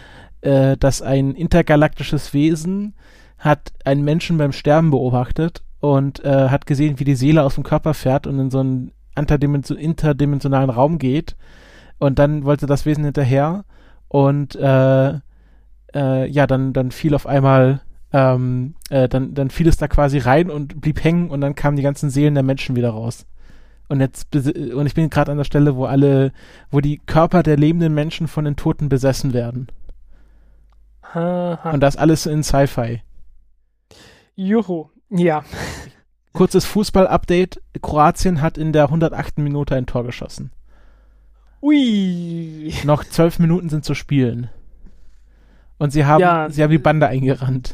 ein intergalaktisches Wesen hat einen Menschen beim Sterben beobachtet und hat gesehen, wie die Seele aus dem Körper fährt und in so einen interdimensionalen Raum geht. Und dann wollte das Wesen hinterher und dann fiel auf einmal dann fiel es da quasi rein und blieb hängen und dann kamen die ganzen Seelen der Menschen wieder raus. Und ich bin gerade an der Stelle, wo die Körper der lebenden Menschen von den Toten besessen werden. Aha. Und das alles in Sci-Fi. Juhu, ja. Kurzes Fußball-Update. Kroatien hat in der 108. Minute ein Tor geschossen. Ui. Noch 12 Minuten sind zu spielen. Und sie haben die Bande eingerannt.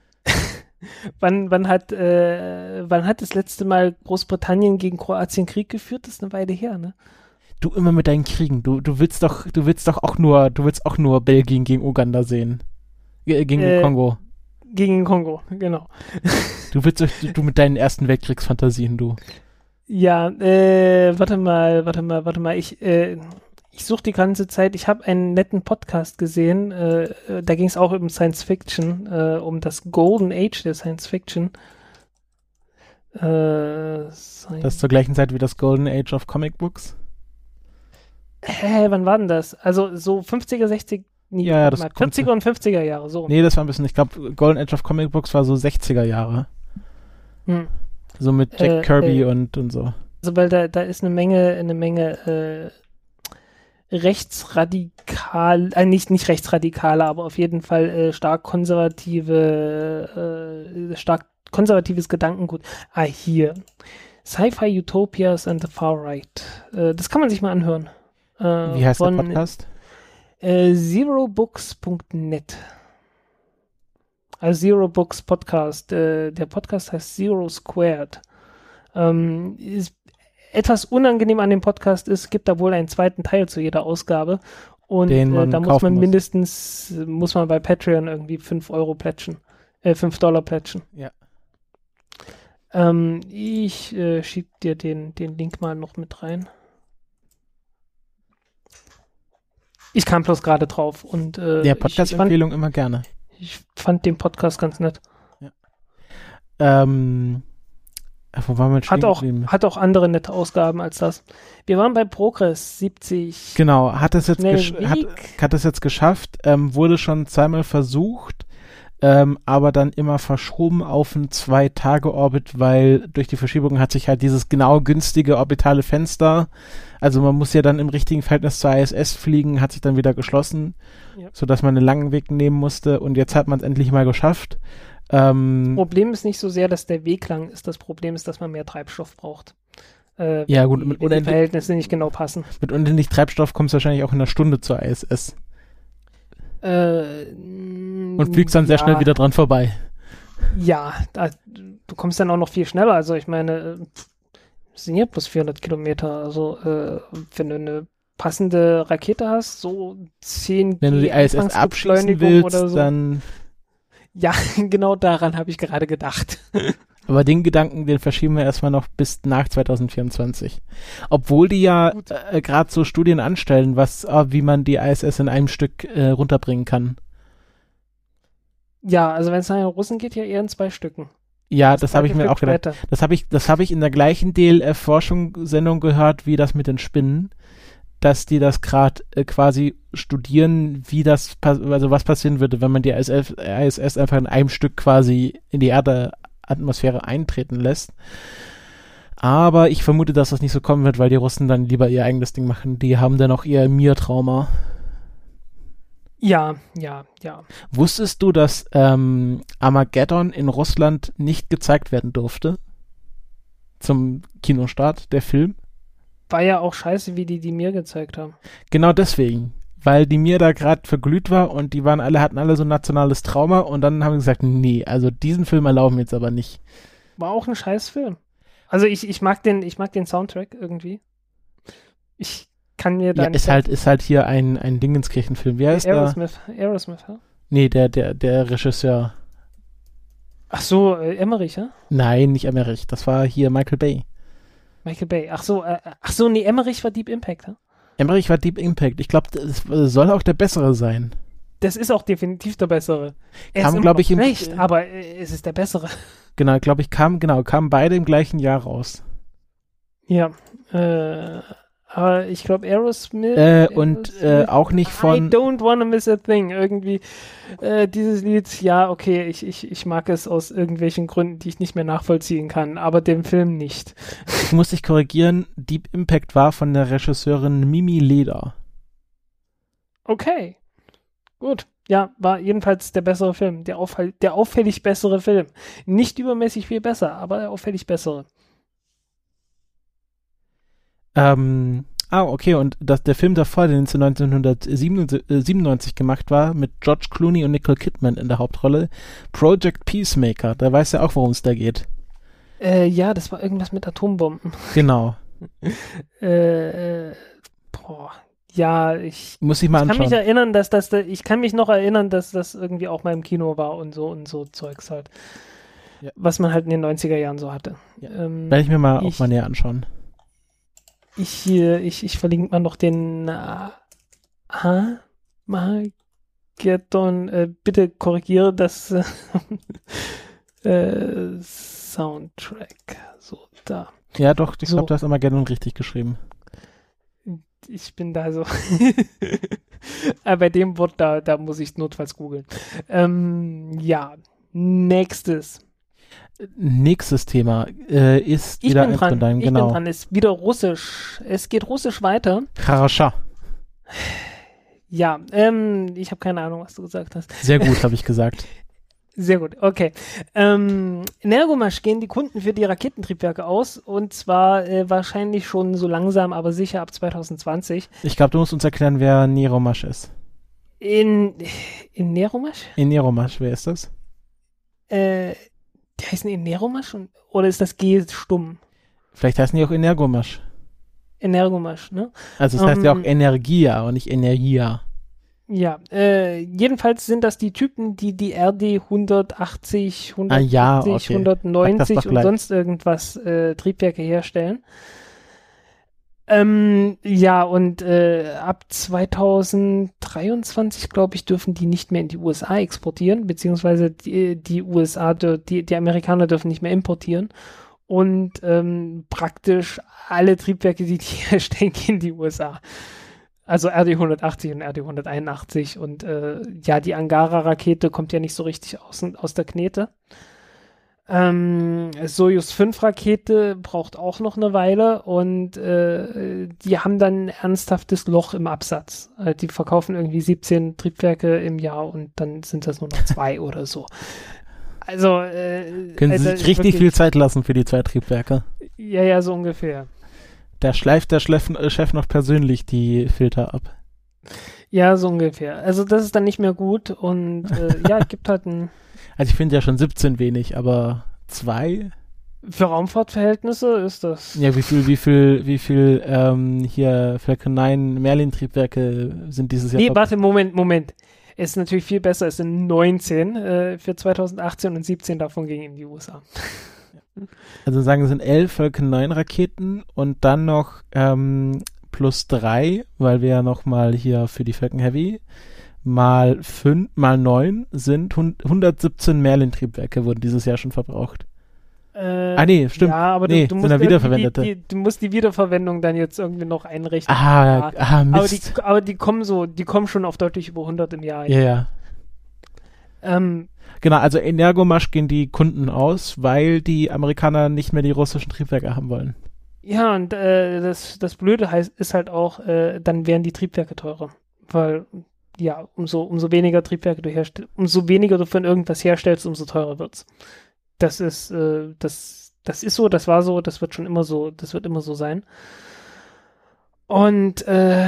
Wann hat das letzte Mal Großbritannien gegen Kroatien Krieg geführt? Das ist eine Weile her, ne? Du immer mit deinen Kriegen. Du willst auch nur Belgien gegen Uganda sehen. Gegen den Kongo. Gegen den Kongo, genau. Du mit deinen Ersten Weltkriegsfantasien, du. Ja, warte mal. Ich suche die ganze Zeit. Ich habe einen netten Podcast gesehen. Da ging es auch um Science Fiction, um das Golden Age der Science Fiction. Das zur gleichen Zeit wie das Golden Age of Comic Books? Wann war denn das? Also so 50er, 60er, ja, das 40er und 50er Jahre, so. Nee, das war ein bisschen, ich glaube, Golden Age of Comic Books war so 60er Jahre. So mit Jack Kirby und so. Also, weil da ist eine Menge rechtsradikal, nicht rechtsradikale, aber auf jeden Fall stark konservatives Gedankengut. Hier. Sci-Fi Utopias and the Far Right. Das kann man sich mal anhören. Wie heißt der Podcast? Zerobooks.net. Also Zero Books Podcast. Der Podcast heißt Zero Squared. Ist etwas unangenehm an dem Podcast ist, gibt da wohl einen zweiten Teil zu jeder Ausgabe. Und da muss man bei Patreon irgendwie 5 Euro plätschen. $5 plätschen. Ja. Ich schieb dir den Link mal noch mit rein. Ich kam bloß gerade drauf und Podcast-Empfehlung immer gerne. Ich fand den Podcast ganz nett. Ja. Wo waren wir stehen geblieben? Hat auch andere nette Ausgaben als das. Wir waren bei Progress 70. Genau, hat es jetzt geschafft, wurde schon zweimal versucht, aber dann immer verschoben auf einen 2-Tage-Orbit, weil durch die Verschiebung hat sich halt dieses genau günstige orbitale Fenster, also man muss ja dann im richtigen Verhältnis zur ISS fliegen, hat sich dann wieder geschlossen, sodass man einen langen Weg nehmen musste und jetzt hat man es endlich mal geschafft. Das Problem ist nicht so sehr, dass der Weg lang ist, das Problem ist, dass man mehr Treibstoff braucht. Ja gut, die Verhältnisse nicht genau passen. Mit unendlich Treibstoff kommst du wahrscheinlich auch in einer Stunde zur ISS. Und fliegst dann sehr schnell wieder dran vorbei. Ja, du kommst dann auch noch viel schneller. Also ich meine, es sind ja plus 400 Kilometer. Also wenn du eine passende Rakete hast, so 10 Wenn du die ISS abschießen willst, oder so, dann... Ja, genau daran habe ich gerade gedacht. Aber den Gedanken, den verschieben wir erstmal noch bis nach 2024. Obwohl die ja gerade so Studien anstellen, wie man die ISS in einem Stück runterbringen kann. Ja, also wenn es nach den Russen geht, ja eher in 2 Stücken. Ja, das habe ich mir auch gedacht. Das habe ich in der gleichen DLF-Forschungssendung gehört, wie das mit den Spinnen, dass die das gerade quasi studieren, was passieren würde, wenn man die ISS einfach in einem Stück quasi in die Erdatmosphäre eintreten lässt. Aber ich vermute, dass das nicht so kommen wird, weil die Russen dann lieber ihr eigenes Ding machen. Die haben dann auch ihr Mir-Trauma. Ja. Wusstest du, dass Armageddon in Russland nicht gezeigt werden durfte? Zum Kinostart, der Film? War ja auch scheiße, wie die Mir gezeigt haben. Genau deswegen. Weil die Mir da gerade verglüht war und die hatten alle so ein nationales Trauma und dann haben sie gesagt, nee, also diesen Film erlauben wir jetzt aber nicht. War auch ein scheiß Film. Also ich mag den Soundtrack irgendwie. Ich kann mir da nicht... Ist halt hier ein Dingenskirchenfilm. Wie heißt der? Aerosmith, ja? Nee, der Regisseur. Ach so, Emmerich, ja? Nein, nicht Emmerich. Das war hier Michael Bay. Ach so, nee, Emmerich war Deep Impact, ja? Emmerich war Deep Impact. Ich glaube, das soll auch der bessere sein. das ist auch definitiv der bessere. Er Kam, ist glaube ich, schlecht, aber es ist der bessere. Genau, glaube ich, kamen beide im gleichen Jahr raus. Ja, aber ich glaube Aerosmith Auch nicht von... I don't wanna miss a thing. Irgendwie dieses Lied, ja, okay, ich mag es aus irgendwelchen Gründen, die ich nicht mehr nachvollziehen kann, aber den Film nicht. Ich muss dich korrigieren, Deep Impact war von der Regisseurin Mimi Leder. Okay, gut. Ja, war jedenfalls der bessere Film, der auffällig bessere Film. Nicht übermäßig viel besser, aber der auffällig bessere. Okay, und der Film davor, der 1997 gemacht war, mit George Clooney und Nicole Kidman in der Hauptrolle, Project Peacemaker, da weiß ja auch, worum es da geht. Ja, das war irgendwas mit Atombomben. Genau. Ja, muss ich mal anschauen. Ich kann mich noch erinnern, dass das irgendwie auch mal im Kino war und so Zeugs halt. Ja. Was man halt in den 90er Jahren so hatte. Ja. Werde ich mir mal auch mal näher anschauen. Ich verlinke mal noch den Armageddon. Bitte korrigiere das Soundtrack. So, da. Ja, doch, ich glaube, du hast Armageddon richtig geschrieben. Ich bin da so. Aber bei dem Wort, da muss ich notfalls googeln. Ja, nächstes Thema ist wieder eins von deinen, genau. Ich bin dran, ist wieder Russisch. Es geht Russisch weiter. Charascha. Ja, ich habe keine Ahnung, was du gesagt hast. Sehr gut, habe ich gesagt. Sehr gut, okay. Energomasch gehen die Kunden für die Raketentriebwerke aus und zwar wahrscheinlich schon so langsam, aber sicher ab 2020. Ich glaube, du musst uns erklären, wer Neromasch ist. In Neromasch? In Neromasch, wer ist das? Die heißen Energomasch oder ist das G stumm? Vielleicht heißen die auch Energomasch. Energomasch, ne? Also es heißt ja auch Energia und nicht Energia. Ja, jedenfalls sind das die Typen, die RD 180, 190 und sonst irgendwas Triebwerke herstellen. Ja, und ab 2023, glaube ich, dürfen die nicht mehr in die USA exportieren, beziehungsweise die USA, die Amerikaner dürfen nicht mehr importieren. Und praktisch alle Triebwerke, die herstellen, gehen in die USA. Also RD 180 und RD 181 und ja, die Angara-Rakete kommt ja nicht so richtig aus der Knete. Soyuz 5 Rakete braucht auch noch eine Weile und die haben dann ein ernsthaftes Loch im Absatz. Die verkaufen irgendwie 17 Triebwerke im Jahr und dann sind das nur noch 2 oder so. Also können Sie sich richtig viel Zeit lassen für die 2 Triebwerke? Ja, so ungefähr. Da schleift der Chef noch persönlich die Filter ab. Ja, so ungefähr. Also das ist dann nicht mehr gut und ja, es gibt halt ein... Also ich finde ja schon 17 wenig, aber 2? Für Raumfahrtverhältnisse ist das... Ja, wie viel hier Falcon 9 Merlin-Triebwerke sind dieses Jahr... Nee, warte, Moment. Es ist natürlich viel besser, es sind 19 für 2018 und 17 davon gingen in die USA. Also sagen, es sind 11 Falcon 9 Raketen und dann noch plus 3, weil wir ja nochmal hier für die Falcon Heavy mal 9 sind 117 Merlin-Triebwerke wurden dieses Jahr schon verbraucht. Nee, stimmt. Ja, aber du musst wiederverwendete. Du musst die Wiederverwendung dann jetzt irgendwie noch einrechnen. Mist. Aber die kommen schon auf deutlich über 100 im Jahr. Ja. Genau, also Energomasch gehen die Kunden aus, weil die Amerikaner nicht mehr die russischen Triebwerke haben wollen. Ja, und das Blöde ist halt auch, dann wären die Triebwerke teurer. Weil, ja, umso weniger Triebwerke du herstellst, umso weniger du von irgendwas herstellst, umso teurer wird's. Das ist, das ist so, das war so, das wird immer so sein. Und,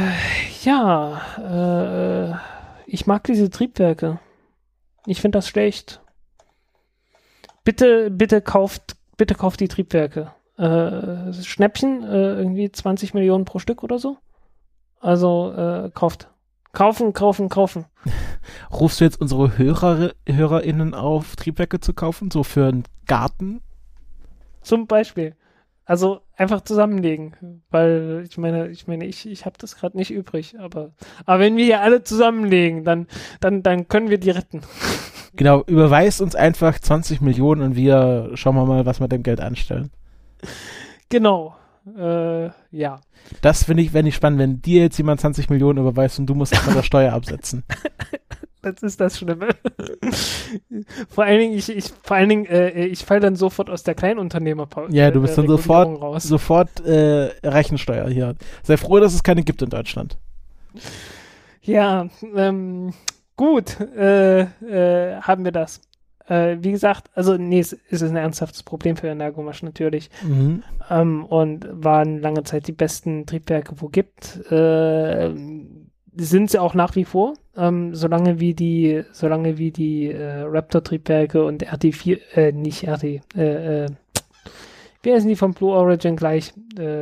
ich mag diese Triebwerke. Ich finde das schlecht. Bitte kauft die Triebwerke. Schnäppchen, irgendwie 20 Millionen pro Stück oder so. Also, kauft. Kaufen. Rufst du jetzt unsere HörerInnen auf, Triebwerke zu kaufen, so für einen Garten? Zum Beispiel. Also, einfach zusammenlegen, weil ich meine, ich habe das gerade nicht übrig, aber wenn wir hier alle zusammenlegen, dann können wir die retten. Genau, überweist uns einfach 20 Millionen und wir schauen wir mal, was wir mit dem Geld anstellen. Genau, ja. Das finde ich spannend, wenn dir jetzt jemand 20 Millionen überweist und du musst von der Steuer absetzen. Das ist das Schlimme. Vor allen Dingen, ich falle dann sofort aus der Kleinunternehmerpause. Ja, du bist dann sofort Rechensteuer hier. Sei froh, dass es keine gibt in Deutschland. Ja, gut, haben wir das. Wie gesagt, also nee, es ist ein ernsthaftes Problem für Energomasch natürlich. Mhm. Und waren lange Zeit die besten Triebwerke, wo gibt. Sind sie auch nach wie vor, solange wie die Raptor-Triebwerke und RT4, nicht RT, wie heißen die von Blue Origin gleich?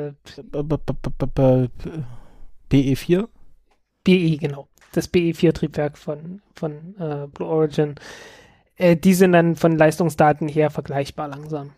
BE4? BE, genau. Das BE4-Triebwerk von Blue Origin. Die sind dann von Leistungsdaten her vergleichbar langsam.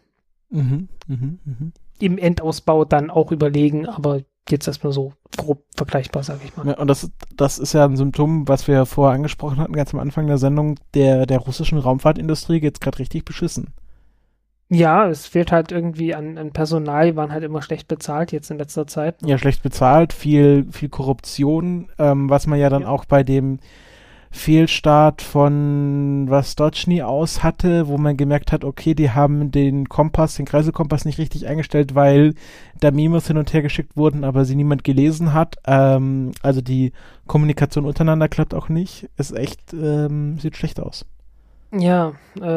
Im Endausbau dann auch überlegen, aber jetzt erstmal so grob vergleichbar, sage ich mal. Ja, und das ist ja ein Symptom, was wir vorher angesprochen hatten, ganz am Anfang der Sendung, der russischen Raumfahrtindustrie geht's gerade richtig beschissen. Ja, es fehlt halt irgendwie an Personal, die waren halt immer schlecht bezahlt jetzt in letzter Zeit. Ja, schlecht bezahlt, viel Korruption, was man ja dann auch bei dem Fehlstart von was Stoczny aus hatte, wo man gemerkt hat, okay, die haben den Kreiselkompass nicht richtig eingestellt, weil da Memos hin und her geschickt wurden, aber sie niemand gelesen hat. Also die Kommunikation untereinander klappt auch nicht. Ist echt, sieht schlecht aus. Ja,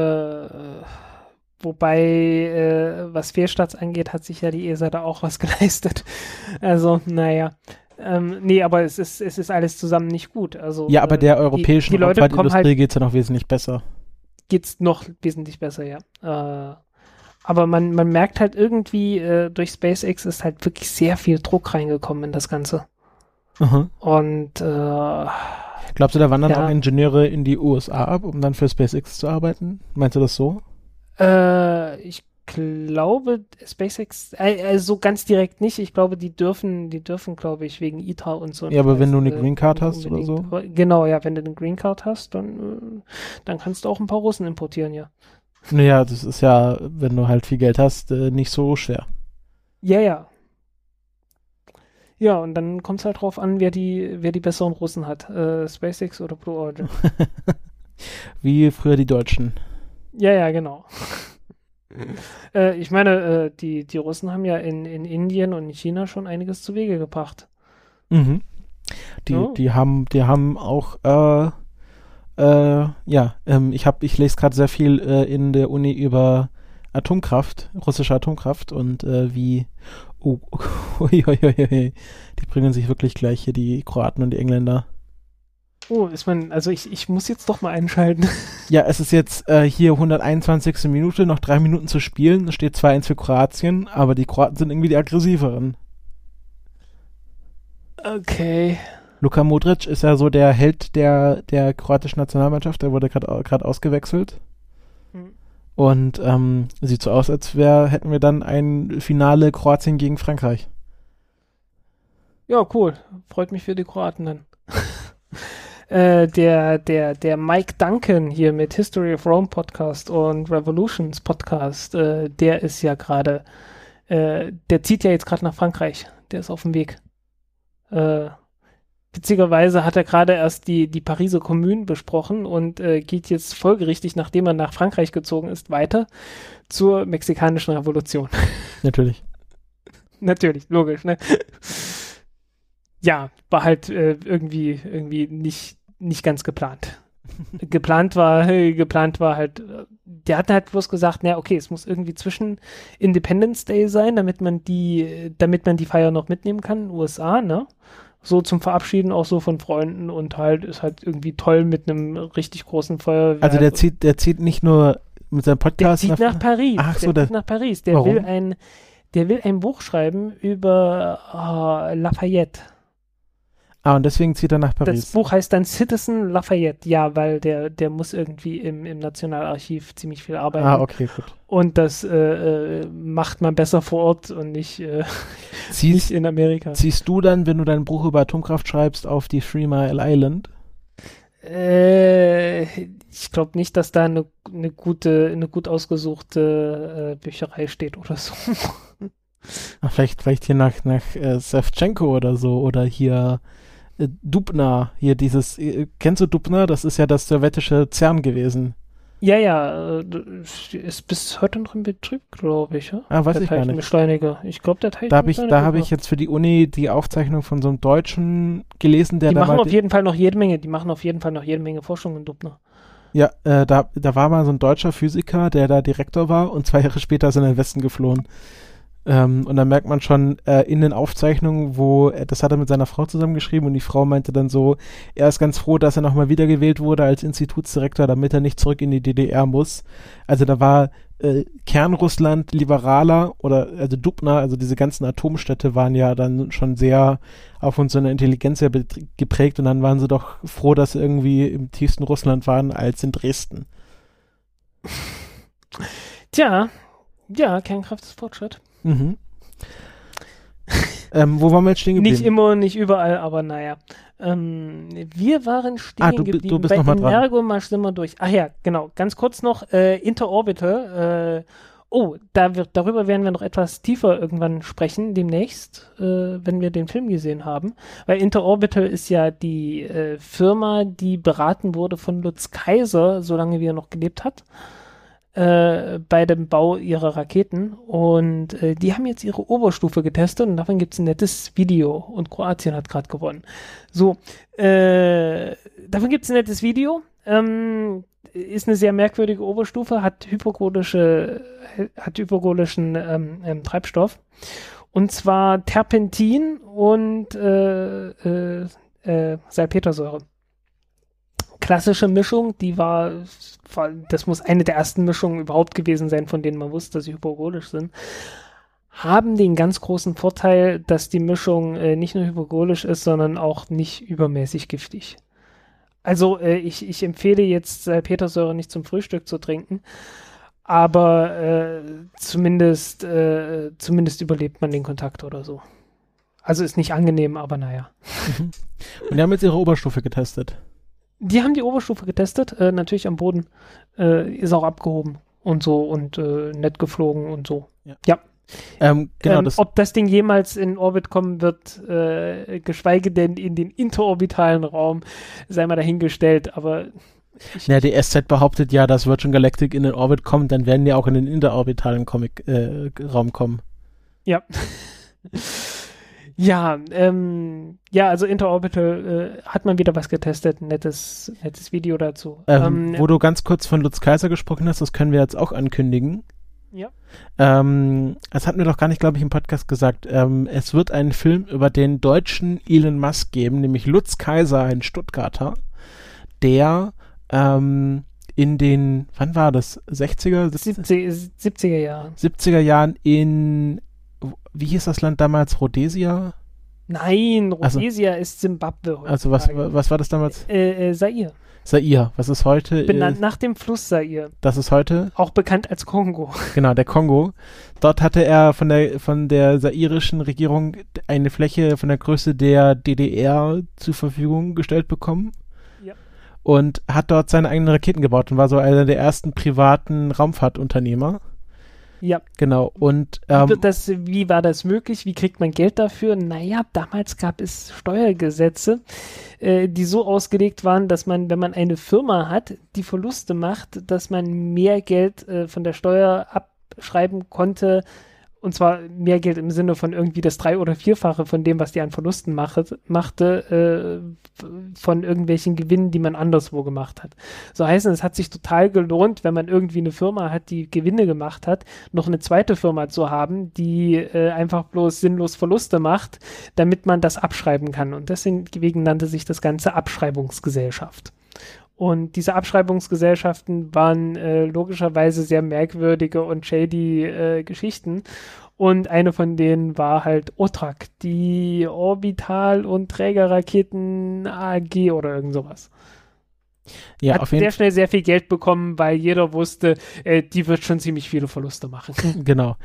wobei, was Fehlstarts angeht, hat sich ja die ESA da auch was geleistet. Also, naja. Nee, aber es ist alles zusammen nicht gut. Also, ja, aber der europäischen Raumfahrtindustrie geht es ja noch wesentlich besser. Geht's noch wesentlich besser, ja. Aber man merkt halt irgendwie, durch SpaceX ist halt wirklich sehr viel Druck reingekommen in das Ganze. Und glaubst du, da wandern auch Ingenieure in die USA ab, um dann für SpaceX zu arbeiten? Meinst du das so? Ich glaube, SpaceX, also ganz direkt nicht. Ich glaube, die dürfen, glaube ich, wegen ITAR und so. Ja, aber wenn du eine Green Card hast oder so? Genau, ja, wenn du eine Green Card hast, dann kannst du auch ein paar Russen importieren, ja. Naja, das ist ja, wenn du halt viel Geld hast, nicht so schwer. Ja, ja. Ja, und dann kommt es halt drauf an, wer die besseren Russen hat. SpaceX oder Blue Origin. Wie früher die Deutschen. Ja, genau. Ich meine, die Russen haben ja in Indien und in China schon einiges zu Wege gebracht. Mhm. Die haben auch, ich lese gerade sehr viel in der Uni über Atomkraft, russische Atomkraft und die bringen sich wirklich gleich hier, die Kroaten und die Engländer. Oh, also ich muss jetzt doch mal einschalten. Ja, es ist jetzt hier 121. Minute, noch 3 Minuten zu spielen. Es steht 2-1 für Kroatien, aber die Kroaten sind irgendwie die aggressiveren. Okay. Luka Modric ist ja so der Held der kroatischen Nationalmannschaft, der wurde gerade ausgewechselt. Und sieht so aus, als hätten wir dann ein Finale Kroatien gegen Frankreich. Ja, cool. Freut mich für die Kroaten dann. Der Mike Duncan hier mit History of Rome Podcast und Revolutions Podcast, der ist ja gerade, der zieht ja jetzt gerade nach Frankreich. Der ist auf dem Weg. Witzigerweise hat er gerade erst die Pariser Kommune besprochen und geht jetzt folgerichtig, nachdem er nach Frankreich gezogen ist, weiter zur mexikanischen Revolution. Natürlich. Natürlich, logisch, ne? Ja, war halt irgendwie nicht ganz geplant. Geplant war halt, der hat halt bloß gesagt, na okay, es muss irgendwie zwischen Independence Day sein, damit man die Feier noch mitnehmen kann, in den USA, ne? So zum Verabschieden auch so von Freunden und halt ist halt irgendwie toll mit einem richtig großen Feuerwerk. Also der zieht nicht nur mit seinem Podcast der zieht nach Paris. Ach so, der zieht nach Paris. Der will ein Buch schreiben über Lafayette. Ah, und deswegen zieht er nach Das Paris. Buch heißt dann Citizen Lafayette, ja, weil der muss irgendwie im Nationalarchiv ziemlich viel arbeiten. Ah, okay, gut. Und das macht man besser vor Ort und nicht Ziehst, in Amerika. ziehst du dann, wenn du dein Buch über Atomkraft schreibst, auf die 3 Mile Island? Ich glaube nicht, dass da eine gut ausgesuchte Bücherei steht oder so. Ach, vielleicht hier nach Savchenko oder so, oder hier Dubna, hier dieses, kennst du Dubna? Das ist ja das sowjetische CERN gewesen. Ja, ist bis heute noch im Betrieb, glaube ich. Ja? Ah, weiß Der ich gar nicht. Teilchenbeschleuniger. Ich glaube, der Da Teilchenbeschleuniger. habe ich jetzt für die Uni die Aufzeichnung von so einem Deutschen gelesen, der Die da machen mal auf jeden Fall noch jede Menge Forschung in Dubna. ja, da war mal so ein deutscher Physiker, der da Direktor war, und 2 Jahre später ist er in den Westen geflohen. Und da merkt man schon in den Aufzeichnungen, das hat er mit seiner Frau zusammengeschrieben, und die Frau meinte dann so, er ist ganz froh, dass er nochmal wiedergewählt wurde als Institutsdirektor, damit er nicht zurück in die DDR muss. Also da war Kernrussland liberaler, also Dubna, also diese ganzen Atomstädte waren ja dann schon sehr auf unsere Intelligenz sehr geprägt, und dann waren sie doch froh, dass sie irgendwie im tiefsten Russland waren, als in Dresden. Tja, ja, Kernkraft ist Fortschritt. Mhm. Wo waren wir jetzt stehen geblieben? Nicht immer und nicht überall, aber naja. Wir waren stehen geblieben. Du bist bei noch mal dran. Energomarsch sind wir durch. Ach ja, genau. Ganz kurz noch, Interorbital. Darüber werden wir noch etwas tiefer irgendwann sprechen, demnächst, wenn wir den Film gesehen haben. Weil Interorbital ist ja die Firma, die beraten wurde von Lutz Kaiser, solange wie er noch gelebt hat, bei dem Bau ihrer Raketen, und die haben jetzt ihre Oberstufe getestet, und davon gibt es ein nettes Video, und Kroatien hat gerade gewonnen. So, davon gibt es ein nettes Video, ist eine sehr merkwürdige Oberstufe, hat hypergolischen Treibstoff, und zwar Terpentin und Salpetersäure. Klassische Mischung, das muss eine der ersten Mischungen überhaupt gewesen sein, von denen man wusste, dass sie hypergolisch sind, haben den ganz großen Vorteil, dass die Mischung nicht nur hypergolisch ist, sondern auch nicht übermäßig giftig. Also ich empfehle jetzt Salpetersäure nicht zum Frühstück zu trinken, aber zumindest überlebt man den Kontakt oder so. Also ist nicht angenehm, aber naja. Und die haben jetzt ihre Oberstufe getestet. Die haben die Oberstufe getestet, natürlich am Boden, ist auch abgehoben und so, und nett geflogen und so. Ja. Genau, ob das Ding jemals in Orbit kommen wird, geschweige denn in den interorbitalen Raum, sei mal dahingestellt, aber die SZ behauptet ja, dass Virgin Galactic in den Orbit kommt, dann werden die auch in den interorbitalen Raum kommen. Ja. Ja, also Interorbital hat man wieder was getestet, nettes Video dazu. Wo du ganz kurz von Lutz Kaiser gesprochen hast, das können wir jetzt auch ankündigen. Ja. Das hatten wir doch gar nicht, glaube ich, im Podcast gesagt. Es wird einen Film über den deutschen Elon Musk geben, nämlich Lutz Kaiser, ein Stuttgarter, der in den, wann war das? 60er? 70er Jahren. 70er Jahren wie hieß das Land damals? Rhodesia? Nein, Rhodesia ist Zimbabwe heute. Also was war das damals? Zaire. Zaire, was ist heute? Benannt nach dem Fluss Zaire. Das ist heute? Auch bekannt als Kongo. Genau, der Kongo. Dort hatte er von der zairischen Regierung eine Fläche von der Größe der DDR zur Verfügung gestellt bekommen. Ja. Und hat dort seine eigenen Raketen gebaut und war so einer der ersten privaten Raumfahrtunternehmer. Ja. Genau. Und wie war das möglich? Wie kriegt man Geld dafür? Naja, damals gab es Steuergesetze, die so ausgelegt waren, dass man, wenn man eine Firma hat, die Verluste macht, dass man mehr Geld von der Steuer abschreiben konnte, und zwar mehr Geld im Sinne von irgendwie das 3- oder 4-fache von dem, was die an Verlusten machte, von irgendwelchen Gewinnen, die man anderswo gemacht hat. So heißt es hat sich total gelohnt, wenn man irgendwie eine Firma hat, die Gewinne gemacht hat, noch eine zweite Firma zu haben, die einfach bloß sinnlos Verluste macht, damit man das abschreiben kann. Und deswegen nannte sich das Ganze Abschreibungsgesellschaft. Und diese Abschreibungsgesellschaften waren logischerweise sehr merkwürdige und shady Geschichten. Und eine von denen war halt OTRAC, die Orbital- und Trägerraketen AG oder irgend sowas. Ja, Hat auf jeden sehr schnell sehr viel Geld bekommen, weil jeder wusste, die wird schon ziemlich viele Verluste machen. Genau.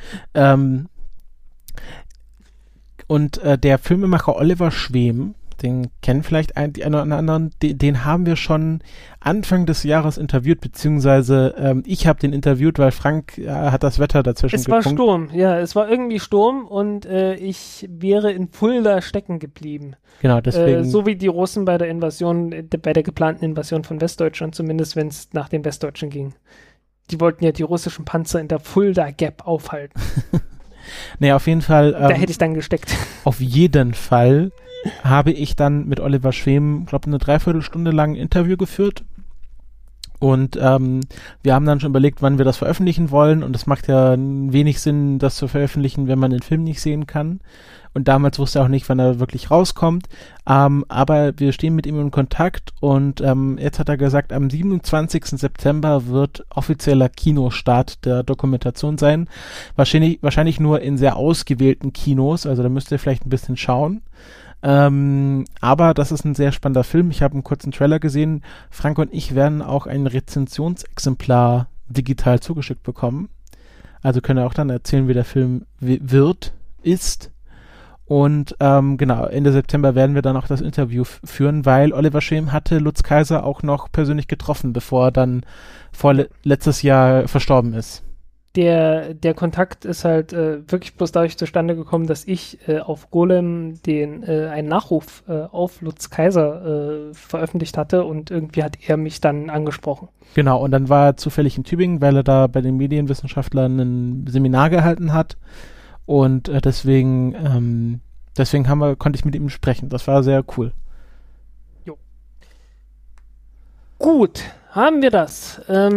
Und der Filmemacher Oliver Schwem, den kennen vielleicht die einen oder anderen, den haben wir schon Anfang des Jahres interviewt, beziehungsweise ich habe den interviewt, weil Frank hat das Wetter dazwischen Es war Sturm, ja, es war irgendwie Sturm und ich wäre in Fulda stecken geblieben. Genau, deswegen. So wie die Russen bei der Invasion, bei der geplanten Invasion von Westdeutschland, zumindest wenn es nach den Westdeutschen ging. Die wollten ja die russischen Panzer in der Fulda Gap aufhalten. Nee, auf jeden Fall. Da hätte ich dann gesteckt. Auf jeden Fall habe ich dann mit Oliver Schwem, glaube eine Dreiviertelstunde lang ein Interview geführt. Und wir haben dann schon überlegt, wann wir das veröffentlichen wollen. Und es macht ja wenig Sinn, das zu veröffentlichen, wenn man den Film nicht sehen kann. Und damals wusste er auch nicht, wann er wirklich rauskommt. Aber wir stehen mit ihm in Kontakt. Und jetzt hat er gesagt, am 27. September wird offizieller Kinostart der Dokumentation sein. Wahrscheinlich nur in sehr ausgewählten Kinos. Also da müsst ihr vielleicht ein bisschen schauen. Aber das ist ein sehr spannender Film. Ich habe einen kurzen Trailer gesehen. Frank und ich werden auch ein Rezensionsexemplar digital zugeschickt bekommen. Also können wir auch dann erzählen, wie der Film ist. Und genau, Ende September werden wir dann auch das Interview führen, weil Oliver Schwem hatte Lutz Kaiser auch noch persönlich getroffen, bevor er dann letztes Jahr verstorben ist. Der Kontakt ist halt wirklich bloß dadurch zustande gekommen, dass ich auf Golem einen Nachruf auf Lutz Kaiser veröffentlicht hatte und irgendwie hat er mich dann angesprochen. Genau, und dann war er zufällig in Tübingen, weil er da bei den Medienwissenschaftlern ein Seminar gehalten hat und deswegen konnte ich mit ihm sprechen. Das war sehr cool. Jo. Gut. Haben wir das?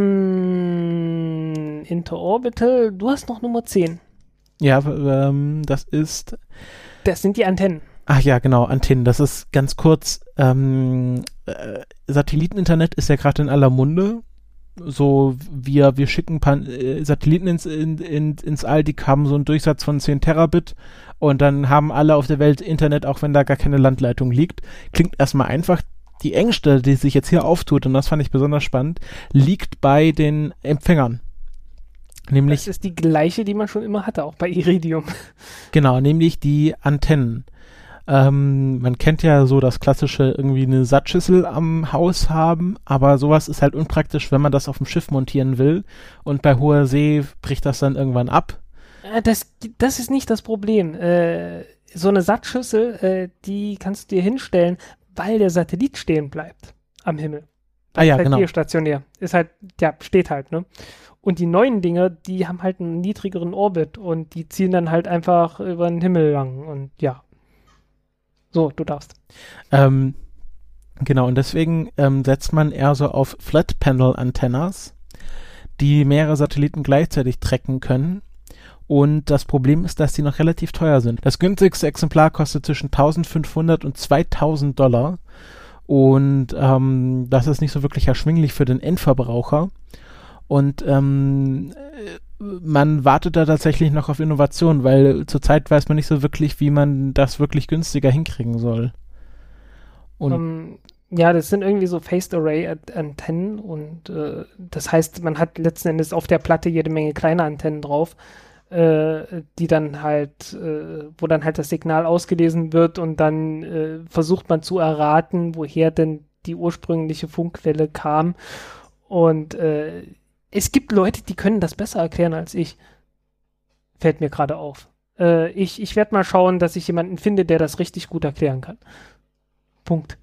Interorbital, du hast noch Nummer 10. Ja, das ist... Das sind die Antennen. Ach ja, genau, Antennen. Das ist ganz kurz. Satelliteninternet ist ja gerade in aller Munde. So, wir schicken Satelliten ins All, die haben so einen Durchsatz von 10 Terabit und dann haben alle auf der Welt Internet, auch wenn da gar keine Landleitung liegt. Klingt erstmal einfach. Die Engstelle, die sich jetzt hier auftut, und das fand ich besonders spannend, liegt bei den Empfängern. Nämlich, das ist die gleiche, die man schon immer hatte, auch bei Iridium. Genau, nämlich die Antennen. Man kennt ja so das klassische irgendwie eine Sattschüssel am Haus haben, aber sowas ist halt unpraktisch, wenn man das auf dem Schiff montieren will und bei hoher See bricht das dann irgendwann ab. Das ist nicht das Problem. So eine Sattschüssel, die kannst du dir hinstellen, weil der Satellit stehen bleibt am Himmel. Ah ja, halt genau. Geostationär. Ist halt, ja, steht halt, ne? Und die neuen Dinger, die haben halt einen niedrigeren Orbit und die ziehen dann halt einfach über den Himmel lang und ja. So, du darfst. Genau, und deswegen setzt man eher so auf Flat-Panel-Antennas, die mehrere Satelliten gleichzeitig tracken können. Und das Problem ist, dass die noch relativ teuer sind. Das günstigste Exemplar kostet zwischen 1.500 und 2.000 $. Und das ist nicht so wirklich erschwinglich für den Endverbraucher. Und man wartet da tatsächlich noch auf Innovation, weil zurzeit weiß man nicht so wirklich, wie man das wirklich günstiger hinkriegen soll. Und ja, das sind irgendwie so Phased Array Antennen und das heißt, man hat letzten Endes auf der Platte jede Menge kleine Antennen drauf, die dann halt, wo dann halt das Signal ausgelesen wird und dann versucht man zu erraten, woher denn die ursprüngliche Funkquelle kam. Und es gibt Leute, die können das besser erklären als ich. Fällt mir gerade auf. Ich werde mal schauen, dass ich jemanden finde, der das richtig gut erklären kann. Punkt.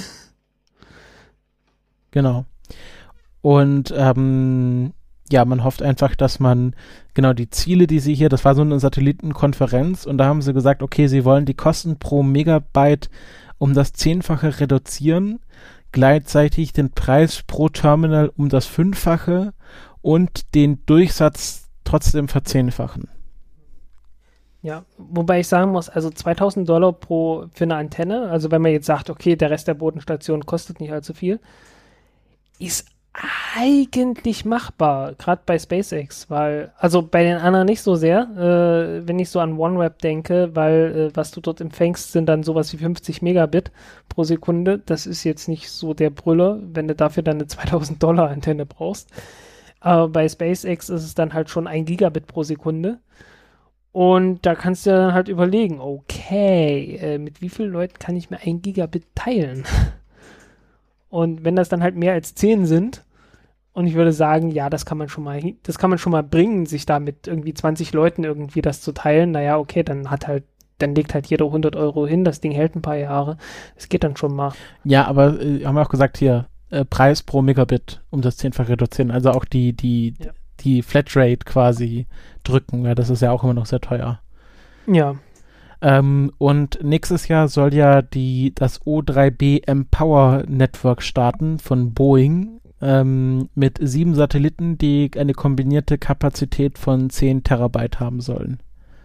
Genau. Und ja, man hofft einfach, dass man genau die Ziele, die sie hier, das war so eine Satellitenkonferenz und da haben sie gesagt, okay, sie wollen die Kosten pro Megabyte um das 10-fache reduzieren, gleichzeitig den Preis pro Terminal um das 5-fache und den Durchsatz trotzdem verzehnfachen. Ja, wobei ich sagen muss, also $2.000 für eine Antenne, also wenn man jetzt sagt, okay, der Rest der Bodenstation kostet nicht allzu viel, ist eigentlich machbar, gerade bei SpaceX, weil, also bei den anderen nicht so sehr, wenn ich so an OneWeb denke, weil was du dort empfängst, sind dann sowas wie 50 Megabit pro Sekunde. Das ist jetzt nicht so der Brüller, wenn du dafür dann eine $2000 Antenne brauchst. Aber bei SpaceX ist es dann halt schon 1 Gigabit pro Sekunde. Und da kannst du dann halt überlegen, okay, mit wie vielen Leuten kann ich mir 1 Gigabit teilen? Und wenn das dann halt mehr als 10 sind, und ich würde sagen, ja, das kann man schon mal bringen, sich da mit irgendwie 20 Leuten irgendwie das zu teilen. Naja, okay, dann legt halt jeder 100 Euro hin, das Ding hält ein paar Jahre. Das geht dann schon mal. Ja, aber haben wir auch gesagt hier, Preis pro Megabit um das 10-fach reduzieren. Also auch die Flatrate quasi drücken, weil das ist ja auch immer noch sehr teuer. Ja. Und nächstes Jahr soll ja das O3B Empower Network starten von Boeing mit 7 Satelliten, die eine kombinierte Kapazität von 10 Terabyte haben sollen.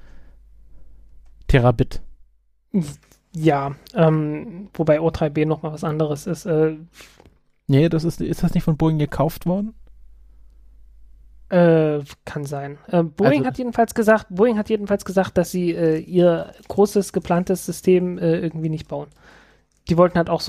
Terabit. Ja, wobei O3B noch mal was anderes ist. Nee, ist das nicht von Boeing gekauft worden? Kann sein. Boeing hat jedenfalls gesagt, dass sie ihr großes geplantes System irgendwie nicht bauen. Die wollten halt auch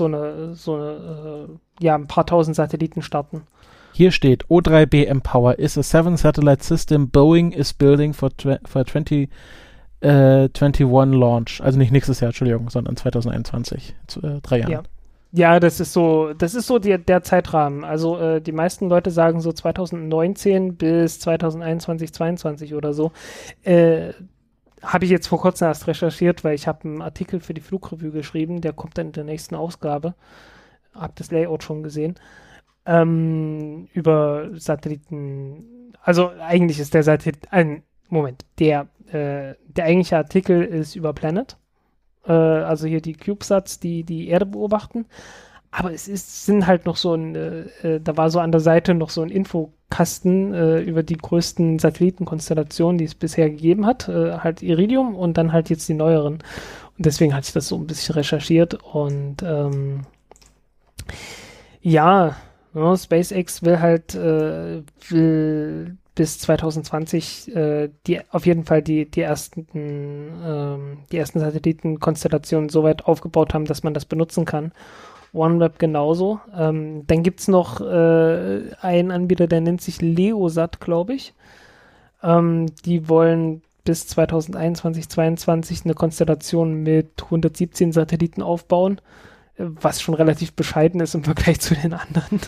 ein paar tausend Satelliten starten. Hier steht, O3B Empower is a 7-satellite system Boeing is building for 2021 launch. Also nicht nächstes Jahr, Entschuldigung, sondern 2021, 3 Jahren. Ja. Ja, das ist so der Zeitrahmen. Also die meisten Leute sagen so 2019 bis 2021, 22 oder so. Habe ich jetzt vor kurzem erst recherchiert, weil ich habe einen Artikel für die Flugrevue geschrieben, der kommt dann in der nächsten Ausgabe. Hab das Layout schon gesehen. Über Satelliten. Also eigentlich ist der der eigentliche Artikel ist über Planet. Also hier die CubeSats, die Erde beobachten. Aber sind halt noch da war so an der Seite noch so ein Infokasten über die größten Satellitenkonstellationen, die es bisher gegeben hat. Halt Iridium und dann halt jetzt die neueren. Und deswegen hatte ich das so ein bisschen recherchiert. Und SpaceX will bis 2020 auf jeden Fall die ersten Satellitenkonstellationen so weit aufgebaut haben, dass man das benutzen kann. OneWeb genauso. Dann gibt es noch einen Anbieter, der nennt sich Leosat, glaube ich. Die wollen bis 2021, 2022 eine Konstellation mit 117 Satelliten aufbauen, was schon relativ bescheiden ist im Vergleich zu den anderen.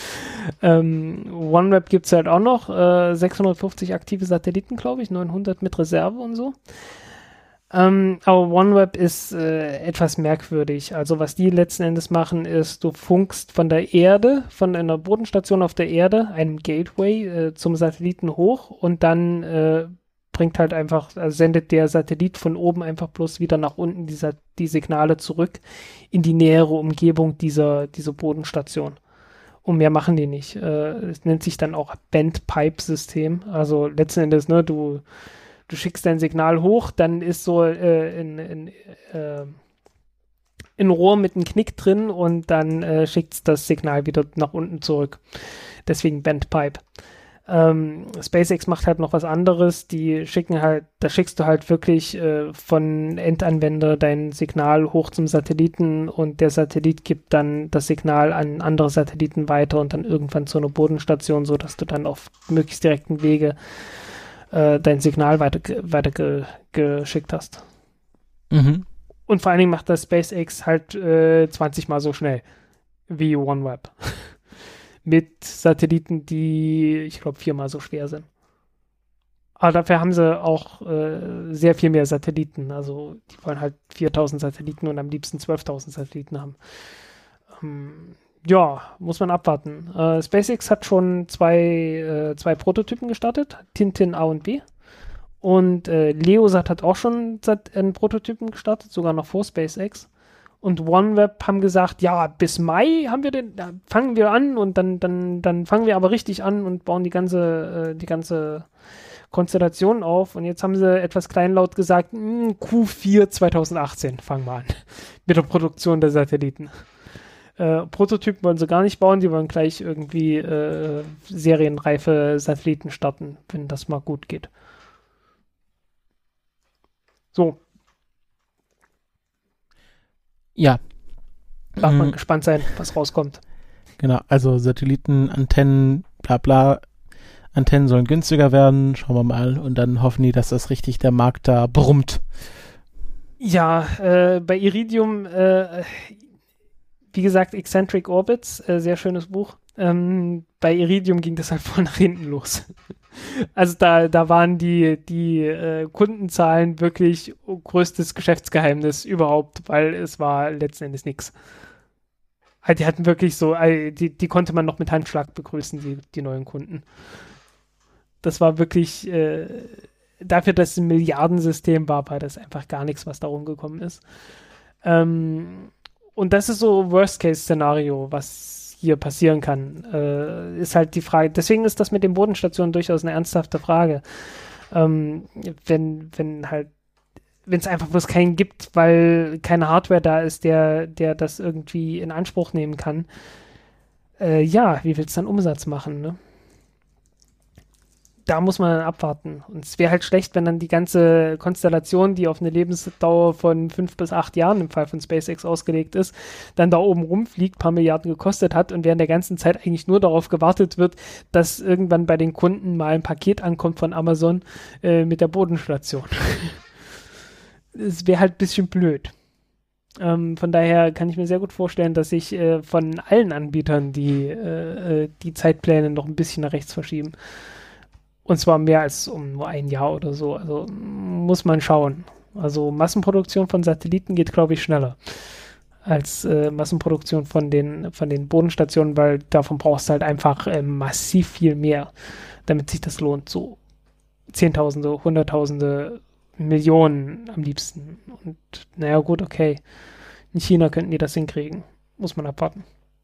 OneWeb gibt es halt auch noch, 650 aktive Satelliten, glaube ich, 900 mit Reserve und so. Aber OneWeb ist etwas merkwürdig. Also was die letzten Endes machen, ist, du funkst von der Erde, von einer Bodenstation auf der Erde, einem Gateway zum Satelliten hoch und dann sendet der Satellit von oben einfach bloß wieder nach unten die Signale zurück in die nähere Umgebung dieser Bodenstation. Und mehr machen die nicht. Es nennt sich dann auch Bent-Pipe-System. Also letzten Endes, ne, du schickst dein Signal hoch, dann ist so ein Rohr mit einem Knick drin und dann schickt es das Signal wieder nach unten zurück. Deswegen Bent-Pipe. SpaceX macht halt noch was anderes, da schickst du halt wirklich von Endanwender dein Signal hoch zum Satelliten und der Satellit gibt dann das Signal an andere Satelliten weiter und dann irgendwann zu einer Bodenstation, sodass du dann auf möglichst direkten Wege dein Signal weitergeschickt hast. Mhm. Und vor allen Dingen macht das SpaceX halt 20 Mal so schnell wie OneWeb. Mit Satelliten, die, ich glaube, 4-mal so schwer sind. Aber dafür haben sie auch sehr viel mehr Satelliten. Also die wollen halt 4.000 Satelliten und am liebsten 12.000 Satelliten haben. Muss man abwarten. SpaceX hat schon zwei Prototypen gestartet. Tintin A und B. Und Leosat hat auch schon einen Prototypen gestartet, sogar noch vor SpaceX. Und OneWeb haben gesagt, ja, bis Mai fangen wir an und dann fangen wir aber richtig an und bauen die ganze Konstellation auf. Und jetzt haben sie etwas kleinlaut gesagt, Q4 2018 fangen wir an mit der Produktion der Satelliten. Prototypen wollen sie gar nicht bauen, die wollen gleich irgendwie serienreife Satelliten starten, wenn das mal gut geht. So. Ja. Darf man gespannt sein, was rauskommt. Genau, also Satelliten, Antennen, bla bla. Antennen sollen günstiger werden, schauen wir mal. Und dann hoffen die, dass das richtig der Markt da brummt. Ja, bei Iridium, wie gesagt, Eccentric Orbits, sehr schönes Buch. Bei Iridium ging das halt voll nach hinten los. Also da waren die Kundenzahlen wirklich größtes Geschäftsgeheimnis überhaupt, weil es war letzten Endes nichts. Halt, die hatten wirklich so, die konnte man noch mit Handschlag begrüßen, die neuen Kunden. Das war wirklich, dafür, dass es ein Milliardensystem war das einfach gar nichts, was da rumgekommen ist. Und das ist so Worst-Case-Szenario, was hier passieren kann, ist halt die Frage. Deswegen ist das mit den Bodenstationen durchaus eine ernsthafte Frage. Wenn es einfach bloß keinen gibt, weil keine Hardware da ist, der das irgendwie in Anspruch nehmen kann, wie willst du dann Umsatz machen, ne? Da muss man dann abwarten. Und es wäre halt schlecht, wenn dann die ganze Konstellation, die auf eine Lebensdauer von 5 bis 8 Jahren im Fall von SpaceX ausgelegt ist, dann da oben rumfliegt, paar Milliarden gekostet hat und während der ganzen Zeit eigentlich nur darauf gewartet wird, dass irgendwann bei den Kunden mal ein Paket ankommt von Amazon mit der Bodenstation. Es wäre halt ein bisschen blöd. Von daher kann ich mir sehr gut vorstellen, dass sich von allen Anbietern die Zeitpläne noch ein bisschen nach rechts verschieben. Und zwar mehr als um nur ein Jahr oder so. Also muss man schauen. Also Massenproduktion von Satelliten geht, glaube ich, schneller als Massenproduktion von den Bodenstationen, weil davon brauchst du halt einfach massiv viel mehr, damit sich das lohnt. So Zehntausende, Hunderttausende, Millionen am liebsten. Und naja, gut, okay. In China könnten die das hinkriegen. Muss man abwarten.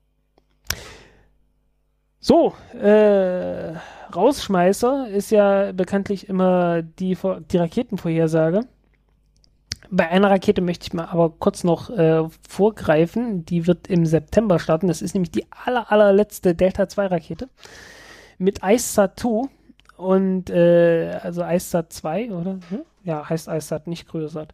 So, Rausschmeißer ist ja bekanntlich immer die Raketenvorhersage. Bei einer Rakete möchte ich mal aber kurz noch vorgreifen. Die wird im September starten. Das ist nämlich die allerletzte Delta-2-Rakete mit IceSat 2 und also IceSat 2, oder? Ja, heißt IceSat, nicht CryoSat.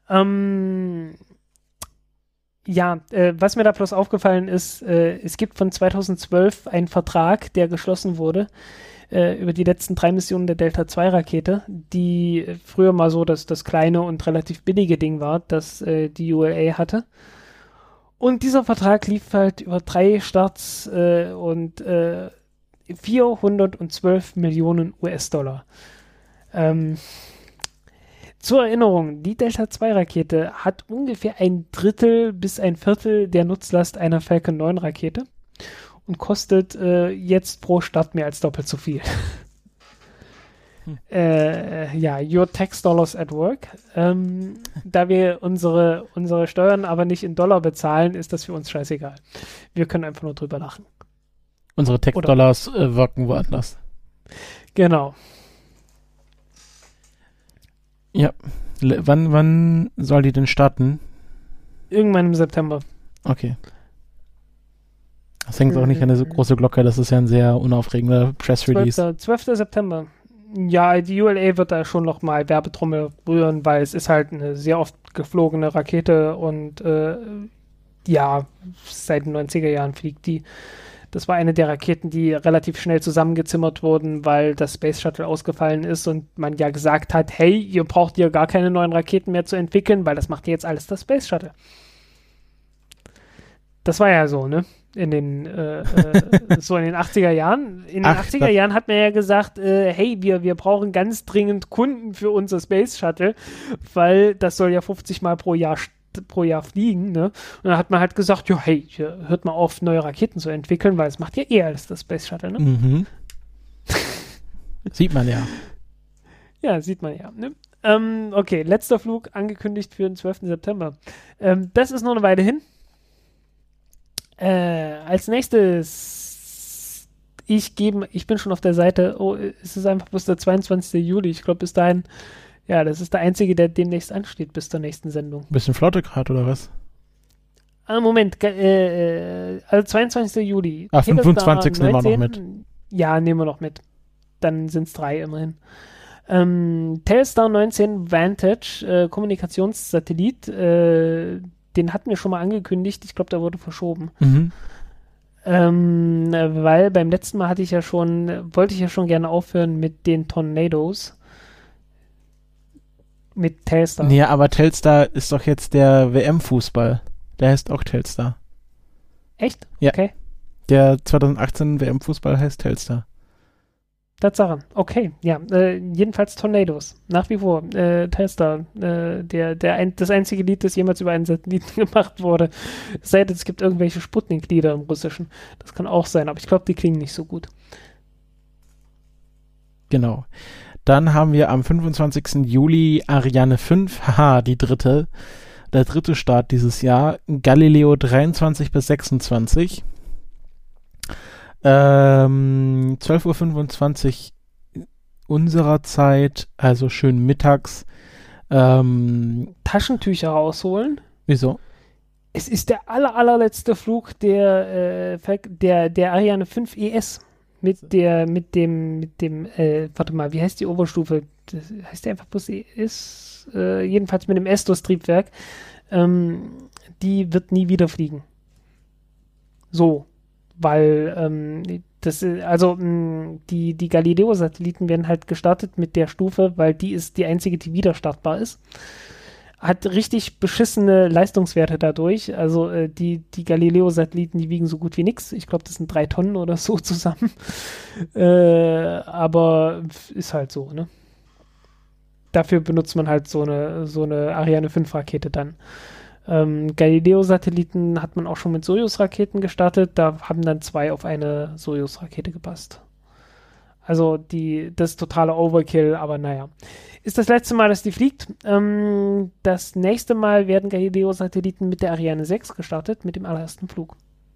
Was mir da bloß aufgefallen ist, es gibt von 2012 einen Vertrag, der geschlossen wurde über die letzten 3 Missionen der Delta-2-Rakete, die früher mal so das kleine und relativ billige Ding war, das die ULA hatte. Und dieser Vertrag lief halt über 3 Starts und 412 Millionen US-Dollar. Zur Erinnerung, die Delta-2-Rakete hat ungefähr 1/3 bis 1/4 der Nutzlast einer Falcon 9-Rakete und kostet jetzt pro Start mehr als doppelt so viel. Your tax dollars at work. Da wir unsere Steuern aber nicht in Dollar bezahlen, ist das für uns scheißegal. Wir können einfach nur drüber lachen. Unsere Tax-Dollars wirken woanders. Genau. Ja. Wann soll die denn starten? Irgendwann im September. Okay. Das hängt auch nicht an der große Glocke, das ist ja ein sehr unaufregender Press-Release. 12. September. Ja, die ULA wird da schon noch mal Werbetrommel rühren, weil es ist halt eine sehr oft geflogene Rakete und seit den 90er Jahren fliegt die. Das war eine der Raketen, die relativ schnell zusammengezimmert wurden, weil das Space Shuttle ausgefallen ist und man ja gesagt hat, hey, ihr braucht ja gar keine neuen Raketen mehr zu entwickeln, weil das macht ja jetzt alles das Space Shuttle. Das war ja so, ne? In den 80er Jahren. In den 80er Jahren hat man ja gesagt, hey, wir brauchen ganz dringend Kunden für unser Space Shuttle, weil das soll ja 50 Mal pro Jahr fliegen, ne? Und dann hat man halt gesagt, ja, hey, hört mal auf, neue Raketen zu entwickeln, weil es macht ja alles das Space Shuttle, ne? Mhm. Sieht man ja. Ja, sieht man ja, ne? Okay, letzter Flug angekündigt für den 12. September. Das ist noch eine Weile hin. Als nächstes, ich bin schon auf der Seite, es ist einfach bis der 22. Juli. Ich glaube, bis dahin, ja, das ist der einzige, der demnächst ansteht, bis zur nächsten Sendung. Bisschen Flotte gerade, oder was? Moment, also 22. Juli. 25. nehmen wir noch mit. Ja, nehmen wir noch mit. Dann sind es 3 immerhin. Telstar 19 Vantage, Kommunikationssatellit, den hatten wir schon mal angekündigt. Ich glaube, der wurde verschoben. Mhm. Weil beim letzten Mal wollte ich ja schon gerne aufhören mit den Tornadoes. Mit Telstar. Nee, aber Telstar ist doch jetzt der WM-Fußball. Der heißt auch Telstar. Echt? Ja. Okay. Der 2018 WM-Fußball heißt Telstar. Tatsache. Okay, ja. Jedenfalls Tornadoes. Nach wie vor. Telstar. Das einzige Lied, das jemals über einen Satelliten gemacht wurde. Es sei denn, es gibt irgendwelche Sputnik-Lieder im Russischen. Das kann auch sein, aber ich glaube, die klingen nicht so gut. Genau. Dann haben wir am 25. Juli Ariane 5. Haha, der dritte Start dieses Jahr. Galileo 23 bis 26. 12.25 Uhr unserer Zeit, also schön mittags. Taschentücher rausholen. Wieso? Es ist der allerletzte Flug der Ariane 5 ES mit dem, warte mal, wie heißt die Oberstufe? Das heißt der einfach bloß ES? Jedenfalls mit dem Estos-Triebwerk. Die wird nie wieder fliegen. So. Weil die Galileo-Satelliten werden halt gestartet mit der Stufe, weil die ist die einzige, die wieder startbar ist. Hat richtig beschissene Leistungswerte dadurch. Also die Galileo-Satelliten, die wiegen so gut wie nichts. Ich glaube, das sind 3 Tonnen oder so zusammen. Aber ist halt so, ne? Dafür benutzt man halt so eine Ariane 5 Rakete dann. Galileo-Satelliten hat man auch schon mit Soyuz-Raketen gestartet. Da haben dann 2 auf eine Soyuz-Rakete gepasst. Also das ist totaler Overkill, aber naja. Ist das letzte Mal, dass die fliegt. Das nächste Mal werden Galileo-Satelliten mit der Ariane 6 gestartet, mit dem allerersten Flug.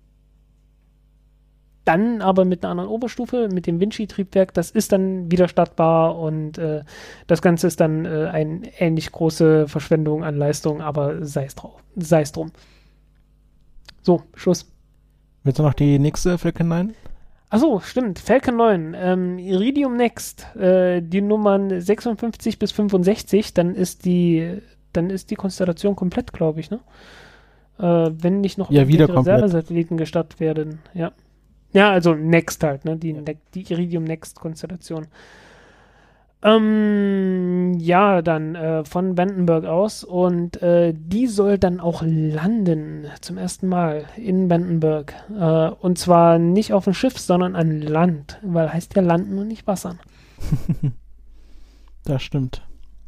Dann aber mit einer anderen Oberstufe, mit dem Vinci-Triebwerk. Das ist dann wieder startbar und das Ganze ist dann eine ähnlich große Verschwendung an Leistung, aber sei es drum. So, Schluss. Willst du noch die nächste Falcon 9? Achso, stimmt. Falcon 9. Iridium Next. Die Nummern 56 bis 65. Dann ist die Konstellation komplett, glaube ich, ne? Wenn nicht noch Reservesatelliten gestartet werden. Ja. Ja, also Next halt, ne? Die Iridium Next-Konstellation. Ja, dann von Vandenberg aus und die soll dann auch landen, zum ersten Mal in Vandenberg. Und zwar nicht auf dem Schiff, sondern an Land, weil heißt ja landen und nicht wassern. Das stimmt.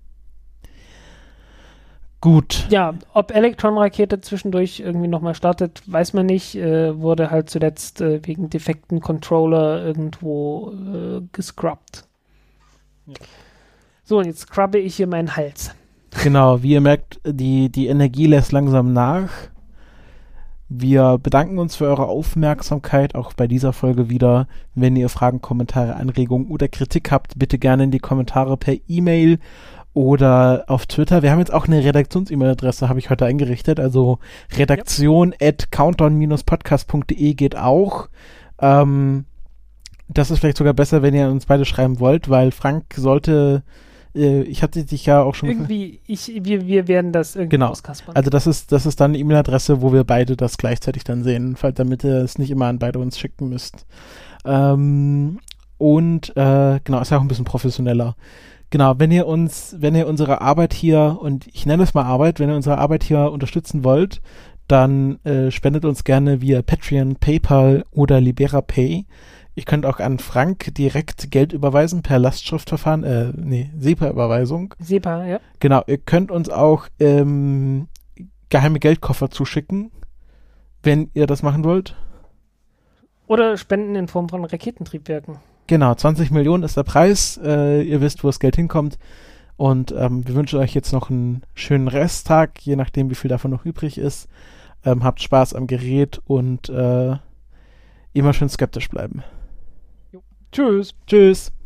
Gut. Ja, ob Electron-Rakete zwischendurch irgendwie nochmal startet, weiß man nicht. Wurde halt zuletzt wegen defekten Controller irgendwo gescrubbt. Ja. So, und jetzt scrubbe ich hier meinen Hals. Genau, wie ihr merkt, die Energie lässt langsam nach. Wir bedanken uns für eure Aufmerksamkeit, auch bei dieser Folge wieder. Wenn ihr Fragen, Kommentare, Anregungen oder Kritik habt, bitte gerne in die Kommentare per E-Mail oder auf Twitter. Wir haben jetzt auch eine Redaktions-E-Mail-Adresse, habe ich heute eingerichtet. Also redaktion@countdown-podcast.de geht auch. Das ist vielleicht sogar besser, wenn ihr uns beide schreiben wollt, weil Frank sollte, ich hatte dich ja auch schon... Irgendwie, wir werden das irgendwie auskaspern. Also das ist dann eine E-Mail-Adresse, wo wir beide das gleichzeitig dann sehen, damit ihr es nicht immer an beide uns schicken müsst. Genau, ist ja auch ein bisschen professioneller. Genau, wenn ihr unsere Arbeit hier, und ich nenne es mal Arbeit, wenn ihr unsere Arbeit hier unterstützen wollt, dann spendet uns gerne via Patreon, PayPal oder LiberaPay. Ihr könnt auch an Frank direkt Geld überweisen per Lastschriftverfahren, SEPA-Überweisung. SEPA, ja. Genau, ihr könnt uns auch geheime Geldkoffer zuschicken, wenn ihr das machen wollt. Oder Spenden in Form von Raketentriebwerken. Genau, 20 Millionen ist der Preis. Ihr wisst, wo das Geld hinkommt. Und wir wünschen euch jetzt noch einen schönen Resttag, je nachdem, wie viel davon noch übrig ist. Habt Spaß am Gerät und immer schön skeptisch bleiben. Jo. Tschüss. Tschüss.